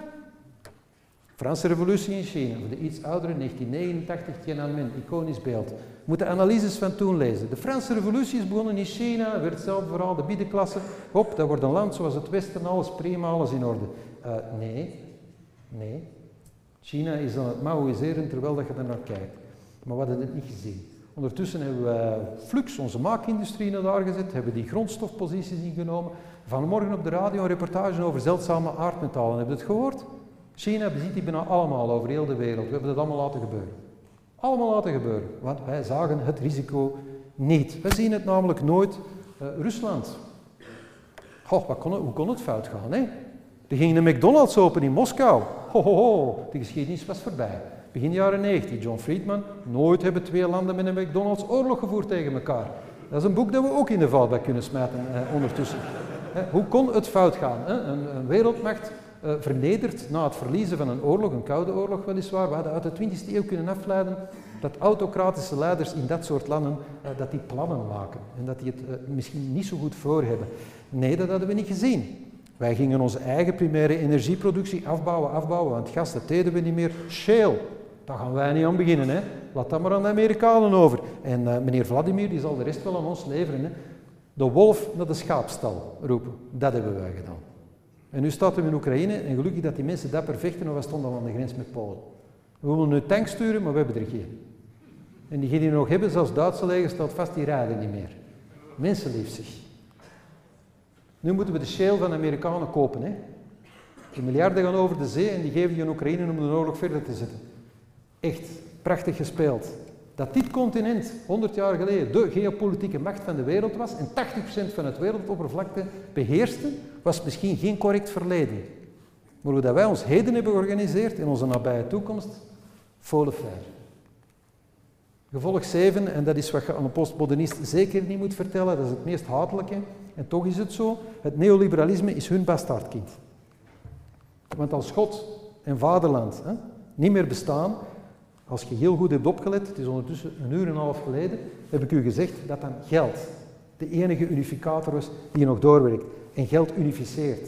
Franse revolutie in China, voor de iets oudere, negentien negenentachtig, Tiananmen, iconisch beeld. We moeten analyses van toen lezen. De Franse revolutie is begonnen in China, werd hetzelfde verhaal, de middenklasse. Hop, dat wordt een land zoals het Westen, alles prima, alles in orde. Uh, nee, nee. China is aan het maoïseren terwijl dat je er naar kijkt. Maar we hadden het niet gezien. Ondertussen hebben we Flux, onze maakindustrie, naar daar gezet, hebben die grondstofposities ingenomen. Vanmorgen op de radio een reportage over zeldzame aardmetalen. Heb je het gehoord? China bezit die bijna allemaal over heel de wereld. We hebben dat allemaal laten gebeuren. Allemaal laten gebeuren, want wij zagen het risico niet. We zien het namelijk nooit. Uh, Rusland. Goh, wat kon het, hoe kon het fout gaan, hè? Er ging een McDonald's open in Moskou. Ho, ho, ho, de geschiedenis was voorbij. Begin jaren negentig, John Friedman. Nooit hebben twee landen met een McDonald's oorlog gevoerd tegen elkaar. Dat is een boek dat we ook in de valbak kunnen smijten eh, ondertussen. Eh, hoe kon het fout gaan? Hè? Een, een wereldmacht uh, vernederd na het verliezen van een oorlog, een koude oorlog weliswaar. We hadden uit de twintigste eeuw kunnen afleiden dat autocratische leiders in dat soort landen, uh, dat die plannen maken. En dat die het uh, misschien niet zo goed voor hebben. Nee, dat hadden we niet gezien. Wij gingen onze eigen primaire energieproductie afbouwen, afbouwen, want gas, dat deden we niet meer. Shale, daar gaan wij niet aan beginnen, hè. Laat dat maar aan de Amerikanen over. En uh, meneer Vladimir, die zal de rest wel aan ons leveren, hè. De wolf naar de schaapstal roepen, dat hebben wij gedaan. En nu staat hij in Oekraïne, en gelukkig dat die mensen dapper vechten, of we stonden aan de grens met Polen. We willen nu tanks sturen, maar we hebben er geen. En diegenen die we nog hebben, zelfs Duitse leger stelt vast, die rijden niet meer. Mensen leeft zich. Nu moeten we de shale van de Amerikanen kopen. Hè? De miljarden gaan over de zee en die geven die aan Oekraïne om de oorlog verder te zetten. Echt prachtig gespeeld. Dat dit continent honderd jaar geleden de geopolitieke macht van de wereld was en tachtig procent van het wereldoppervlakte beheerste, was misschien geen correct verleden. Maar hoe dat wij ons heden hebben georganiseerd in onze nabije toekomst, folle faire. Gevolg zeven, en dat is wat je aan een postmodernist zeker niet moet vertellen, dat is het meest hatelijke, en toch is het zo, het neoliberalisme is hun bastaardkind. Want als God en vaderland hè, niet meer bestaan, als je heel goed hebt opgelet, het is ondertussen een uur en een half geleden, heb ik u gezegd dat dan geld de enige unificator is die nog doorwerkt. En geld unificeert.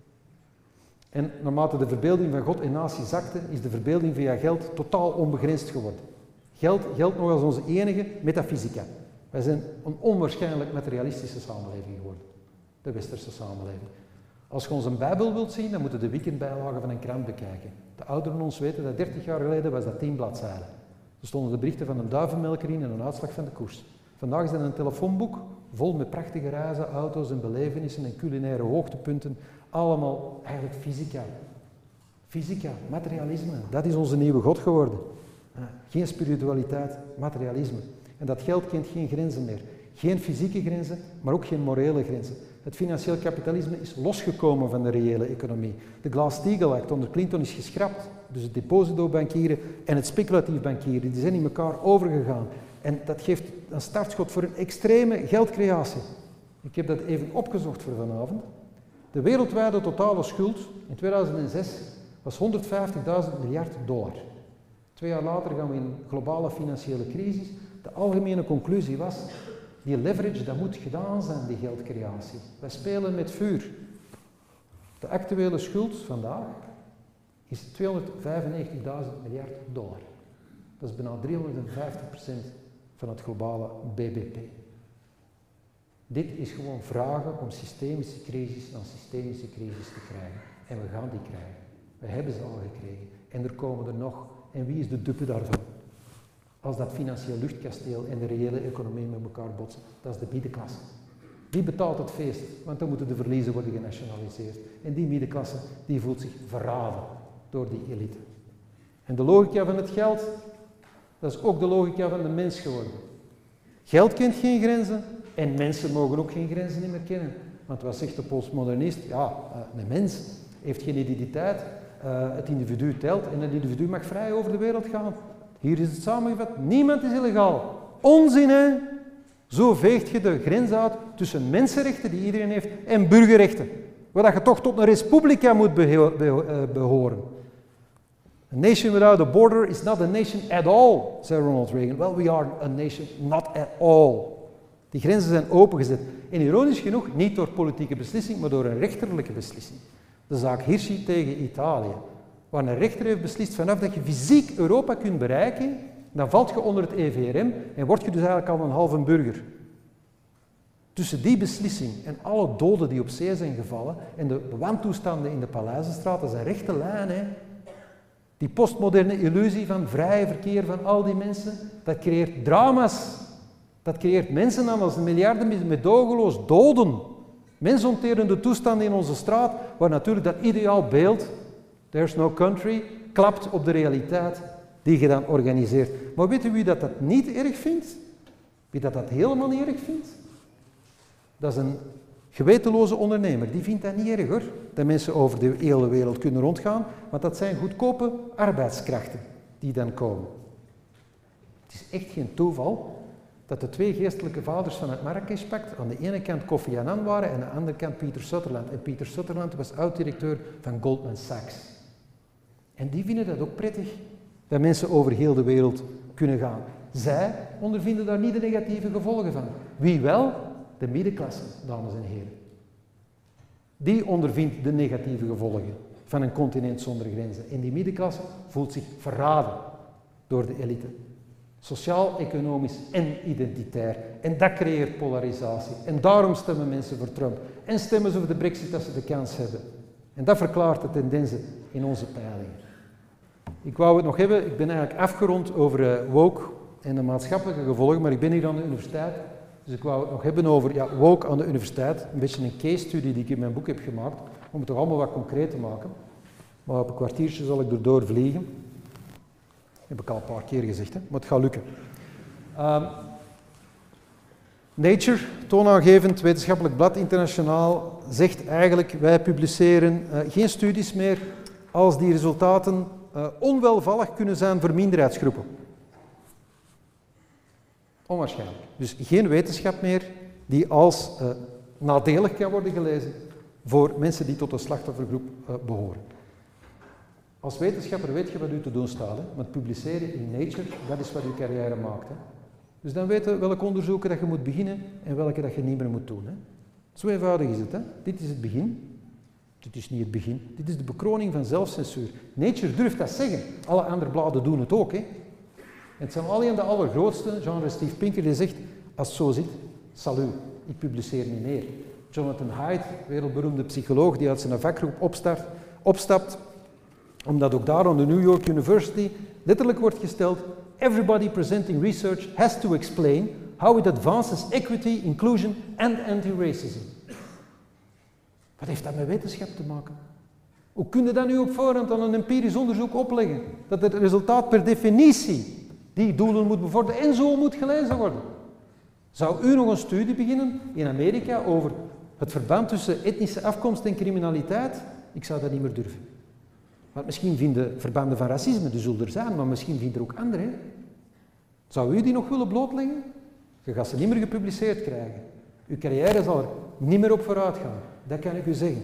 En naarmate de verbeelding van God en natie zakte, is de verbeelding via geld totaal onbegrensd geworden. Geld geldt nog als onze enige metafysica. Wij zijn een onwaarschijnlijk materialistische samenleving geworden. De westerse samenleving. Als je ons een Bijbel wilt zien, dan moeten we de weekendbijlagen van een krant bekijken. De ouderen ons weten dat dertig jaar geleden was dat tien bladzijden. Er stonden de berichten van een duivenmelker in en een uitslag van de koers. Vandaag is dat een telefoonboek, vol met prachtige reizen, auto's en belevenissen en culinaire hoogtepunten. Allemaal eigenlijk fysica. Fysica, materialisme, dat is onze nieuwe God geworden. Geen spiritualiteit, materialisme. En dat geld kent geen grenzen meer. Geen fysieke grenzen, maar ook geen morele grenzen. Het financieel kapitalisme is losgekomen van de reële economie. De Glass-Steagall-act onder Clinton is geschrapt. Dus het depositobankieren en het speculatief bankieren, die zijn in elkaar overgegaan. En dat geeft een startschot voor een extreme geldcreatie. Ik heb dat even opgezocht voor vanavond. De wereldwijde totale schuld in tweeduizend zes was honderdvijftigduizend miljard dollar. Twee jaar later gaan we in een globale financiële crisis. De algemene conclusie was, die leverage, dat moet gedaan zijn, die geldcreatie. Wij spelen met vuur. De actuele schuld vandaag is tweehonderdvijfennegentigduizend miljard dollar. Dat is bijna driehonderdvijftig procent van het globale B B P. Dit is gewoon vragen om systemische crisis dan systemische crisis te krijgen. En we gaan die krijgen. We hebben ze al gekregen. En er komen er nog. En wie is de dupe daarvan? Als dat financieel luchtkasteel en de reële economie met elkaar botsen, dat is de middenklasse. Die betaalt het feest, want dan moeten de verliezen worden genationaliseerd. En die middenklasse, die voelt zich verraden door die elite. En de logica van het geld, dat is ook de logica van de mens geworden. Geld kent geen grenzen en mensen mogen ook geen grenzen meer kennen. Want wat zegt de postmodernist? Ja, een mens heeft geen identiteit, uh, het individu telt en het individu mag vrij over de wereld gaan. Hier is het samengevat, niemand is illegaal. Onzin, hè? Zo veegt je de grens uit tussen mensenrechten, die iedereen heeft, en burgerrechten. Waar je toch tot een respublica moet beho beho behoren. A nation without a border is not a nation at all, zei Ronald Reagan. Well, we are a nation not at all. Die grenzen zijn opengezet. En ironisch genoeg, niet door politieke beslissing, maar door een rechterlijke beslissing. De zaak Hirschi tegen Italië. Waar een rechter heeft beslist, vanaf dat je fysiek Europa kunt bereiken, dan valt je onder het E V R M en word je dus eigenlijk al een halve burger. Tussen die beslissing en alle doden die op zee zijn gevallen en de wantoestanden in de Paleizenstraat, dat is een rechte lijn, hè. Die postmoderne illusie van vrije verkeer van al die mensen, dat creëert drama's. Dat creëert mensen aan als miljarden meedogenloos doden. Mensonterende toestanden in onze straat, waar natuurlijk dat ideaal beeld, there's no country, klapt op de realiteit die je dan organiseert. Maar weet u wie dat, dat niet erg vindt? Wie dat, dat helemaal niet erg vindt? Dat is een gewetenloze ondernemer. Die vindt dat niet erg, hoor. Dat mensen over de hele wereld kunnen rondgaan, want dat zijn goedkope arbeidskrachten die dan komen. Het is echt geen toeval dat de twee geestelijke vaders van het Marrakesh-pact aan de ene kant Kofi Annan waren en aan de andere kant Peter Sutherland. En Peter Sutherland was oud-directeur van Goldman Sachs. En die vinden dat ook prettig, dat mensen over heel de wereld kunnen gaan. Zij ondervinden daar niet de negatieve gevolgen van. Wie wel? De middenklasse, dames en heren. Die ondervindt de negatieve gevolgen van een continent zonder grenzen. En die middenklasse voelt zich verraden door de elite. Sociaal, economisch en identitair. En dat creëert polarisatie. En daarom stemmen mensen voor Trump. En stemmen ze voor de Brexit als ze de kans hebben. En dat verklaart de tendensen in onze peilingen. Ik wou het nog hebben, ik ben eigenlijk afgerond over uh, woke. en de maatschappelijke gevolgen, maar ik ben hier aan de universiteit, dus ik wou het nog hebben over ja, woke aan de universiteit. Een beetje een case study die ik in mijn boek heb gemaakt, om het toch allemaal wat concreet te maken. Maar op een kwartiertje zal ik erdoor vliegen. Dat heb ik al een paar keer gezegd, hè? Maar het gaat lukken. Um, Nature, toonaangevend wetenschappelijk blad internationaal, zegt eigenlijk, wij publiceren uh, geen studies meer als die resultaten uh, onwelvallig kunnen zijn voor minderheidsgroepen. Onwaarschijnlijk. Dus geen wetenschap meer die als uh, nadelig kan worden gelezen voor mensen die tot de slachtoffergroep uh, behoren. Als wetenschapper weet je wat u te doen staat, hè? Want publiceren in Nature, dat is wat uw carrière maakt. Hè? Dus dan weten we welke onderzoeken dat je moet beginnen en welke dat je niet meer moet doen. Hè? Zo eenvoudig is het. Hè? Dit is het begin. Dit is niet het begin. Dit is de bekroning van zelfcensuur. Nature durft dat zeggen. Alle andere bladen doen het ook. Hè? En het zijn alleen de allergrootste, genre Steve Pinker, die zegt, als het zo zit, salut, ik publiceer niet meer. Jonathan Haidt, wereldberoemde psycholoog, die uit zijn vakgroep opstart, opstapt, omdat ook daar aan de New York University letterlijk wordt gesteld, everybody presenting research has to explain how it advances equity, inclusion and anti-racism. Wat heeft dat met wetenschap te maken? Hoe kun je dat nu op voorhand aan een empirisch onderzoek opleggen? Dat het resultaat per definitie die doelen moet bevorderen en zo moet gelezen worden. Zou u nog een studie beginnen in Amerika over het verband tussen etnische afkomst en criminaliteit? Ik zou dat niet meer durven. Want misschien vinden verbanden van racisme, die zullen er zijn, maar misschien vinden er ook anderen. Hè? Zou u die nog willen blootleggen? Je gaat ze niet meer gepubliceerd krijgen. Uw carrière zal er niet meer op vooruit gaan. Dat kan ik u zeggen.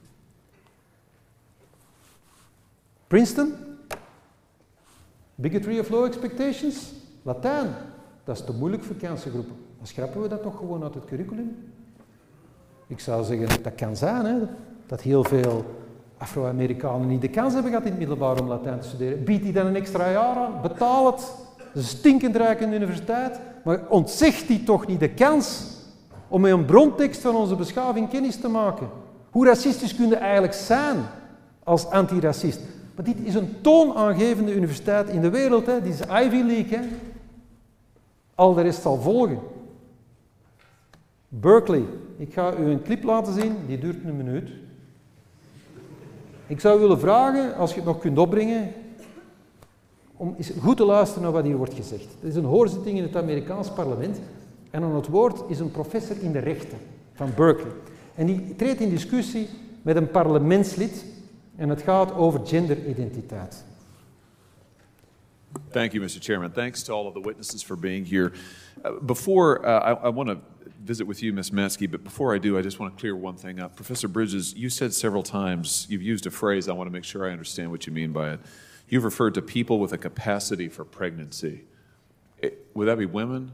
Princeton? Bigotry of low expectations? Latijn. Dat is te moeilijk voor kansengroepen. Dan schrappen we dat nog gewoon uit het curriculum. Ik zou zeggen, dat kan zijn, hè, dat heel veel Afro-Amerikanen niet de kans hebben gehad in het middelbaar om Latijn te studeren. Biedt die dan een extra jaar aan? Betaal het. Dat is een stinkend rijke universiteit. Maar ontzegt die toch niet de kans om met een brontekst van onze beschaving kennis te maken? Hoe racistisch kun je eigenlijk zijn als antiracist? Maar dit is een toonaangevende universiteit in de wereld. Hè. Dit is Ivy League. Hè. Al de rest zal volgen. Berkeley. Ik ga u een clip laten zien. Die duurt een minuut. Ik zou u willen vragen, als je het nog kunt opbrengen, om eens goed te luisteren naar wat hier wordt gezegd. Het is een hoorzitting in het Amerikaans parlement. En aan het woord is een professor in de rechten van Berkeley. En die treedt in discussie met een parlementslid. En het gaat over genderidentiteit. Thank you, Mister Chairman. Thanks to all of the witnesses for being here. Uh, before, uh, I, I want to visit with you, Miz Mansky, but before I do, I just want to clear one thing up. Professor Bridges, you said several times, you've used a phrase, I want to make sure I understand what you mean by it. You've referred to people with a capacity for pregnancy. It, would that be women?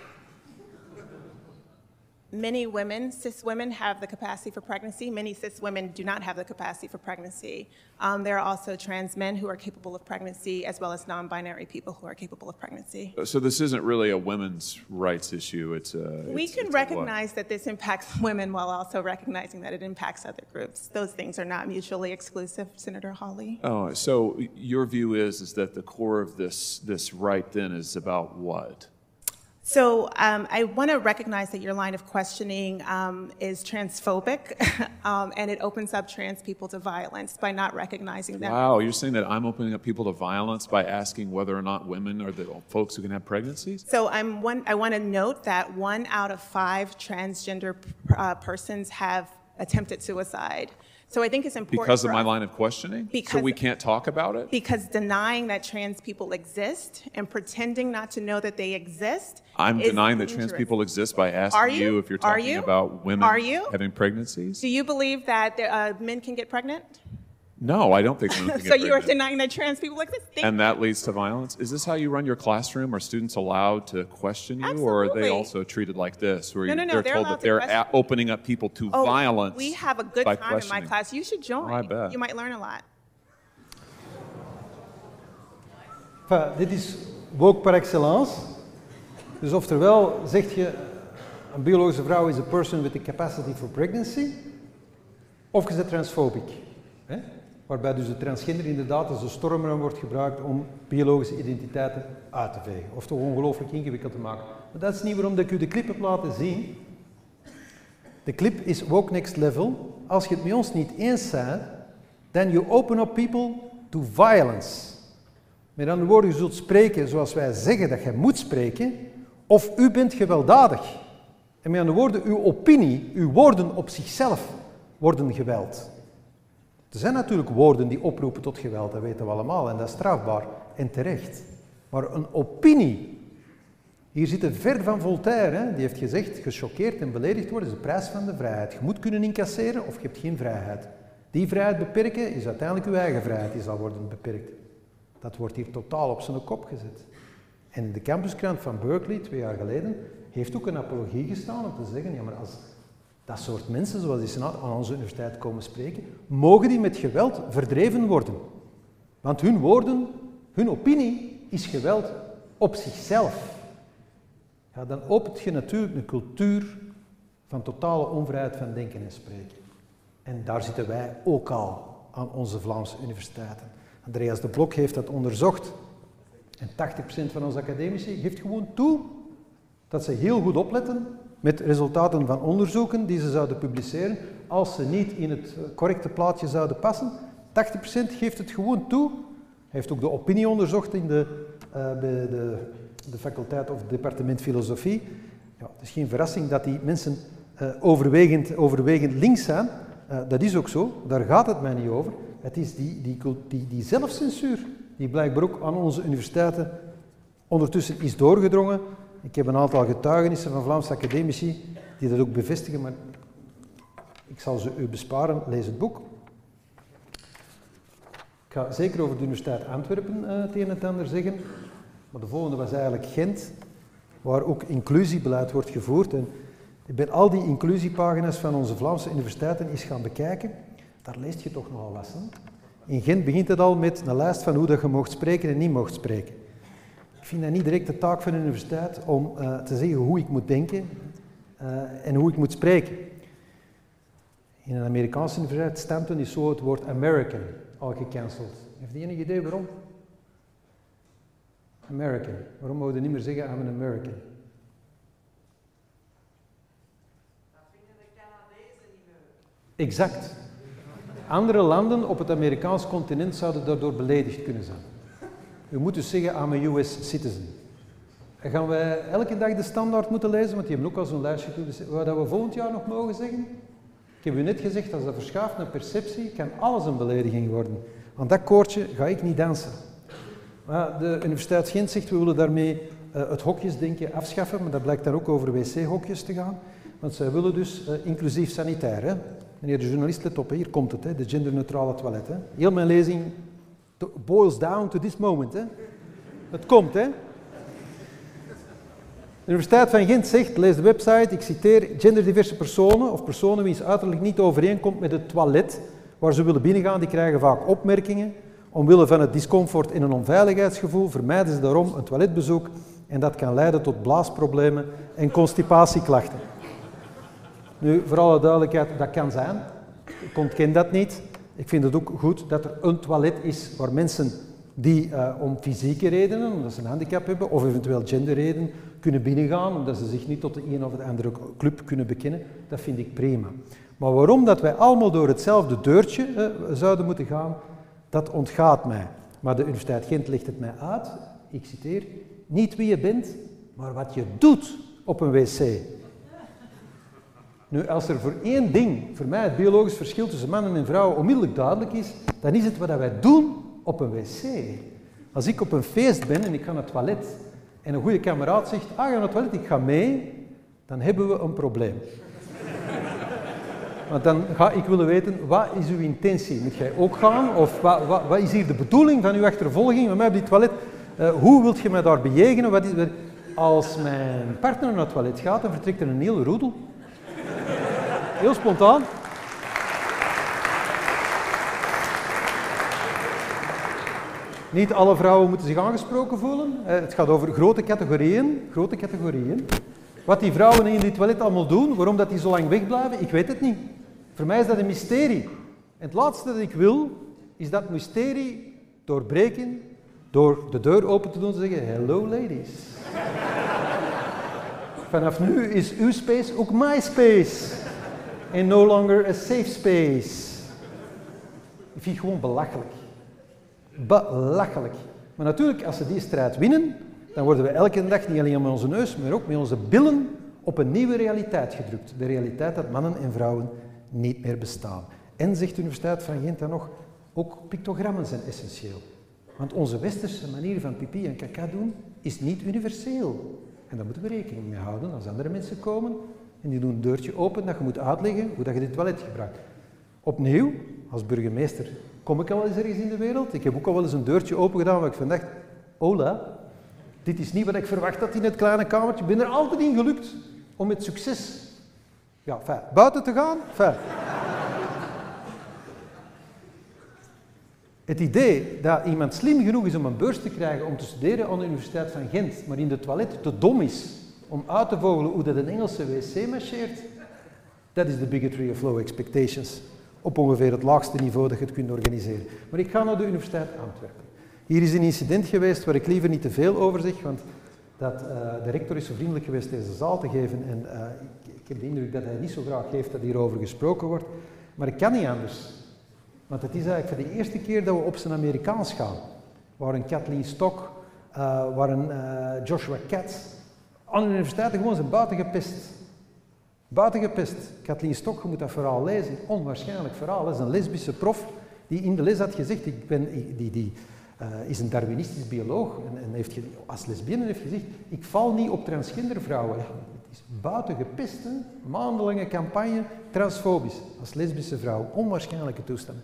Many women, cis women, have the capacity for pregnancy. Many cis women do not have the capacity for pregnancy. Um, there are also trans men who are capable of pregnancy, as well as non-binary people who are capable of pregnancy. So this isn't really a women's rights issue. It's a. We it's, can it's recognize that this impacts women while also recognizing that it impacts other groups. Those things are not mutually exclusive, Senator Hawley. Oh, so your view is is that the core of this this right then is about what? So um, I want to recognize that your line of questioning um, is transphobic, um, and it opens up trans people to violence by not recognizing them. Wow, you're saying that I'm opening up people to violence by asking whether or not women are the folks who can have pregnancies? So I'm one, I want to note that one out of five transgender uh, persons have attempted suicide. So I think it's important because of my us, line of questioning? Because, so we can't talk about it? Because denying that trans people exist and pretending not to know that they exist I'm is denying that dangerous. trans people exist by asking Are you? you if you're Are talking you? about women Are you? having pregnancies. Do you believe that uh, men can get pregnant? No, I don't think women can get So you are pregnant. denying that trans people exist? Thank And that leads to violence? Is this how you run your classroom? Are students allowed to question you? Or are they Absolutely. also treated like this, where No, you- no, no, they're they're told allowed that to they're question. a- opening up people to Oh, violence we have a good by time in my questioning? class. You should join. Oh, I bet. You might learn a lot. Enfin, dit is woke par excellence. Dus oftewel zeg je, een biologische vrouw is a person with the capacity for pregnancy, of je bent transfobic. Hè? waarbij dus de transgender inderdaad als een stormram wordt gebruikt om biologische identiteiten uit te vegen, of toch ongelooflijk ingewikkeld te maken. Maar dat is niet waarom ik u de clip heb laten zien. De clip is Woke Next Level. Als je het met ons niet eens bent, then you open up people to violence. Met andere woorden, je zult spreken zoals wij zeggen dat je moet spreken, of u bent gewelddadig. En met andere woorden, uw opinie, uw woorden op zichzelf worden geweld. Er zijn natuurlijk woorden die oproepen tot geweld, dat weten we allemaal, en dat is strafbaar en terecht. Maar een opinie, hier zit er ver van Voltaire, hè? Die heeft gezegd, gechoqueerd en beledigd worden is de prijs van de vrijheid. Je moet kunnen incasseren of je hebt geen vrijheid. Die vrijheid beperken is uiteindelijk uw eigen vrijheid die zal worden beperkt. Dat wordt hier totaal op zijn kop gezet. En de campuskrant van Berkeley, twee jaar geleden, heeft ook een apologie gestaan om te zeggen, ja maar als dat soort mensen, zoals die senaat, aan onze universiteit komen spreken, mogen die met geweld verdreven worden. Want hun woorden, hun opinie is geweld op zichzelf. Ja, dan opent je natuurlijk een cultuur van totale onvrijheid van denken en spreken. En daar zitten wij ook al aan onze Vlaamse universiteiten. Andreas de Blok heeft dat onderzocht. En tachtig procent van onze academici geeft gewoon toe dat ze heel goed opletten met resultaten van onderzoeken die ze zouden publiceren, als ze niet in het correcte plaatje zouden passen. tachtig procent geeft het gewoon toe. Hij heeft ook de opinie onderzocht in de, uh, bij de, de faculteit of het departement filosofie. Ja, het is geen verrassing dat die mensen uh, overwegend, overwegend links zijn. Uh, dat is ook zo, daar gaat het mij niet over. Het is die, die, die, die zelfcensuur die blijkbaar ook aan onze universiteiten ondertussen is doorgedrongen. Ik heb een aantal getuigenissen van Vlaamse academici die dat ook bevestigen, maar ik zal ze u besparen. Lees het boek. Ik ga zeker over de Universiteit Antwerpen uh, het een en het ander zeggen. Maar de volgende was eigenlijk Gent, waar ook inclusiebeleid wordt gevoerd. En ik ben al die inclusiepagina's van onze Vlaamse universiteiten eens gaan bekijken. Daar leest je toch nogal wat. Hè? In Gent begint het al met een lijst van hoe dat je mocht spreken en niet mocht spreken. Ik vind dat niet direct de taak van de universiteit om uh, te zeggen hoe ik moet denken uh, en hoe ik moet spreken. In een Amerikaanse universiteit, Stanton, is zo het woord American al gecanceld. Heeft die enig idee waarom? American. Waarom mogen we niet meer zeggen I'm an American? Dat vinden de Canadezen niet meer. Exact. Andere landen op het Amerikaans continent zouden daardoor beledigd kunnen zijn. U moet dus zeggen I'm a U S citizen. En gaan wij elke dag de Standaard moeten lezen, want die hebben ook al zo'n lijstje toe. Wat we volgend jaar nog mogen zeggen? Ik heb u net gezegd, als dat verschuift naar perceptie, kan alles een belediging worden. Aan dat koordje ga ik niet dansen. Maar de Universiteit Gent zegt, we willen daarmee uh, het hokjesdenken afschaffen, maar dat blijkt dan ook over wc-hokjes te gaan. Want zij willen dus uh, inclusief sanitair. Hè? Meneer de journalist, let op, hè? Hier komt het, hè? De genderneutrale toilet. Hè? Heel mijn lezing boils down to this moment. Hè? Het komt, hè? De Universiteit van Gent zegt, lees de website, ik citeer, genderdiverse personen of personen wiens uiterlijk niet overeenkomt met het toilet waar ze willen binnengaan, die krijgen vaak opmerkingen. Omwille van het discomfort en een onveiligheidsgevoel vermijden ze daarom een toiletbezoek en dat kan leiden tot blaasproblemen en constipatieklachten. Nu, voor alle duidelijkheid, dat kan zijn. Ik ontken dat niet. Ik vind het ook goed dat er een toilet is waar mensen die uh, om fysieke redenen, omdat ze een handicap hebben, of eventueel genderredenen, kunnen binnengaan, omdat ze zich niet tot de een of de andere club kunnen bekennen. Dat vind ik prima. Maar waarom dat wij allemaal door hetzelfde deurtje uh, zouden moeten gaan, dat ontgaat mij. Maar de Universiteit Gent legt het mij uit, ik citeer, niet wie je bent, maar wat je doet op een wc. Nu, als er voor één ding, voor mij het biologisch verschil tussen mannen en vrouwen onmiddellijk duidelijk is, dan is het wat wij doen op een wc. Als ik op een feest ben en ik ga naar het toilet en een goede kameraad zegt, ah, ga naar het toilet, ik ga mee, dan hebben we een probleem. Want dan ga ik willen weten, wat is uw intentie? Moet jij ook gaan? Of wat, wat, wat is hier de bedoeling van uw achtervolging met mij op die toilet? Uh, hoe wilt je mij daar bejegenen? Wat is, als mijn partner naar het toilet gaat, dan vertrekt er een hele roedel. Heel spontaan. Niet alle vrouwen moeten zich aangesproken voelen. Uh, het gaat over grote categorieën. Grote categorieën. Wat die vrouwen in die toilet allemaal doen, waarom dat die zo lang wegblijven, ik weet het niet. Voor mij is dat een mysterie. En het laatste dat ik wil, is dat mysterie doorbreken door de deur open te doen en te zeggen, hello ladies. Vanaf nu is uw space ook my space. En no longer a safe space. Ik vind het gewoon belachelijk. Belachelijk. Maar natuurlijk, als ze die strijd winnen, dan worden we elke dag niet alleen met onze neus, maar ook met onze billen op een nieuwe realiteit gedrukt. De realiteit dat mannen en vrouwen niet meer bestaan. En, zegt de Universiteit van Gent dan nog, ook pictogrammen zijn essentieel. Want onze westerse manier van pipi en kaka doen is niet universeel. En daar moeten we rekening mee houden als andere mensen komen en die doen een deurtje open dat je moet uitleggen hoe dat je dit toilet gebruikt. Opnieuw, als burgemeester kom ik al wel eens ergens in de wereld. Ik heb ook al wel eens een deurtje open gedaan waar ik van dacht, hola, dit is niet wat ik verwacht had in het kleine kamertje. Ik ben er altijd in gelukt om met succes ja, fijn, buiten te gaan. Fijn. Het idee dat iemand slim genoeg is om een beurs te krijgen om te studeren aan de Universiteit van Gent, maar in de toilet te dom is om uit te vogelen hoe dat een Engelse wc marcheert, dat is de bigotry of low expectations. Op ongeveer het laagste niveau dat je het kunt organiseren. Maar ik ga naar de Universiteit Antwerpen. Hier is een incident geweest waar ik liever niet te veel over zeg, want dat, uh, de rector is zo vriendelijk geweest deze zaal te geven en uh, ik, ik heb de indruk dat hij niet zo graag heeft dat hierover gesproken wordt. Maar ik kan niet anders. Want het is eigenlijk voor de eerste keer dat we op zijn Amerikaans gaan. Waar een Kathleen Stock, uh, waar een uh, Joshua Katz aan de universiteiten gewoon zijn buiten gepest. Buiten gepest. Kathleen Stock, je moet dat verhaal lezen. Onwaarschijnlijk verhaal. Dat is een lesbische prof die in de les had gezegd, ik ben, die, die uh, is een Darwinistisch bioloog en, en heeft, als lesbienne heeft gezegd, ik val niet op transgender vrouwen. Ja, het is buiten gepest, hè? Maandenlange campagne, transfobisch. Als lesbische vrouw, onwaarschijnlijke toestanden.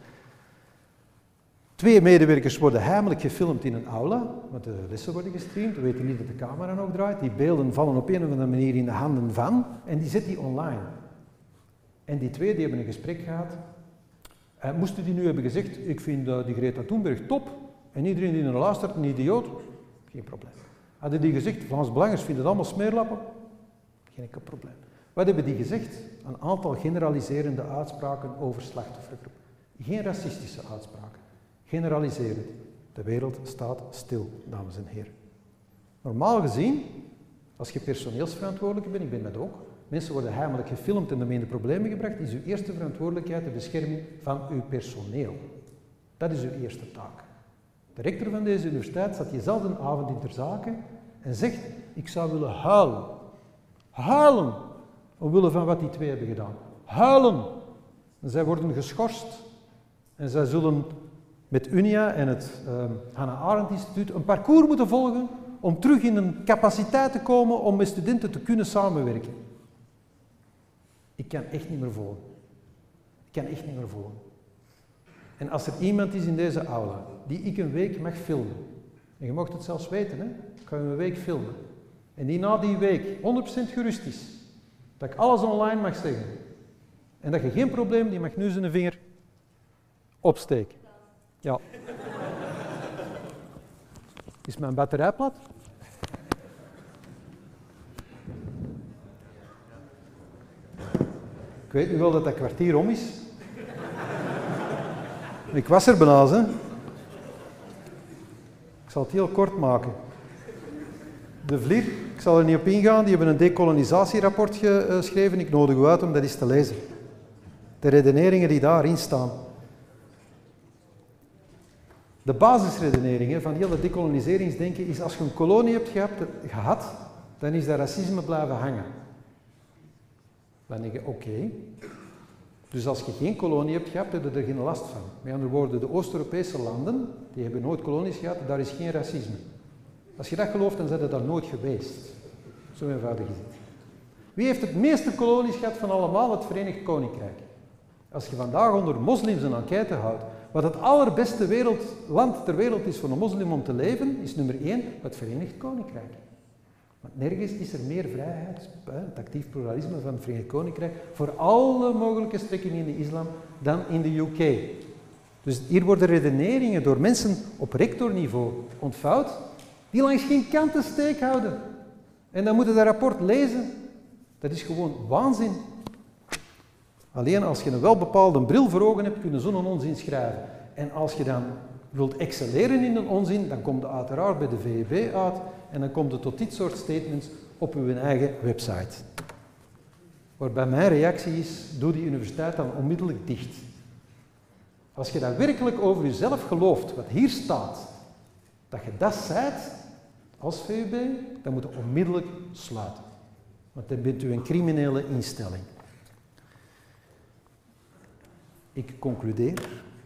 Twee medewerkers worden heimelijk gefilmd in een aula, want de lessen worden gestreamd, we weten niet dat de camera nog draait. Die beelden vallen op een of andere manier in de handen van en die zet die online. En die twee die hebben een gesprek gehad. Uh, moesten die nu hebben gezegd, ik vind uh, die Greta Thunberg top en iedereen die naar luistert een idioot? Geen probleem. Hadden die gezegd, Vlaams Belangers vinden het allemaal smeerlappen? Geen enkel probleem. Wat hebben die gezegd? Een aantal generaliserende uitspraken over slachtoffergroepen. Geen racistische uitspraken. Generaliserend. De wereld staat stil, dames en heren. Normaal gezien, als je personeelsverantwoordelijke bent, ik ben dat ook, mensen worden heimelijk gefilmd en daarmee in de problemen gebracht, is uw eerste verantwoordelijkheid de bescherming van uw personeel. Dat is uw eerste taak. De rector van deze universiteit zat diezelfde avond in ter zake en zegt, ik zou willen huilen. Huilen! Omwille van wat die twee hebben gedaan. Huilen! En zij worden geschorst en zij zullen met Unia en het uh, Hannah Arendt Instituut een parcours moeten volgen om terug in een capaciteit te komen om met studenten te kunnen samenwerken. Ik kan echt niet meer volgen. Ik kan echt niet meer volgen. En als er iemand is in deze aula die ik een week mag filmen, en je mag het zelfs weten, hè? Ik ga je een week filmen, en die na die week honderd procent gerust is, dat ik alles online mag zeggen, en dat je geen probleem, die mag nu zijn vinger opsteken. Ja. Is mijn batterij plat? Ik weet nu wel dat dat kwartier om is. Ik was er bijna, hè. Ik zal het heel kort maken. De V L I R, ik zal er niet op ingaan, die hebben een decolonisatierapport geschreven. Ik nodig u uit om dat eens te lezen. De redeneringen die daarin staan. De basisredenering van heel het decoloniseringsdenken is als je een kolonie hebt gehad, dan is dat racisme blijven hangen. Dan denk je, oké. Okay. Dus als je geen kolonie hebt gehad, heb je er geen last van. Met andere woorden, de Oost-Europese landen, die hebben nooit kolonies gehad, daar is geen racisme. Als je dat gelooft, dan zijn ze daar nooit geweest. Zo eenvoudig is het. Wie heeft het meeste kolonies gehad van allemaal? Het Verenigd Koninkrijk. Als je vandaag onder moslims een enquête houdt, wat het allerbeste wereld, land ter wereld is voor een moslim om te leven, is nummer één het Verenigd Koninkrijk. Want nergens is er meer vrijheid, het actief pluralisme van het Verenigd Koninkrijk, voor alle mogelijke strekkingen in de islam, dan in de U K. Dus hier worden redeneringen door mensen op rectorniveau ontvouwd, die langs geen kanten steek houden. En dan moeten dat rapport lezen. Dat is gewoon waanzin. Alleen als je een welbepaalde bril voor ogen hebt, kun je zo'n onzin schrijven. En als je dan wilt excelleren in een onzin, dan komt het uiteraard bij de V E B uit en dan komt het tot dit soort statements op uw eigen website. Waarbij mijn reactie is, doe die universiteit dan onmiddellijk dicht. Als je dat werkelijk over jezelf gelooft, wat hier staat, dat je dat zijt als V U B, dan moet je onmiddellijk sluiten. Want dan bent u een criminele instelling. Ik concludeer.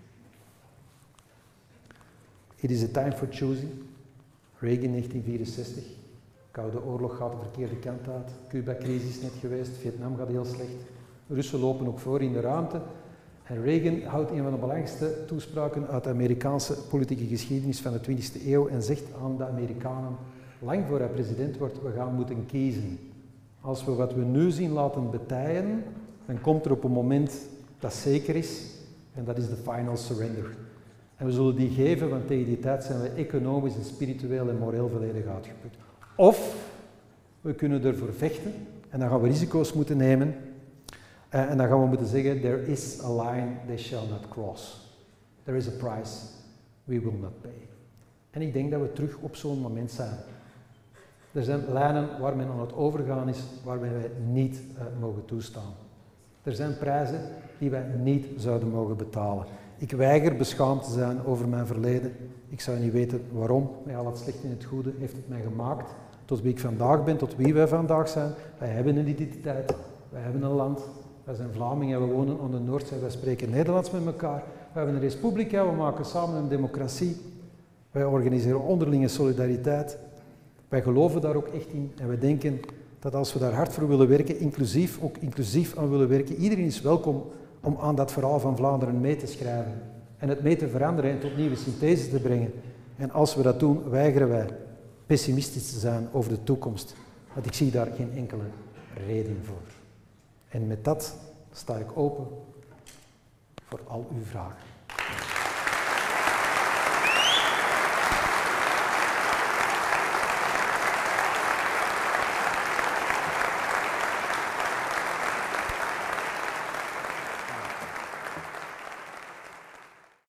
It is a time for choosing. Reagan negentien vierenzestig. Koude oorlog gaat de verkeerde kant uit. Cuba-crisis net geweest. Vietnam gaat heel slecht. Russen lopen ook voor in de ruimte. En Reagan houdt een van de belangrijkste toespraken uit de Amerikaanse politieke geschiedenis van de twintigste eeuw en zegt aan de Amerikanen, lang voor hij president wordt, we gaan moeten kiezen. Als we wat we nu zien laten betijen, dan komt er op een moment dat zeker is en dat is de final surrender. En we zullen die geven, want tegen die tijd zijn we economisch en spiritueel en moreel volledig uitgeput. Of we kunnen ervoor vechten en dan gaan we risico's moeten nemen. Uh, en dan gaan we moeten zeggen, there is a line they shall not cross. There is a price we will not pay. En ik denk dat we terug op zo'n moment zijn. Er zijn lijnen waar men aan het overgaan is, waar wij niet uh, mogen toestaan. Er zijn prijzen die wij niet zouden mogen betalen. Ik weiger beschaamd te zijn over mijn verleden. Ik zou niet weten waarom. Met al het slecht en het goede heeft het mij gemaakt tot wie ik vandaag ben, tot wie wij vandaag zijn. Wij hebben een identiteit, wij hebben een land. Wij zijn Vlamingen, we wonen aan de Noordzee, wij spreken Nederlands met elkaar. We hebben een Respublica, we maken samen een democratie. Wij organiseren onderlinge solidariteit. Wij geloven daar ook echt in en we denken dat als we daar hard voor willen werken, inclusief, ook inclusief aan willen werken, iedereen is welkom om aan dat verhaal van Vlaanderen mee te schrijven en het mee te veranderen en tot nieuwe synthese te brengen. En als we dat doen, weigeren wij pessimistisch te zijn over de toekomst, want ik zie daar geen enkele reden voor. En met dat sta ik open voor al uw vragen.